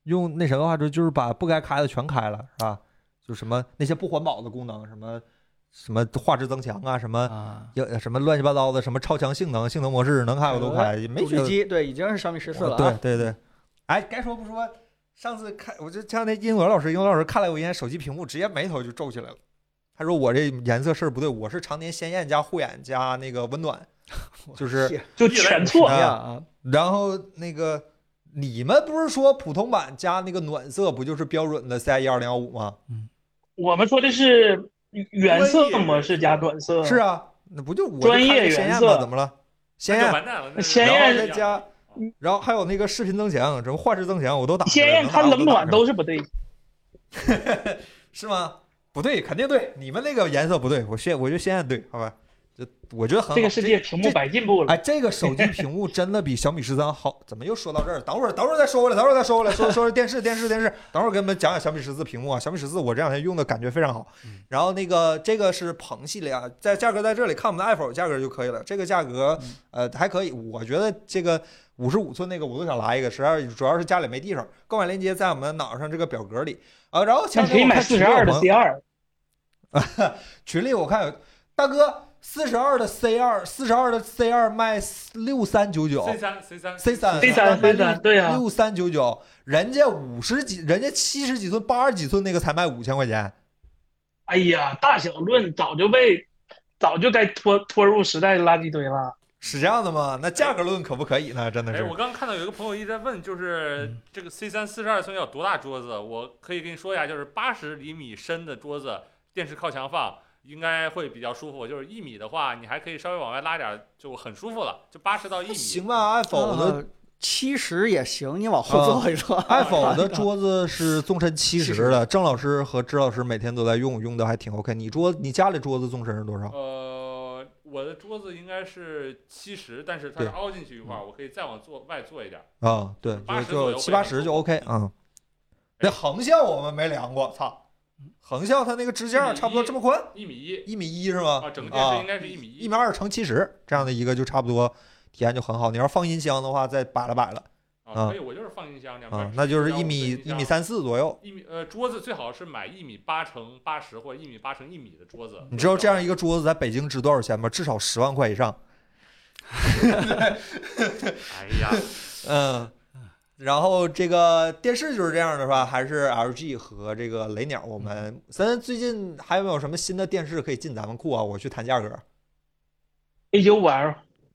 用那什么话说，就是把不该开的全开了，是吧？就什么那些不环保的功能，什么什么画质增强啊，什么有什么乱七八糟的，什么超强性能、性能模式能开我都开，没觉得。 机对，已经是小米十四了、啊。 对对对，哎，该说不说，上次看我就像那英文老师，英文老师看了我一眼手机屏幕，直接眉头就皱起来了。他说我这颜色事儿不对，我是常年鲜艳加护眼加那个温暖，就是就全错啊。然后那个。你们不是说普通版加那个暖色不就是标准的 C I E 二零一五吗？ 嗯，我们说的是原色模式加暖色。 是啊，那不就我专业原色怎么了？鲜艳， 鲜艳再加，然后还有那个视频增强，什么画质增强，我都打。 鲜艳它冷暖都是不对， 是吗？不对，肯定对，你们那个颜色不对，我鲜，我觉得鲜艳对，好吧？我觉得很好， 这个世界屏幕摆进步了。 哎，这个手机屏幕真的比小米十三好。怎么又说到这儿？等会儿，等会儿再说回来，等会儿再说回来，说说电视，电视，电视。等会儿给你们讲讲小米十四屏幕啊。小米十四我这两天用的感觉非常好。然后那个这个是鹏系列啊，在价格在这里看我们的 iPhone 价格就可以了。这个价格呃还可以，我觉得这个五十五寸那个我都想来一个，实在主要是家里没地方。购买链接在我们脑上这个表格里啊。然后前可以买四十二的 C 二。 群里我看有大哥。四十二的 C 二，四十二的 C 二卖六三九九 ，C 三 C 三 C 三 C 三 C 三对呀， 六三九九，人家五十几，人家七十几寸、八十几寸那个才卖五千块钱。 哎呀，大小论早就被早就该拖拖入时代的垃圾堆了。 是这样的吗？那价格论可不可以呢？真的是。 哎，我刚刚看到有一个朋友一直在问，就是这个 C 三四十二寸要多大桌子？我可以跟你说一下，就是八十厘米深的桌子，电视靠墙放。应该会比较舒服，就是一米的话，你还可以稍微往外拉点，就很舒服了，就八十到一米。 行吧 ，iPhone 的七十也行，你往后坐一坐。 呃、iPhone 的桌子是纵深七十的，郑老师和支老师每天都在用，用的还挺 OK。你桌你家里桌子纵深是多少？ 呃，我的桌子应该是七十，但是它是凹进去一块，我可以再往坐外坐一点。 啊，对，就七八十就 OK 啊、嗯。那横向我们没量过，操。横向它那个支架差不多这么宽， 一米一， 一米一是吗？ 啊，整个电视应该是一米一， 一米二乘七十这样的一个就差不多，体验就很好。你要放音箱的话，再摆了摆了。 啊，可以，我就是放音箱两百， 那就是一米一米三四左右。 一米呃，桌子最好是买一米八乘八十或者一米八乘一米的桌子。 你知道这样一个桌子在北京值多少钱吗？至少十万块以上。 哎呀， 嗯。然后这个电视就是这样的是吧？还是 L G 和这个雷鸟？我们咱最近还有没有什么新的电视可以进咱们库啊？我去谈价格。 A 九五 L。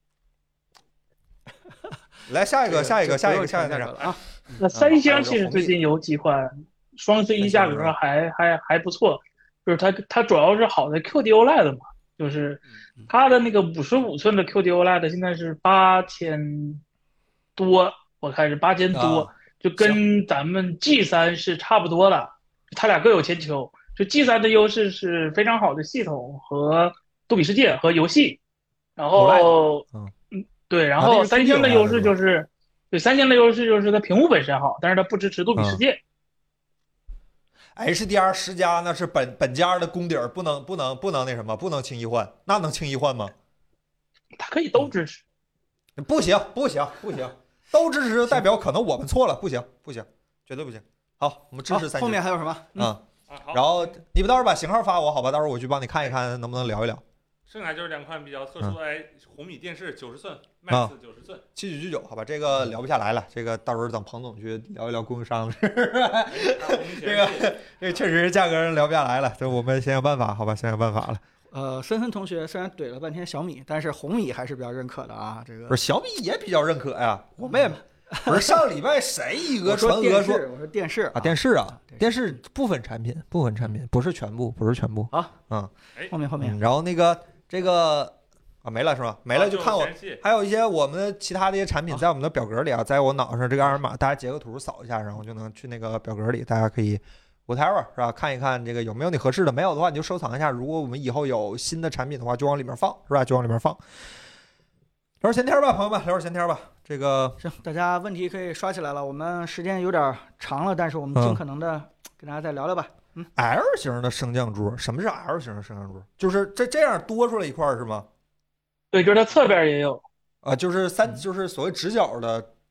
来下一个，下一个，下一个，下一个啊！那三星其实最近有几款双十一价格还还还不错，就是它它主要是好的 Q D O L E D 嘛，就是它的那个五十五寸的 Q D O L E D 现在是八千多。我看是八千多、啊，就跟咱们 G 三是差不多的，它俩各有千秋。就 G 三的优势是非常好的系统和杜比世界和游戏，然后嗯对，然后三星的优势就是，对三星的优势就是它屏幕本身好，但是它不支持杜比世界。 嗯、H D R 十加那是本本家的功底儿，不能不能不能那什么，不能轻易换，那能轻易换吗？ 它可以都支持。 不行不行不行。都支持代表可能我们错了，不行不行，绝对不行。好，我们支持三星。 后面还有什么？ 嗯，啊、然后你们到时候把型号发我，好吧？到时候我去帮你看一看，能不能聊一聊。 剩下就是两款比较特殊的，哎，红米电视九十寸 ，Max 九十寸， 七九九九，好吧？这个聊不下来了，这个到时候等彭总去聊一聊供应商。这个这个确实价格聊不下来了，这我们想想办法，好吧？想想办法了。 呃，森森同学虽然怼了半天小米，但是红米还是比较认可的啊。这个不是小米也比较认可呀，我们也不是上礼拜谁一个传讹说， 我说电视啊，电视啊，电视部分产品，部分产品不是全部，不是全部。 好， 嗯， 后面后面， 嗯、然后那个这个啊没了是吧？没了就看我，还有一些我们的其他的一些产品在我们的表格里啊，在我脑上这个二维码，大家截个图扫一下，然后就能去那个表格里，大家可以。whatever 是吧？看一看这个有没有你合适的，没有的话你就收藏一下。如果我们以后有新的产品的话，就往里面放，是吧？就往里面放。聊会儿闲天吧，朋友们，聊会儿闲天吧。这个行，大家问题可以刷起来了。我们时间有点长了，但是我们尽可能的跟大家再聊聊吧。嗯 ，L 型的升降桌，什么是 L 型的升降桌？就是这这样多出来一块是吗？ 对，就是它侧边也有。 啊，就是三，就是所谓直角的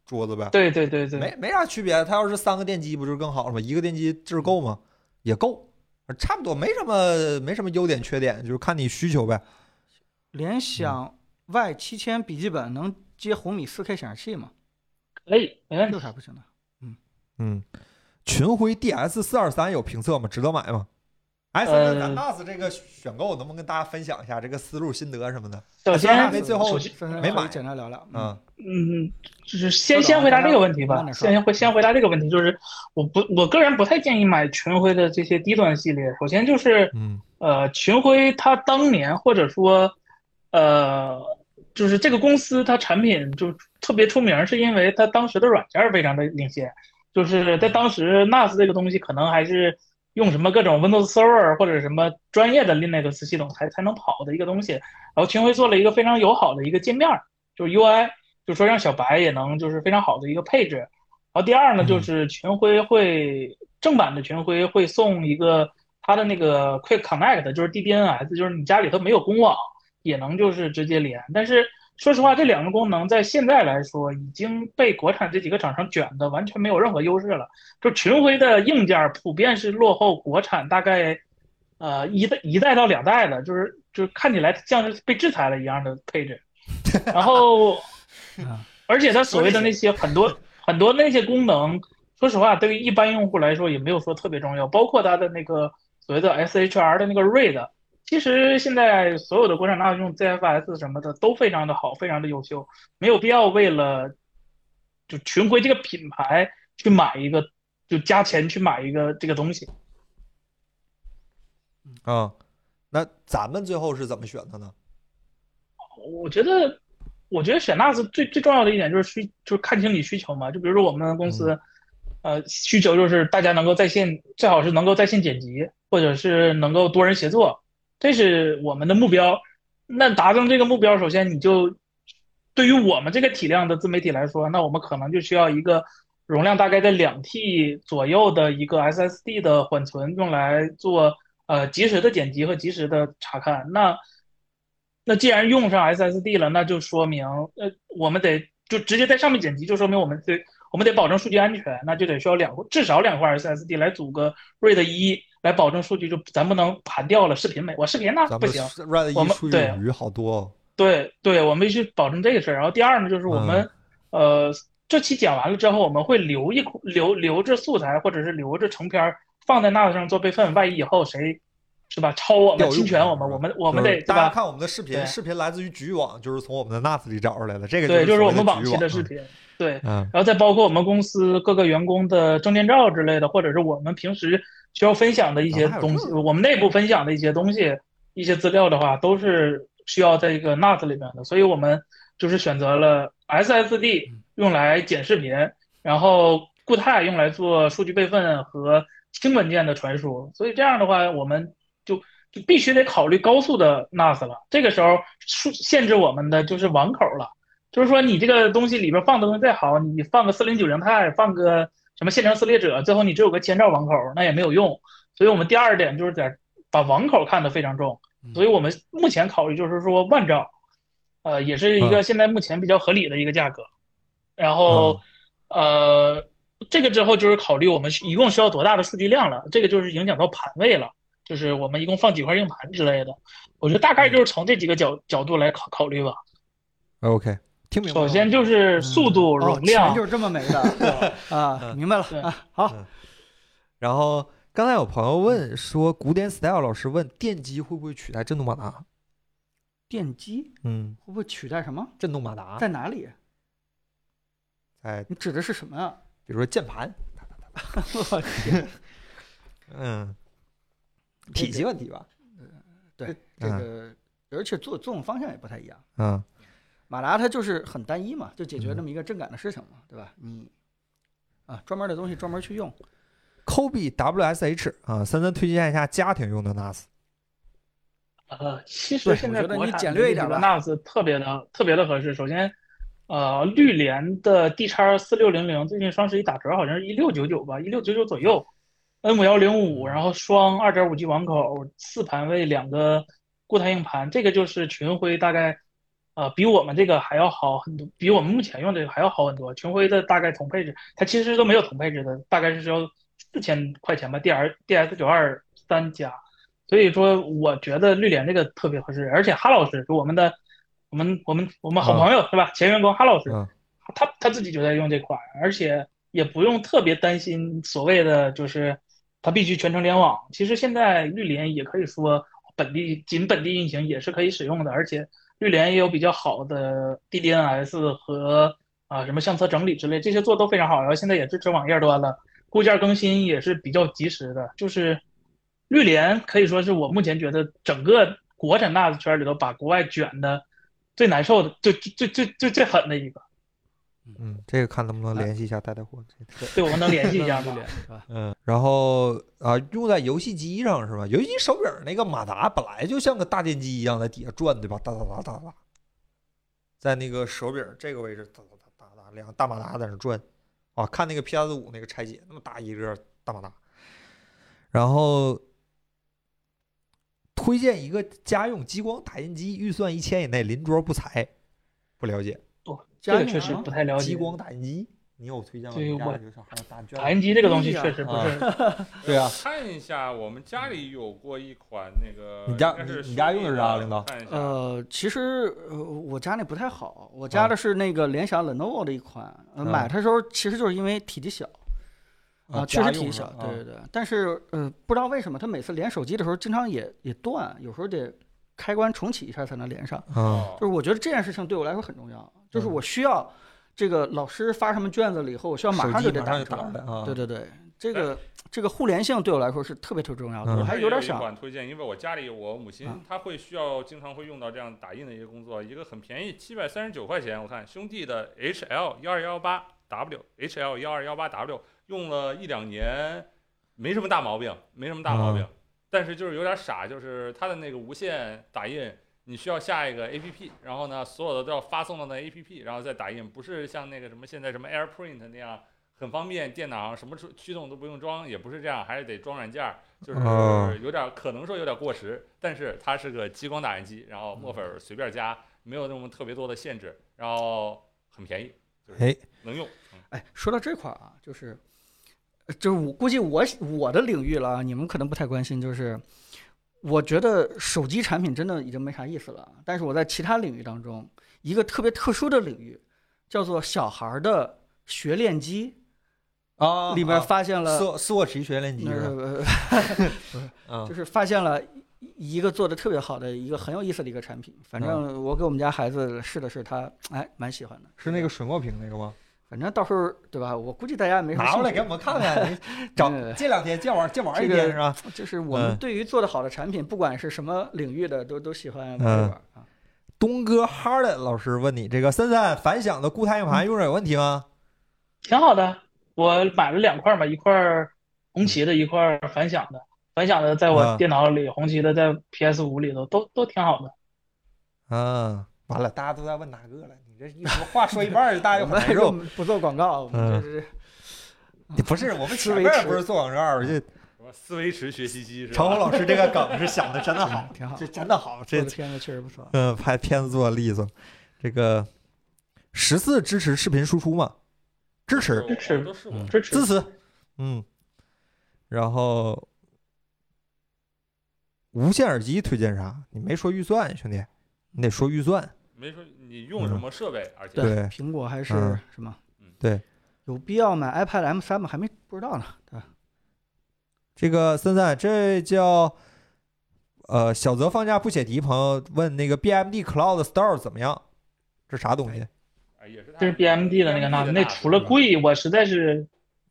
桌子呗。 对对对对， 没没啥区别。它要是三个电机不就更好了吗？一个电机制够吗？也够，差不多，没什么没什么优点缺点，就是看你需求呗。 联想 Y 七千笔记本能接红米 四K 显示器吗？ 可以，没问题。 有啥不行的？嗯嗯，群晖 D S 四二三有评测吗？值得买吗？哎，森森，咱 N A S 这个选购能不能跟大家分享一下这个思路、心得什么的？ 首先， 没最后没买， 简单聊聊。 嗯嗯，就是先先回答这个问题吧。先回先回答这个问题，就是我不我个人不太建议买群晖的这些低端系列。首先就是， 嗯呃，群晖它当年或者说，呃，就是这个公司它产品就特别出名，是因为它当时的软件非常的领先。就是在当时 N A S 这个东西可能还是用什么各种 Windows Server 或者什么专业的 Linux 系统才才能跑的一个东西。然后群晖做了一个非常友好的一个界面，就是 U I， 就是说让小白也能就是非常好的一个配置。然后第二呢，就是群晖会正版的群晖会送一个它的那个 Quick Connect， 就是 D B N S， 就是你家里头没有公网也能就是直接连。但是说实话，这两个功能在现在来说已经被国产这几个厂商卷的完全没有任何优势了。就群晖的硬件普遍是落后国产大概呃一代一代到两代的，就是就是看起来像是被制裁了一样的配置。然后，而且它所谓的那些很多很多那些功能，说实话，对于一般用户来说也没有说特别重要，包括它的那个所谓的 S H R 的那个 read。其实现在所有的国产 N A S 用 Z F S 什么的都非常的好，非常的优秀，没有必要为了就群晖这个品牌去买一个，就加钱去买一个这个东西。 啊、嗯，那咱们最后是怎么选的呢？ 我觉得，我觉得选 N A S 最最重要的一点就是需就是看清你需求嘛。就比如说我们公司，嗯、呃，需求就是大家能够在线，最好是能够在线剪辑，或者是能够多人协作。这是我们的目标。那达成这个目标，首先你就对于我们这个体量的自媒体来说，那我们可能就需要一个容量大概在两 T 左右的一个 S S D 的缓存，用来做呃及时的剪辑和及时的查看。那那既然用上 S S D 了，那就说明呃我们得就直接在上面剪辑，就说明我们得我们得保证数据安全，那就得需要两至少两块 S S D 来组个 RAID 一。来保证数据，就咱不能盘掉了视频没我视频呢不行，我们对鱼好多、哦， 对对，我们必须保证这个事儿。然后第二呢，就是我们、嗯、呃这期讲完了之后，我们会留一留留着素材，或者是留着成片放在 N A S 上做备份，万一以后谁是吧抄我们侵权我们，我们我们得大家看我们的视频，视频来自于局域网，就是从我们的 N A S 里找出来的，这个对， 就是我们往期的视频。嗯对， 嗯， 然后再包括我们公司各个员工的证件照之类的，或者是我们平时需要分享的一些东西，我们内部分享的一些东西、一些资料的话，都是需要在一个 N A S 里面的。所以我们就是选择了 S S D 用来剪视频，然后固态用来做数据备份和轻文件的传输。所以这样的话，我们就就必须得考虑高速的 N A S 了。这个时候限制我们的就是网口了。就是说，你这个东西里边放的东西再好，你放个四零九零钛，放个什么线程撕裂者，最后你只有个千兆网口，那也没有用。所以我们第二点就是在把网口看得非常重。所以我们目前考虑就是说万兆，呃，也是一个现在目前比较合理的一个价格。然后，呃，这个之后就是考虑我们一共需要多大的数据量了，这个就是影响到盘位了，就是我们一共放几块硬盘之类的。我觉得大概就是从这几个角角度来考考虑吧。 OK。 首先就是速度、容量， 钱就是这么没的啊，明白了啊。好， 然后刚才有朋友问说，古典 style 老师问电机会不会取代震动马达？ 电机， 嗯， 会不会取代什么？ 震动马达在哪里？ 在你指的是什么呀？ 比如说键盘， 我天， 嗯，体积问题吧？ 对，这个而且作作用方向也不太一样。 嗯。 马达它就是很单一嘛，就解决这么一个震感的事情嘛，对吧？你啊，专门的东西专门去用。 Kobe W S H 啊，森森推荐一下家庭用的 N A S。 呃，其实现在你简略一点吧 ，N A S 特别的特别的合适。首先，呃，绿联的 D 叉四六零零最近双十一打折，好像是一六九九吧，一六九九左右。N 五幺零五，然后双二点五 G 网口，四盘位两个固态硬盘，这个就是群晖大概。 呃，比我们这个还要好很多，比我们目前用这个还要好很多。群晖的大概同配置，它其实都没有同配置的，大概是只有四千块钱吧，D R D S 九二三加。所以说，我觉得绿联这个特别合适，而且哈老师就我们的我们我们我们好朋友、是吧？前员工哈老师， 嗯他他自己就在用这款，而且也不用特别担心所谓的就是它必须全程联网。其实现在绿联也可以说本地仅本地运行也是可以使用的，而且绿联也有比较好的 D D N S 和啊什么相册整理之类，这些做都非常好。然后现在也支持网页端了，固件更新也是比较及时的。就是绿联可以说是我目前觉得整个国产 N A S 圈里头把国外卷的最难受的、最最最最最狠的一个。 嗯，这个看能不能联系一下带带货。 对，我们能联系一下吗？ 是吧？ 嗯，然后啊，用在游戏机上是吧？游戏机手柄那个马达本来就像个大电机一样在底下转，对吧？哒哒哒哒哒，在那个手柄这个位置哒哒哒哒哒，两个大马达在那转。啊，看那个 P S 五那个拆解，那么大一个大马达。然后推荐一个家用激光打印机，预算一千以内，邻桌不裁。不了解。 这个确实不太了解。 激光打印机，你有推荐吗？ 对，我打打印机这个东西确实不是。 对啊， 看一下，我们家里有过一款那个， 你家你你家用的是啥，领导？ 呃，其实呃我家那不太好，我家的是那个联想 Lenovo 的一款，呃，买它的时候其实就是因为体积小。啊，确实体积小，对对对，但是呃，不知道为什么它每次连手机的时候，经常也也断，有时候得开关重启一下才能连上。 嗯， 就是我觉得这件事情对我来说很重要，就是我需要这个老师发什么卷子了以后，我需要马上就得打出来。 啊、 对对对，这个这个互联性对我来说是特别特别重要的。嗯、我还有点想一款推荐，因为我家里我母亲她会需要经常会用到这样打印的一个工作，一个很便宜，七百三十九块钱。我看兄弟的 H L 一二幺八 W H L 一二幺八 W。用了一两年，没什么大毛病，没什么大毛病，嗯、但是就是有点傻，就是它的那个无线打印，你需要下一个 A P P， 然后呢，所有的都要发送到那 A P P， 然后再打印，不是像那个什么现在什么 AirPrint 那样很方便，电脑上什么驱动都不用装，也不是这样，还是得装软件，就是有点可能说有点过时，但是它是个激光打印机，然后墨粉随便加，没有那么特别多的限制，然后很便宜，就是能用。 哎，说到这块啊，就是。就是我估计我我的领域了，你们可能不太关心。就是我觉得手机产品真的已经没啥意思了，但是我在其他领域当中，一个特别特殊的领域，叫做小孩的学练机啊， 里面发现了斯斯沃奇学练机， 呃，就是发现了一个做的特别好的一个很有意思的一个产品。反正我给我们家孩子试的是他，哎，蛮喜欢的。 是那个水墨屏那个吗？ 反正到时候对吧？我估计大家也没什么拿过来给我们看看。你找这两天借玩借玩一天是吧？ 就是我们对于做的好的产品，不管是什么领域的，都都喜欢玩一玩啊。 东哥哈尔老师问你，这个森森反响的固态硬盘用着有问题吗？ 挺好的，我买了两块嘛，一块红旗的，一块反响的。反响的在我电脑里，红旗的在 P S 五里头，都都挺好的。 嗯，完了，大家都在问哪个了？你这一说话说一半，大家就很难受。 不做广告，我们这是、 嗯、不是我们前面不是做广告，这思维池学习机是吧？ 程红老师这个梗是想的真的好， 挺好， 这真的好，这片子确实不错。 嗯，拍片子做的利索。这个十四支持视频输出吗？支持， 支持， 嗯、 支持， 支持。嗯，然后无线耳机推荐啥？你没说预算，兄弟，你得说预算。 没说你用什么设备， 嗯、 而且对苹果还是嗯、 什么？ 嗯， 对， 有必要买 iPad M 三吗？还没不知道呢，对吧？ 这个森森，这叫呃小泽放假不写题，朋友问那个 B M D Cloud Store 怎么样？这啥东西？ 哎，也是这是 B M D 的那个 N A S， 那除了贵，我实在是，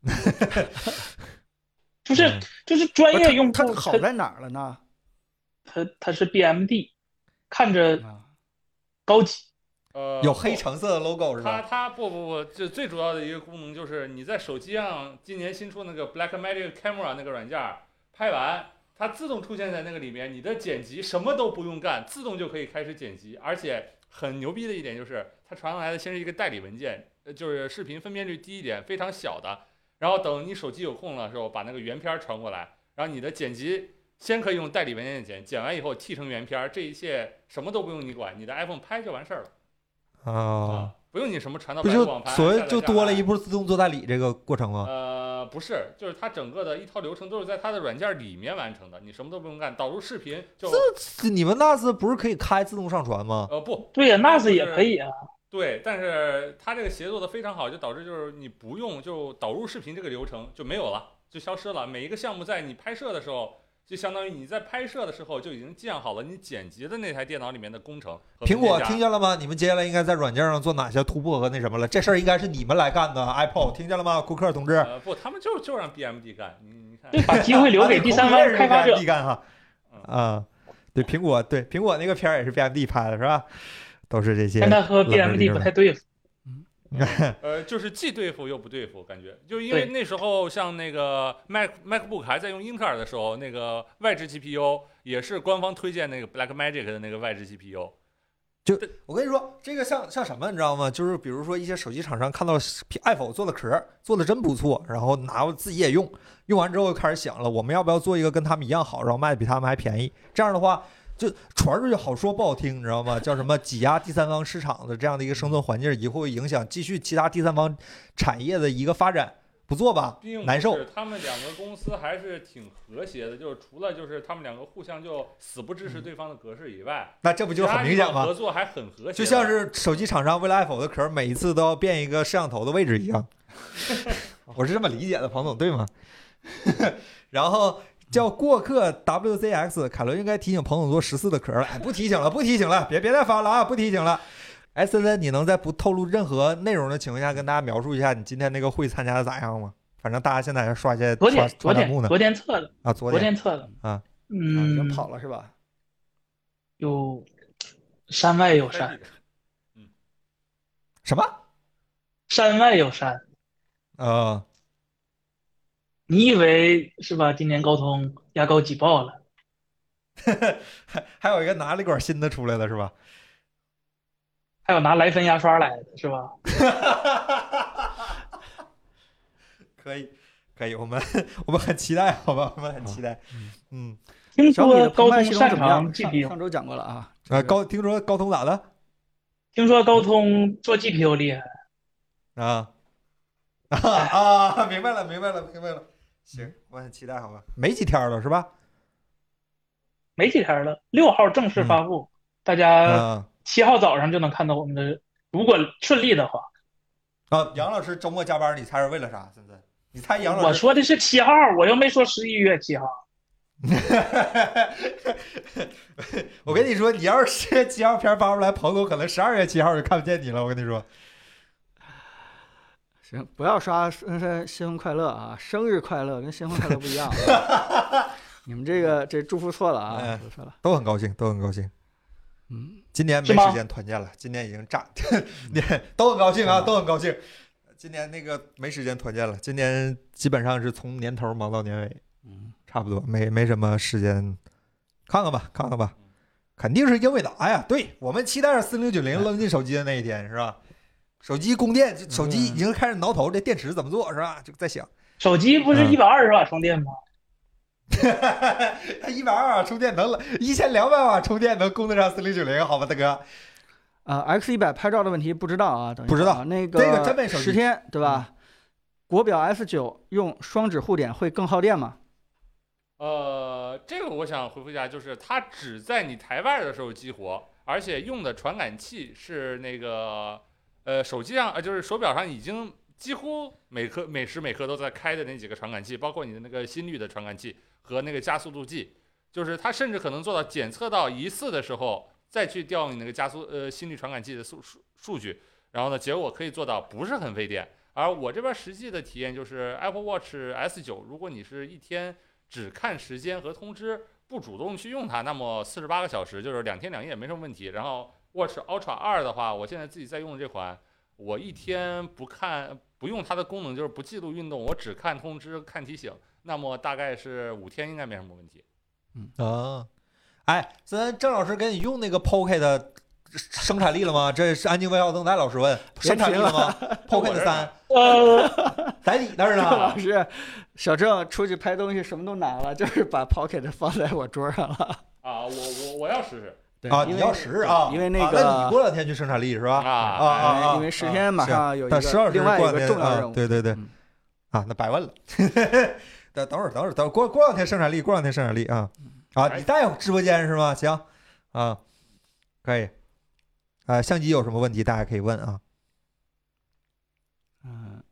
就是就是专业用户， 它好在哪儿了呢？ 它它是 B M D， 看着高级。 呃， 有黑橙色的 logo 是吧？ 它它不不不，这最主要的一个功能就是你在手机上今年新出那个 Blackmagic Camera 那个软件拍完，它自动出现在那个里面，你的剪辑什么都不用干，自动就可以开始剪辑。而且很牛逼的一点就是，它传来的先是一个代理文件，就是视频分辨率低一点，非常小的。然后等你手机有空的时候，把那个原片传过来，然后你的剪辑先可以用代理文件剪，剪完以后 T 成原片，这一切什么都不用你管，你的 iPhone 拍就完事儿了。 啊， 不用你什么传到不就百度网盘， 所谓就多了一步。 步自动做代理这个过程吗？ 呃，不是，就是它整个的一套流程都是在它的软件里面完成的，你什么都不用干，导入视频就。 这你们 N A S 不是可以开自动上传吗？ 呃不， 对呀 ，N A S 也可以啊。 对，但是它这个协作的非常好，就导致就是你不用就导入视频这个流程就没有了，就消失了。每一个项目在你拍摄的时候。就相当于你在拍摄的时候就已经建好了你剪辑的那台电脑里面的工程。 苹果听见了吗？你们接下来应该在软件上做哪些突破和那什么了？这事儿应该是你们来干的。Apple 听见了吗？库克同志。 呃，不，他们就就让 B M D 干。你你看， 对，把机会留给第三方开发者。 干哈？啊，对，苹果对苹果那个片儿也是 B M D 拍的，是吧？都是这些。 但他和 B M D 不太对付。 呃，就是既对付又不对付，感觉就因为那时候像那个 Mac MacBook 还在用英特尔的时候，那个外置 G P U 也是官方推荐那个 Blackmagic 的那个外置 G P U。 就我跟你说，这个像像什么，你知道吗？就是比如说一些手机厂商看到 iPhone 做的壳做的真不错，然后拿自己也用，用完之后开始想了，我们要不要做一个跟他们一样好，然后卖的比他们还便宜？这样的话。就传出去好说不好听，你知道吗？叫什么挤压第三方市场的这样的一个生存环境，以后会影响继续其他第三方产业的一个发展，不做吧？难受。 他们两个公司还是挺和谐的，就是除了就是他们两个互相就死不支持对方的格式以外， 那这不就很明显吗？ 合作还很和谐， 就像是手机厂商为了 iPhone 的壳，每一次都要变一个摄像头的位置一样。我是这么理解的，彭总对吗？然后。叫过客 W Z X， 凯伦应该提醒彭总做十四的壳了，哎，不提醒了，不提醒了，别别再发了啊，不提醒了。哎，森森，你能在不透露任何内容的情况下跟大家描述一下你今天那个会参加的咋样吗？反正大家现在还刷些昨天刷弹幕呢。 昨天测的啊，昨天昨天测的啊， 嗯， 已经跑了是吧？ 有山外有山， 嗯， 什么？ 山外有山。 呃。 你以为是吧？今年高通牙膏挤爆了， 还还有一个拿了一管新的出来了是吧？ 还有拿莱芬牙刷来的是吧？ 可以，可以，我们我们很期待，好吧？我们很期待。嗯， 听说高通擅长 G P U， 上周讲过了啊。 啊，高听说高通咋的？ 听说高通做 G P U 厉害啊啊啊！明白了，明白了，明白了。行，我很期待，好吧？没几天了，是吧？ 没几天了，六号正式发布，嗯、大家七号早上就能看到我们的，如果顺利的话。 啊，杨老师周末加班，你猜是为了啥？现在你猜杨老师？ 我说的是七号，我又没说十一月七号。 我跟你说，你要是十月七号片发出来，彭总可能十二月七号就看不见你了。我跟你说。 行，不要刷新婚快乐啊！生日快乐跟新婚快乐不一样、啊。你们这个这祝福错了啊！ 哎、 祝福错了， 都很高兴，都很高兴。 嗯， 今年没时间团建了，今年已经炸，都很高兴啊，都很高兴。今年那个没时间团建了，今年基本上是从年头忙到年尾， 嗯， 差不多没没什么时间。看看吧，看看吧，肯定是英伟达呀！对，我们期待着四零九零扔进手机的那一天，是吧？手机供电，手机已经开始挠头，这电池怎么做是吧？就在想， 手机不是一百二十瓦充电吗？ 一百二十瓦充电能一千两百瓦充电能供得上四零九零，好吧，大哥。 啊 ，X 一百拍照的问题不知道啊，等一下不知道那个这个真没手机十天对吧？嗯、国表 S 九用双指护点会更耗电吗？ 呃，这个我想回复一下，就是它只在你台外的时候激活，而且用的传感器是那个。呃，手机上呃，就是手表上已经几乎每刻每时每刻都在开的那几个传感器，包括你的那个心率的传感器和那个加速度计，就是它甚至可能做到检测到疑似的时候，再去调你那个加速呃心率传感器的数数数据，然后呢，结果可以做到不是很费电。而我这边实际的体验就是 Apple Watch S 九，如果你是一天只看时间和通知，不主动去用它，那么四十八个小时就是两天两夜没什么问题。然后Watch Ultra 二的话，我现在自己在用这款，我一天不看不用它的功能，就是不记录运动，我只看通知看提醒，那么大概是五天应该没什么问题。 嗯啊，哎，咱郑老师给你用那个 Pocket 生产力了吗？这是安静微笑等待老师问，生产力了吗 ？Pocket 三， 呃， 在你那儿呢。 老师，小郑出去拍东西什么都拿了，就是把 Pocket 放在我桌上了。 啊，我我我要试试。 对啊，你要试啊？ 因为那个，那你过两天去生产力是吧？ 啊啊啊！ 因为十天马上有一个另外一个重要任务。 对对对，啊，那百万了。等等会儿，等会儿，等过过两天生产力，过两天生产力啊啊！你再有直播间是吗？行啊，可以。啊，相机有什么问题大家可以问啊。 嗯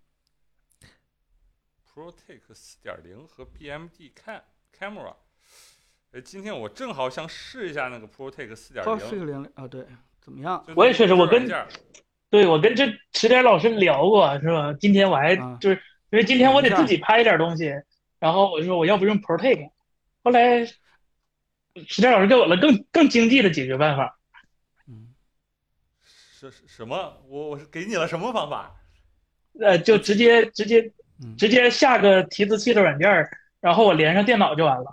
，ProTake 四点零 和 B M D Cam Camera。呃，今天我正好想试一下那个 ProTake 四点零。 四点零啊，对，怎么样？ 我也确实，我跟对我跟这池点老师聊过，是吧？今天我还就是、啊、因为今天我得自己拍一点东西，然后我说我要不用 ProTake， 后来池点老师给我了更更经济的解决办法。 嗯， 什什么？我我是给你了什么方法？ 呃，就直接直接直接下个提字器的软件，然后我连上电脑就完了。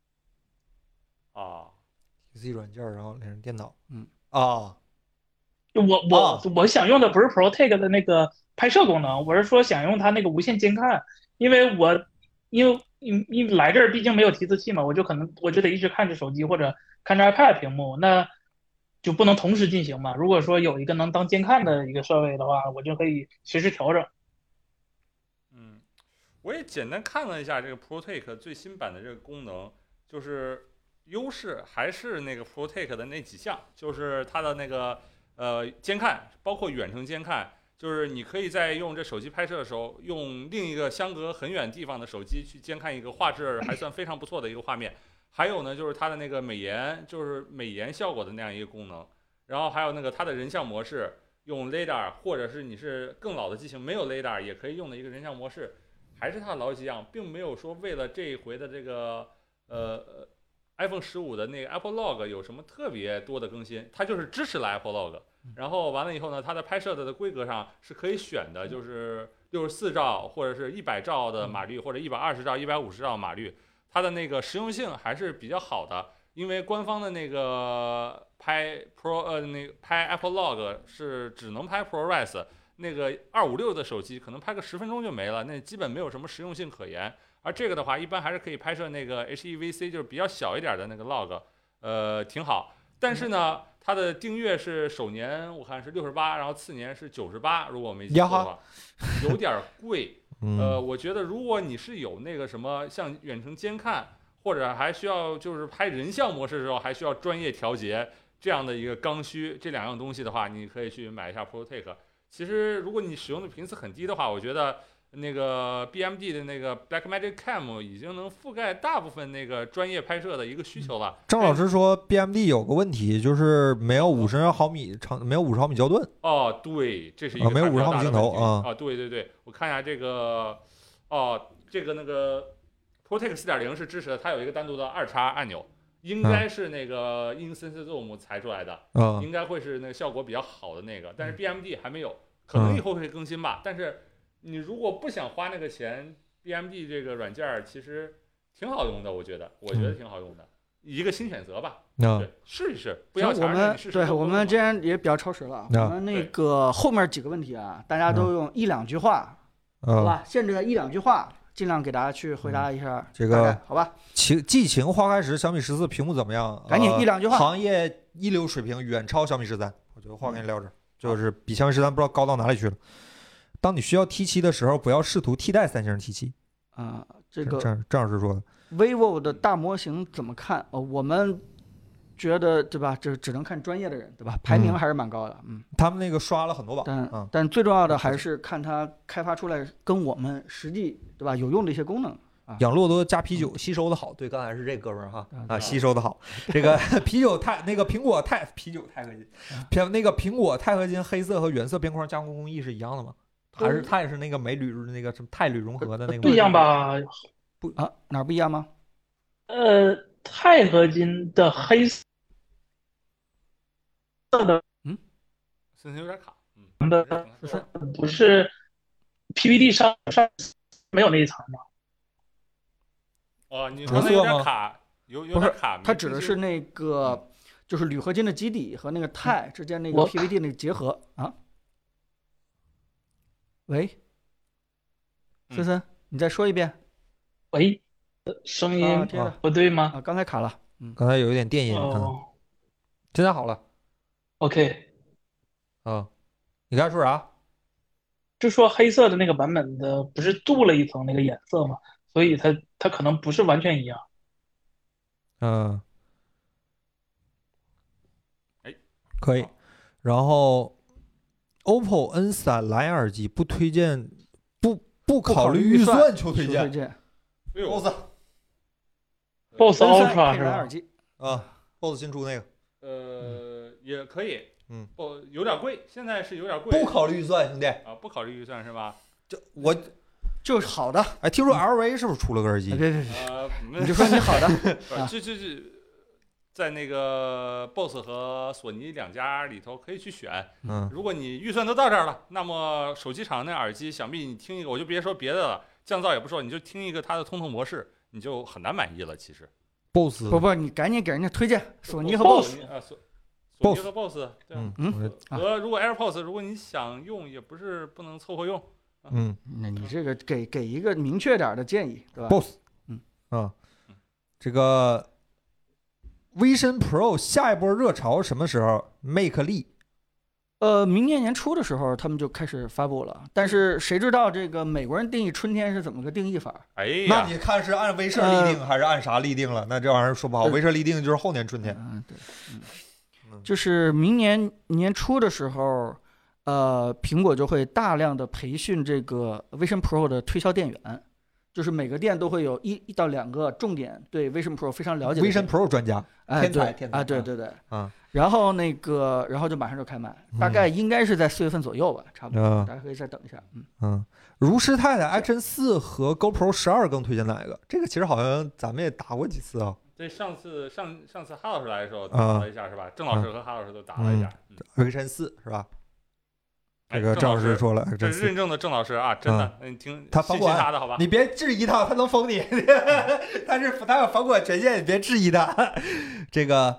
啊， 提字器软件，然后连上电脑。 嗯啊， 我我、啊、我想用的不是 ProTake 的那个拍摄功能，我是说想用它那个无线监看，因为我因为因因为来这儿毕竟没有提字器嘛，我就可能我就得一直看着手机或者看着 iPad 屏幕，那就不能同时进行嘛。如果说有一个能当监看的一个设备的话，我就可以随时调整。 嗯，我也简单看了一下这个 ProTake 最新版的这个功能，就是优势还是那个 ProTake 的那几项，就是它的那个呃监看，包括远程监看，就是你可以在用这手机拍摄的时候，用另一个相隔很远地方的手机去监看一个画质还算非常不错的一个画面。还有呢，就是它的那个美颜，就是美颜效果的那样一个功能。然后还有那个它的人像模式，用 Lidar， 或者是你是更老的机型没有 Lidar 也可以用的一个人像模式，还是它的老几样，并没有说为了这一回的这个呃 iPhone 十五的那个 Apple Log 有什么特别多的更新，它就是支持了 Apple Log。然后完了以后呢，它的拍摄的规格上是可以选的，就是六十四兆或者是一百兆的码率，或者一百二十兆、一百五十兆码率。它的那个实用性还是比较好的，因为官方的那个拍 Pro 呃那个拍 Apple Log 是只能拍 ProRes， 那个二五六的手机可能拍个十分钟就没了，那基本没有什么实用性可言。而这个的话，一般还是可以拍摄那个 H E V C， 就是比较小一点的那个 log， 呃，挺好。但是呢，它的订阅是首年我看是六十八，然后次年是九十八，如果我没记错的话，有点贵。呃，我觉得如果你是有那个什么像远程监看，或者还需要就是拍人像模式的时候还需要专业调节这样的一个刚需，这两样东西的话，你可以去买一下 ProTake。其实如果你使用的频次很低的话，我觉得那个 B M D 的那个 Blackmagic Cam 已经能覆盖大部分那个专业拍摄的一个需求了。 郑老师说 B M D 有个问题，就是没有五十毫米长，没有五十毫米焦段。 哦，对，这是一个、 啊、没有五十毫米镜头啊。 啊，对对对，我看一下这个，哦，这个那个 ProTake 四点零 是支持的，它有一个单独的二叉按钮，应该是那个 InSenseZoom 裁出来的， 啊、 应该会是那个效果比较好的那个，但是 B M D 还没有，可能以后会更新吧。嗯、但是你如果不想花那个钱 ，B M D 这个软件其实挺好用的，我觉得，我觉得挺好用的，嗯、一个新选择吧。 嗯、 对，试一试，不要我们试试对我们既然也比较超时了，我们那个后面几个问题啊，大家都用一两句话， 嗯、 好吧，限制在一两句话，尽量给大家去回答一下。 嗯、这个好吧， 情季情花开时，小米十四屏幕怎么样？ 赶紧一两句话。 呃、行业一流水平远超小米十三，我觉得话跟你聊着，嗯、就是比小米十三不知道高到哪里去了。当你需要 T 七的时候，不要试图替代三星 T 七。 啊，这个郑郑老师说的。 vivo 的大模型怎么看？呃，我们觉得对吧？这只能看专业的人对吧？排名还是蛮高的，嗯。嗯他们那个刷了很多榜， 但、 嗯、 但最重要的还是看它开发出来跟我们实际对吧有用的一些功能。啊、 养乐多加啤酒吸收的好，对，刚才是这哥们儿哈啊，吸收的好。这个啤酒钛那个苹果钛啤酒钛合金，偏那个苹果钛合金黑色和原色边框加工工艺是一样的吗？还是钛是那个镁铝那个什么钛铝融合的那个？ 不一样吧？ 不啊，哪儿不一样吗？ 呃，钛合金的黑色的， 嗯，声音有点卡， 嗯，的不是 P V D 上上没有那一层吗？ 哦，你刚才有点卡，有有点卡。 它指的是那个， 就是铝合金的基底和那个钛之间那个 P V D 那个结合啊。喂，森森，你再说一遍。 喂，声音啊不对吗？ 啊，刚才卡了。嗯， 刚才有一点电音。 哦， 现在好了。 OK。 啊，你刚才说啥？ 就说黑色的那个版本的不是镀了一层那个颜色嘛，所以它它可能不是完全一样。 嗯， 哎， 可以。然后 ，O P P O N 三蓝牙耳机不推荐，不不考虑预算求推荐。 哎呦 ，B O S S B O S S Ultra 是吧？ 耳机啊 ，B O S S 新出那个。 呃，也可以。 嗯， 不有点贵，现在是有点贵。 不考虑预算，兄弟啊，不考虑预算是吧？ 这我就是好的。 哎，听说 L V 是不是出了个耳机？ 别别别， 呃， 你就说你好的。 这这这，在那个 B O S S 和索尼两家里头可以去选。 嗯， 如果你预算都到这儿了，那么手机厂那耳机，想必你听一个，我就别说别的了，降噪也不说，你就听一个它的通透模式，你就很难满意了。其实 B O S S 不不，你赶紧给人家推荐索尼和 B O S S 啊，索索尼和 B O S S 对吧？ 嗯和如果 AirPods 如果你想用，也不是不能凑合用。 嗯， 那你这个给给一个明确点的建议，对吧 ？B O S S， 嗯啊，这个 Vision Pro 下一波热潮什么时候 ？Make 力。 呃，明年年初的时候他们就开始发布了，但是谁知道这个美国人定义春天是怎么个定义法？ 哎呀， 那你看是按威慑立定还是按啥立定了？那这玩意儿说不好，威慑立定就是后年春天。 嗯，对，嗯，就是明年年初的时候，呃，苹果就会大量的培训这个 Vision Pro 的推销店员，就是每个店都会有一一到两个重点对 Vision Pro 非常了解的 Vision Pro 专家， 哎， 天才天才啊，对对对， 啊。 然后那个，然后就马上就开卖，大概应该是在四月份左右吧，差不多， 嗯、 大家可以再等一下。嗯嗯，如师太太 Action 四和 GoPro 十二更推荐哪一个？这个其实好像咱们也打过几次啊。 对，上次上上次哈老师来的时候打了一下、嗯、是吧？郑老师和哈老师都打了一下。 嗯、Action 四是吧？ 这个郑老师说了， 这是认证的郑老师啊，真的， 嗯、 你听他防管他的好吧？ 你别质疑他，他能封你。他是他有防管权限，你别质疑他。这个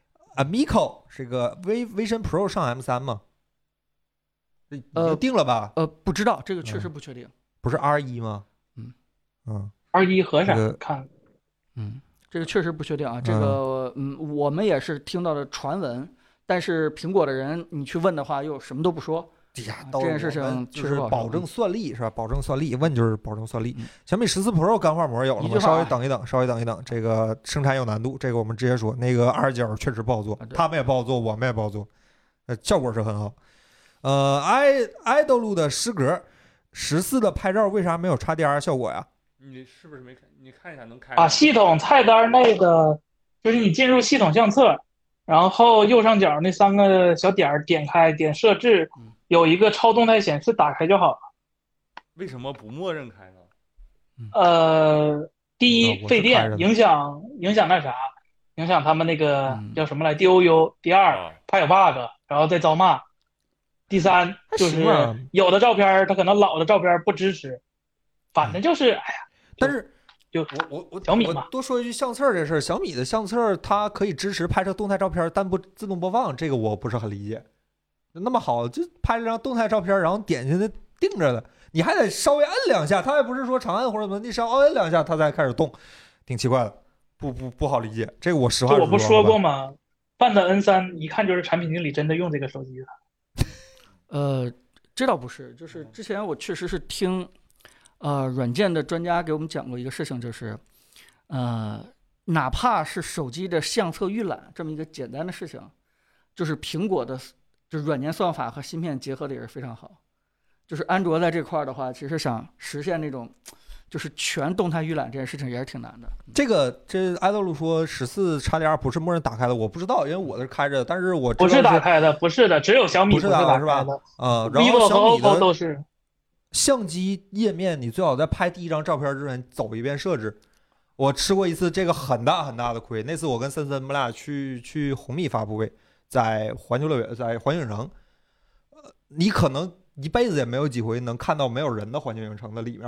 Amico 是个 Vision Pro 上 M 三吗？已经定了吧？ 呃，不知道，这个确实不确定。 嗯、不是 R 一吗？ 嗯嗯 ，R 一和啥？ 这个、 看， 嗯，这个确实不确定啊。这个嗯，我们也是听到的传闻，但是苹果的人你去问的话，又什么都不说。 哎呀， 这件事情确实保证算力是吧？保证算力，问就是保证算力。嗯、小米十四 Pro 干化膜有了吗？稍微等一等，稍微等一等，这个生产有难度，这个我们直接说。那个二角确实不好做， 啊、 他们也不好做，我们也不好做，呃，效果是很好。呃，爱爱豆路的诗格，十四的拍照为啥没有 X D R 效果呀？ 你是不是没看？你看一下能开啊？系统菜单那个就是你进入系统相册，然后右上角那三个小点儿点开，点设置。嗯，有一个超动态显示，打开就好了。 为什么不默认开呢？ 呃，第一费电，影响影响那啥，影响他们那个、嗯、叫什么来 D O U。第二，怕有 bug， 然后再遭骂。第三，就是有的照片它可能老的照片不支持，反正就是哎呀， 但是。 就我我我小米嘛， 多说一句相册这事儿，小米的相册它可以支持拍摄动态照片，但不自动播放，这个我不是很理解。那么好，就拍了张动态照片，然后点进去定着的，你还得稍微摁两下，它也不是说长按或者什么，你稍微摁两下它才开始动，挺奇怪的，不不不好理解。这个我实话实说， 我不说过吗？Find N 三一看就是产品经理真的用这个手机的。 呃，这倒不是，就是之前我确实是听。呃，软件的专家给我们讲过一个事情，就是，呃，哪怕是手机的相册预览这么一个简单的事情，就是苹果的，就是软件算法和芯片结合的也是非常好。就是安卓在这块的话，其实想实现那种，就是全动态预览这件事情也是挺难的。 这个这爱豆路说十四 X D R 不是默认打开的，我不知道，因为我是开着的，但是我知道不是打开的，不是的，只有小米不是打开的， 是吧？啊、呃，然后 vivo 和 O P P O 都是。 相机页面，你最好在拍第一张照片之前走一遍设置。我吃过一次这个很大很大的亏，那次我跟森森我们俩去去红米发布会，在环球乐园，在环球影城，呃，你可能一辈子也没有机会能看到没有人的环球影城的里面，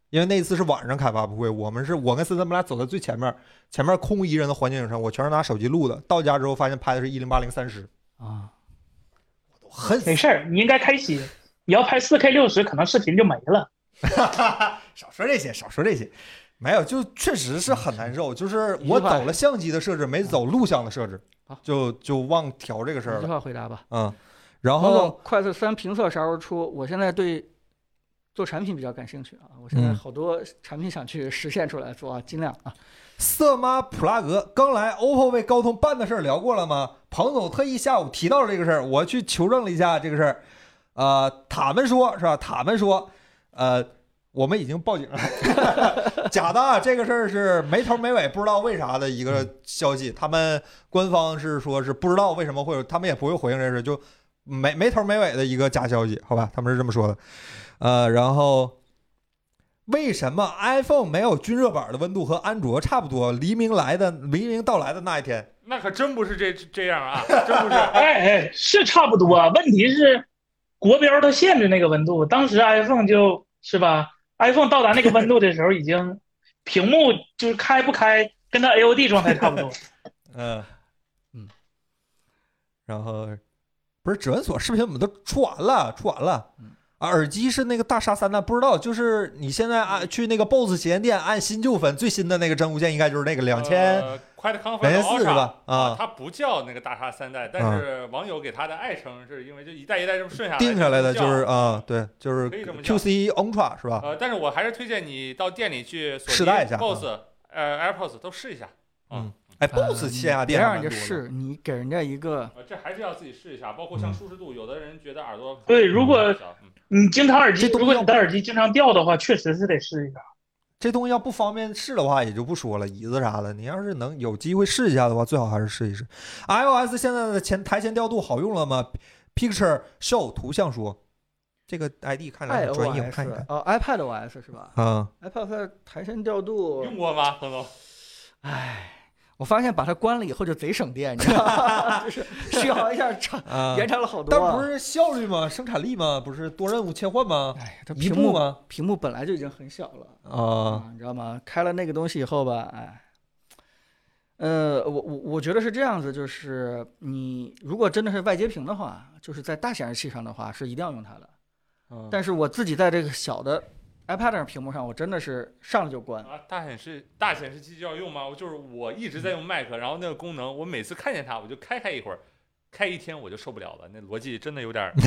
因为那一次是晚上开发布会，我们是我跟森森我们俩走在最前面，前面空无一人的环境影城，我全是拿手机录的。到家之后发现拍的是一零八零三十啊， 我都恨死。 没事儿，你应该开心。你要拍四 K 六十，可能视频就没了。 少说这些，少说这些，没有，就确实是很难受。就是我走了相机的设置，没走录像的设置，就就忘调这个事儿了。 一句话回答吧。 嗯，然后快速三评测啥时候出？我现在对做产品比较感兴趣啊，我现在好多产品想去实现出来做，啊，尽量啊。 色妈普拉格刚来 O P P O 为高通办的事儿聊过了吗？彭总特意下午提到了这个事儿，我去求证了一下这个事儿。呃，他们说是吧？他们说，呃，我们已经报警了，假的，这个事儿是没头没尾，不知道为啥的一个消息。他们官方是说是不知道为什么会有，他们也不会回应这事，就没没头没尾的一个假消息，好吧？他们是这么说的。呃，然后为什么 iPhone 没有均热板的温度和安卓差不多？黎明来的黎明到来的那一天， 那可真不是这这样啊，真不是。 哎哎，是差不多，问题是。国标它限制那个温度，当时 iPhone 就是吧 ，iPhone 到达那个温度的时候，已经屏幕就是开不开，跟它 A O D 状态差不多。 嗯嗯，然后不是指纹锁视频我们都出完了，出完了。啊，耳机是那个大杀三弹，不知道，就是你现在按去那个 B O S S 旗舰店按新旧分，最新的那个真无线应该就是那个两千快的康两千四是吧？ 啊，它不叫那个大杀三代，但是网友给它的爱称是因为就一代一代这么顺下来定下来的，就是啊，对，就是 Q C Ultra 是吧？ 呃，但是我还是推荐你到店里去试戴一下 B O S S 呃 AirPods 都试一下。 嗯，哎 B O S S 线下店别让人家试，你给人家一个， 这还是要自己试一下，包括像舒适度，有的人觉得耳朵对，如果你经常耳机，如果你的耳机经常掉的话，确实是得试一下。 这东西要不方便试的话，也就不说了，椅子啥的，你要是能有机会试一下的话，最好还是试一试。iOS 现在的前台前调度好用了吗 ？Picture Show 图像说，这个 I D 看起来很专业，我看一看。 哦 ，iPadOS 是吧？ 啊 ，iPad 台前调度用过吗，彭总？ 唉。我发现把它关了以后就贼省电，你知道吗？就是续航一下长、啊、延长了好多、 啊。但不是效率吗？生产力吗？不是多任务切换吗？ 哎，它屏幕吗？屏幕本来就已经很小了啊、 嗯，你知道吗？开了那个东西以后吧，哎，呃，我我我觉得是这样子，就是你如果真的是外接屏的话，就是在大显示器上的话是一定要用它的。 嗯、 但是我自己在这个小的 iPad 上屏幕上，我真的是上来就关啊！大显示大显示器就要用吗？就是我一直在用 Mac，、嗯、然后那个功能，我每次看见它，我就开开一会儿，开一天我就受不了了。那逻辑真的有点。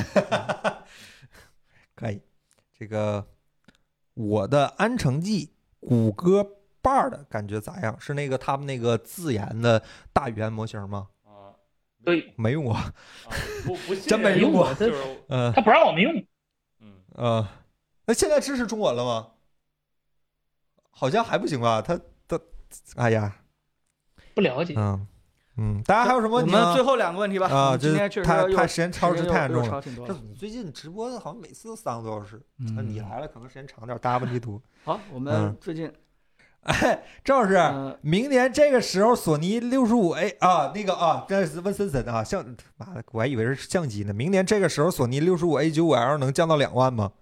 可以，这个我的安成记谷歌 Bard 的感觉咋样？是那个他们那个自研的大语言模型吗？ 啊，对， 没用过， 啊、不不真没用过， 就是嗯， 他不让我们用， 嗯呃。那现在支持中文了吗？好像还不行吧？他他，哎呀， 不了解。 嗯嗯，大家还有什么问题吗？ 我们最后两个问题吧。 啊， 今天确实太太时间超时太严重了。 这你最近直播好像每次都三个多小时，那、 嗯、 你来了可能时间长点，大家问题多。 好，我们最近， 哎，郑老师， 嗯、 明年这个时候索尼六十五 A 啊，那个啊，这是问森森啊，相妈的，我还以为是相机呢。明年这个时候索尼六十五 A 九五 L 能降到两万吗？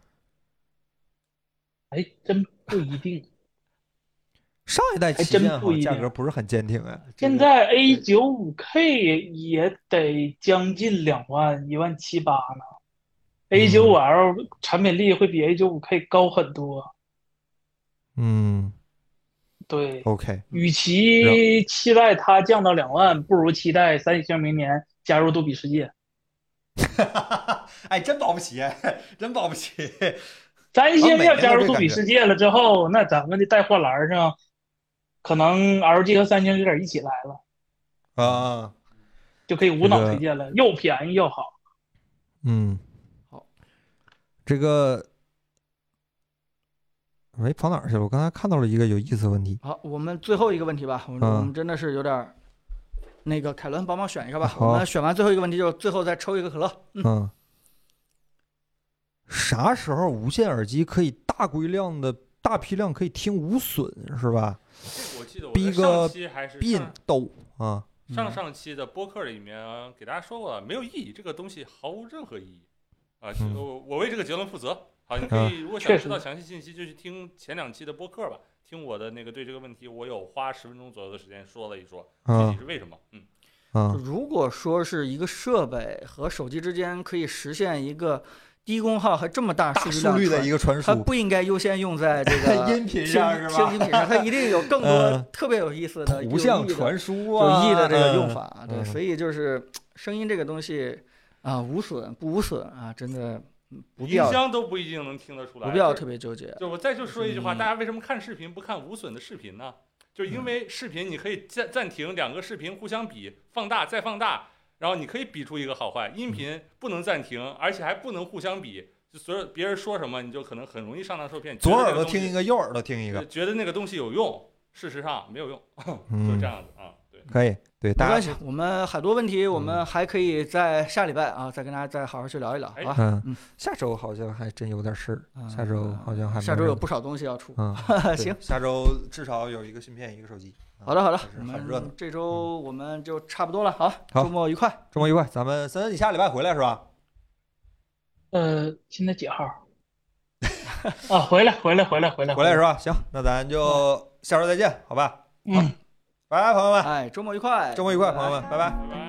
哎，真不一定。 上一代旗舰好像价格不是很坚挺哎。 现在 A 九五 K 也得将近两万，一万七八呢。A 九五 L 产品力会比 A 九五 K 高很多。 嗯， 对。 OK。 与其期待它降到两万，不如期待三星明年加入杜比世界。 哎，真保不齐，真保不齐。 三星要加入杜比世界了之后，那咱们的带货栏上，可能 L G 和三星有点一起来了啊， 就可以无脑推荐了，这个、又便宜又好。 嗯， 好， 这个，哎，跑哪儿去了？我刚才看到了一个有意思的问题。 好，我们最后一个问题吧，我们、嗯、我们真的是有点，那个凯伦帮忙选一个吧。我们选完最后一个问题，就最后再抽一个可乐。嗯。 嗯啥时候无线耳机可以大规量的大批量可以听无损是吧？ 我记得我在上期还是上斗啊， 上上期的播客里面给大家说过了，没有意义，这个东西毫无任何意义啊！ 嗯、 我我为这个结论负责。 好，你可以如果想知道详细信息，就去听前两期的播客吧，听我的那个对这个问题，我有花十分钟左右的时间说了一说，具体是为什么。嗯。 嗯， 如果说是一个设备和手机之间可以实现一个低功耗和这么大大数据量速率的一个传输， 它不应该优先用在这个音频上是吧？ 听音频上，它一定有更多特别有意思的图像传输啊， 有意义的这个用法。 嗯、 对，所以就是声音这个东西啊，无损不无损啊，真的不必要。 音箱都不一定能听得出来， 不必要特别纠结。 就我再就说一句话，大家为什么看视频不看无损的视频呢？就是因为视频你可以暂暂停，两个视频互相比，放大再放大，然后你可以比出一个好坏。音频不能暂停，而且还不能互相比，就所有别人说什么，你就可能很容易上当受骗。 左耳朵听一个，右耳朵听一个， 觉得那个东西有用，事实上没有用，就这样子啊。对， 可以，对， 没关系。我们很多问题，我们还可以在下礼拜啊，再跟大家再好好去聊一聊啊。 嗯嗯，下周好像还真有点事儿，下周好像还下周有不少东西要出。 嗯， 行， 下周至少有一个芯片，一个手机。 好的好的， 很热闹。 这周我们就差不多了，好， 好， 周末愉快， 周末愉快。咱们森森，你下礼拜回来是吧？ 呃，现在几号？啊，回来回来回来回来回来是吧？行，那咱就下周再见，好吧？ 嗯， 拜拜，朋友们。 哎，周末愉快， 周末愉快，朋友们，拜拜。 拜拜。